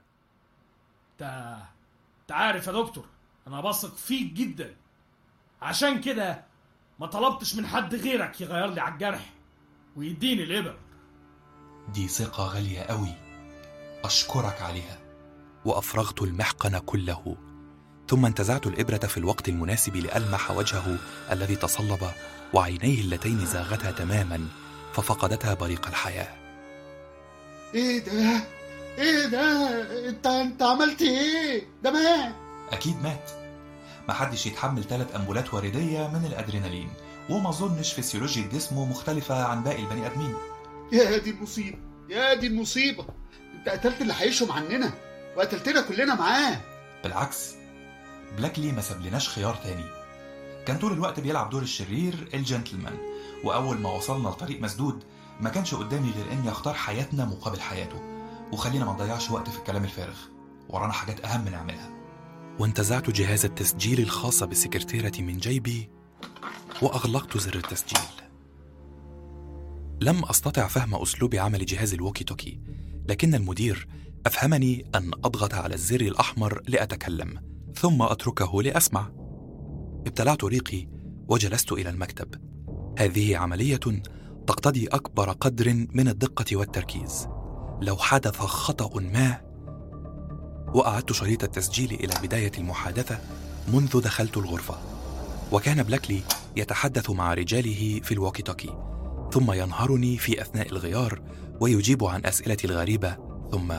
تعرف يا دكتور، أنا بثق فيك جدا، عشان كده ما طلبتش من حد غيرك يغير لي على الجرح ويديني الإبر. دي ثقة غالية قوي، أشكرك عليها. وأفرغت المحقن كله، ثم انتزعت الإبرة في الوقت المناسب لألمح وجهه الذي تصلب، وعينيه اللتين زاغتا تماما ففقدتها بريق الحياة. ايه ده؟ انت عملت ايه؟ ده مات. اكيد مات. محدش يتحمل 3 أنبولات وردية من الادرينالين، وما اظنش فسيولوجيا جسمه مختلفة عن باقي البني ادمين. يا دي المصيبة، انت قتلت اللي هيشهم عننا وقتلتنا كلنا معاه. بالعكس، بلاكلي ما سابلناش خيار تاني. كان طول الوقت بيلعب دور الشرير الجنتلمان، واول ما وصلنا لطريق مسدود ما كانش قدامي غير اني اختار حياتنا مقابل حياته. وخلينا ما نضيعش وقت في الكلام الفارغ، ورانا حاجات اهم نعملها. وانتزعت جهاز التسجيل الخاص بالسكرتيرة من جيبي واغلقت زر التسجيل. لم استطع فهم اسلوب عمل جهاز الووكي توكي، لكن المدير افهمني ان اضغط على الزر الاحمر لاتكلم ثم اتركه لاسمع. ابتلعت ريقي وجلست الى المكتب. هذه عملية تقتضي اكبر قدر من الدقة والتركيز. لو حدث خطأ ما. وأعدت شريط التسجيل إلى بداية المحادثة منذ دخلت الغرفة، وكان بلاكلي يتحدث مع رجاله في الووكي توكي، ثم ينهرني في أثناء الغيار ويجيب عن أسئلتي الغريبة. ثم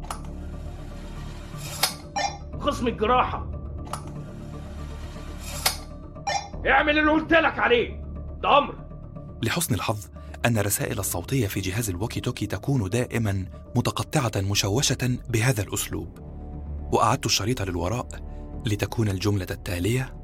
قسم الجراحة، اعمل اللي قلت لك عليه، ده أمر. لحسن الحظ أن الرسائل الصوتية في جهاز الووكي توكي تكون دائما متقطعة مشوشة بهذا الأسلوب. وأعدت الشريط للوراء لتكون الجملة التالية: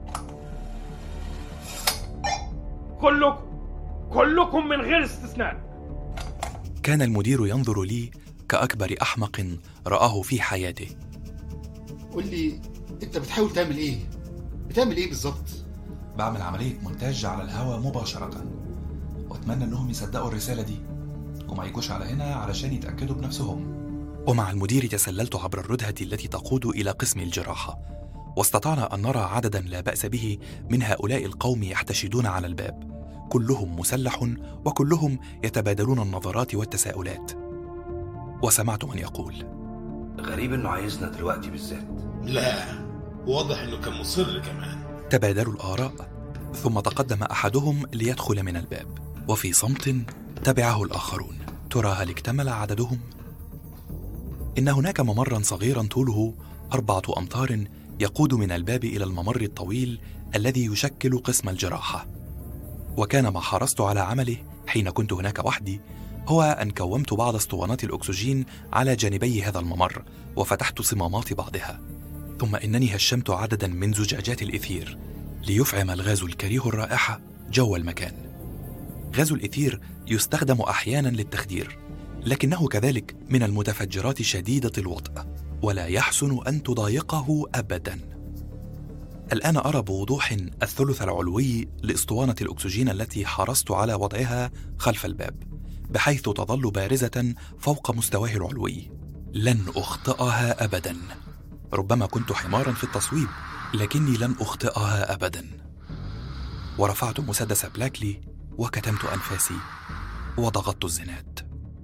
كلكم من غير استثناء. كان المدير ينظر لي كأكبر أحمق رآه في حياته. قل لي، أنت بتحاول تعمل إيه؟ بتعمل إيه بالظبط؟ بعمل عملية مونتاج على الهواء مباشرة، وأتمنى إنهم يصدقوا الرسالة دي وما يجوش على هنا علشان يتأكدوا بنفسهم. ومع المدير تسللت عبر الردهة التي تقود إلى قسم الجراحة، واستطعنا أن نرى عددا لا بأس به من هؤلاء القوم يحتشدون على الباب، كلهم مسلح وكلهم يتبادلون النظرات والتساؤلات. وسمعت من يقول: غريب إنه عايزنا دلوقتي بالذات. لا، واضح إنه كان مصر كمان. تبادلوا الآراء، ثم تقدم أحدهم ليدخل من الباب، وفي صمت تبعه الآخرون. ترى هل اكتمل عددهم؟ إن هناك ممرا صغيرا طوله 4 أمتار يقود من الباب إلى الممر الطويل الذي يشكل قسم الجراحة. وكان ما حرصت على عمله حين كنت هناك وحدي هو أن كومت بعض اسطوانات الأكسجين على جانبي هذا الممر وفتحت صمامات بعضها، ثم إنني هشمت عددا من زجاجات الإثير ليفعم الغاز الكريه الرائحة جو المكان. غاز الإثير يستخدم أحيانا للتخدير، لكنه كذلك من المتفجرات شديدة الوطأ ولا يحسن أن تضايقه أبدا. الآن أرى بوضوح الثلث العلوي لإسطوانة الأكسجين التي حرصت على وضعها خلف الباب، بحيث تظل بارزة فوق مستواه العلوي. لن أخطئها أبدا. ربما كنت حمارا في التصويب، لكني لن أخطئها أبدا. ورفعت مسدس بلاكلي وكتمت أنفاسي وضغطت الزناد.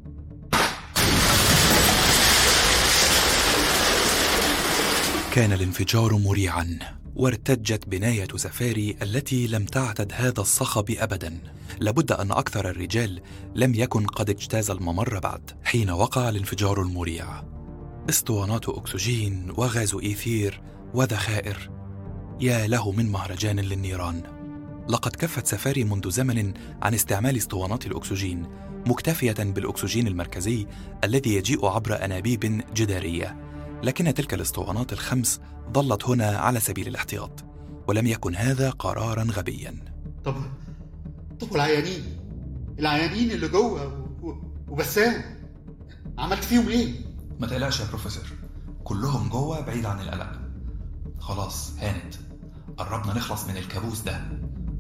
كان الانفجار مريعا، وارتجت بناية سفاري التي لم تعتد هذا الصخب أبدا. لابد أن أكثر الرجال لم يكن قد اجتاز الممر بعد حين وقع الانفجار المريع. اسطوانات أكسجين وغاز إيثير وذخائر، يا له من مهرجان للنيران. لقد كفت سفاري منذ زمن عن استعمال اسطوانات الأكسجين، مكتفية بالأكسجين المركزي الذي يجيء عبر أنابيب جدارية، لكن تلك الاسطوانات ال5 ظلت هنا على سبيل الاحتياط، ولم يكن هذا قرارا غبيا. طب العيانين اللي جوه وبسام عملت فيهم ايه؟ ما تقلقش يا بروفيسور، كلهم جوه بعيد عن القلق. خلاص هانت، قربنا نخلص من الكابوس ده.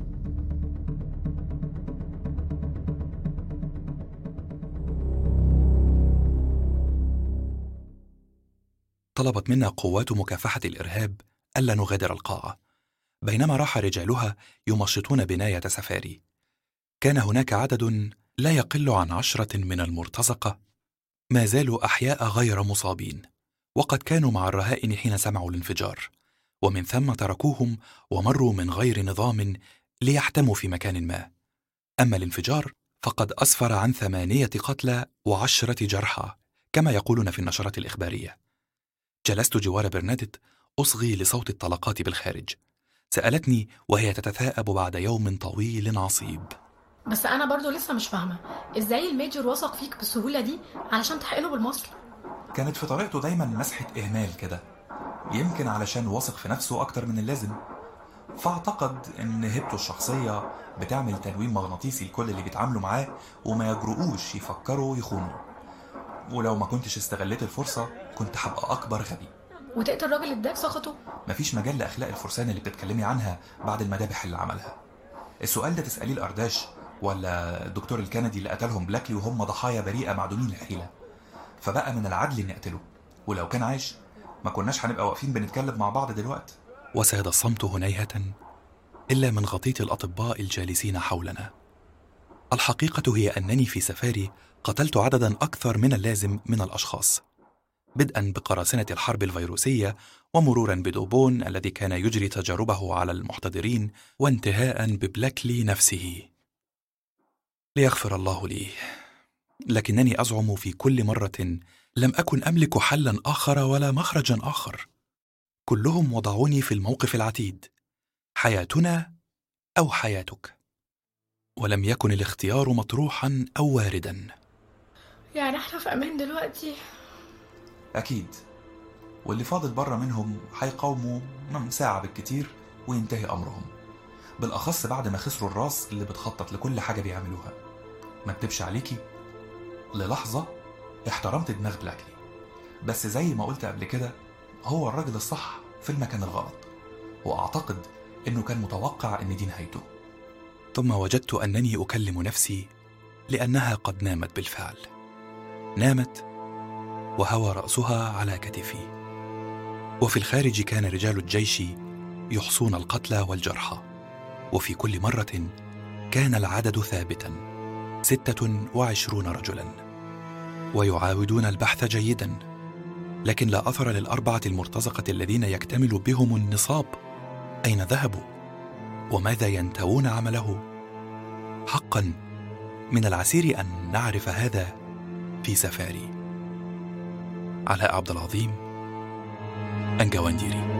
طلبت منا قوات مكافحة الإرهاب ألا نغادر القاعة، بينما راح رجالها يمشطون بناية سفاري. كان هناك عدد لا يقل عن 10 من المرتزقة ما زالوا أحياء غير مصابين، وقد كانوا مع الرهائن حين سمعوا الانفجار، ومن ثم تركوهم ومروا من غير نظام ليحتموا في مكان ما. أما الانفجار فقد أسفر عن 8 قتلى و10 جرحى كما يقولون في النشرات الإخبارية. جلست جوار برناديت أصغي لصوت الطلقات بالخارج. سألتني وهي تتثاءب بعد يوم طويل عصيب: بس أنا برضو لسه مش فاهمة إزاي الميجر وثق فيك بالسهولة دي علشان تحقله بالمصل؟ كانت في طريقته دايما مسحة إهمال كده، يمكن علشان واثق في نفسه أكتر من اللازم، فاعتقد إن هيبته الشخصية بتعمل تنويم مغناطيسي لكل اللي بيتعاملوا معاه وما يجرؤوش يفكروا يخونوا. ولو ما كنتش استغليت الفرصة كنت هبقى أكبر غبي. وتقتل الراجل اداك سخطه؟ مفيش مجال لأخلاق الفرسان اللي بتتكلمي عنها بعد المذابح اللي عملها. السؤال ده تسأليه الأرداش ولا الدكتور الكندي اللي قتلهم بلاكلي وهم ضحايا بريئة معدومين الحيلة. فبقى من العدل إن نقتله، ولو كان عايش ما كناش هنبقى واقفين بنتكلم مع بعض دلوقتي. وساد الصمت هنيهة إلا من غطيط الأطباء الجالسين حولنا. الحقيقة هي أنني في سفاري قتلت عددا أكثر من اللازم من الأشخاص، بدءا بقراصنة الحرب الفيروسية، ومرورا بدوبون الذي كان يجري تجاربه على المحتضرين، وانتهاء ببلاكلي نفسه. ليغفر الله لي، لكنني أزعم في كل مرة لم أكن أملك حلا آخر ولا مخرجا آخر. كلهم وضعوني في الموقف العتيد: حياتنا أو حياتك، ولم يكن الاختيار مطروحا أو واردا. يعني احنا في أمان دلوقتي؟ أكيد، واللي فاضل بره منهم هيقاوموا ساعة بالكتير وينتهي أمرهم، بالأخص بعد ما خسروا الراس اللي بتخطط لكل حاجة بيعملوها. ما اكتبش عليكي، للحظة احترمت دماغ بلاكلي، بس زي ما قلت قبل كده هو الراجل الصح في المكان الغلط، وأعتقد إنه كان متوقع إن دي نهايته. ثم وجدت أنني أكلم نفسي لأنها قد نامت بالفعل. نامت وهوى رأسها على كتفي. وفي الخارج كان رجال الجيش يحصون القتلى والجرحى، وفي كل مرة كان العدد ثابتا 26 رجلا، ويعاودون البحث جيدا، لكن لا أثر لل4 المرتزقة الذين يكتمل بهم النصاب. أين ذهبوا؟ وماذا ينتوون عمله؟ حقا من العسير أن نعرف هذا في سفاري. علاء عبد العظيم، أنجوانديري.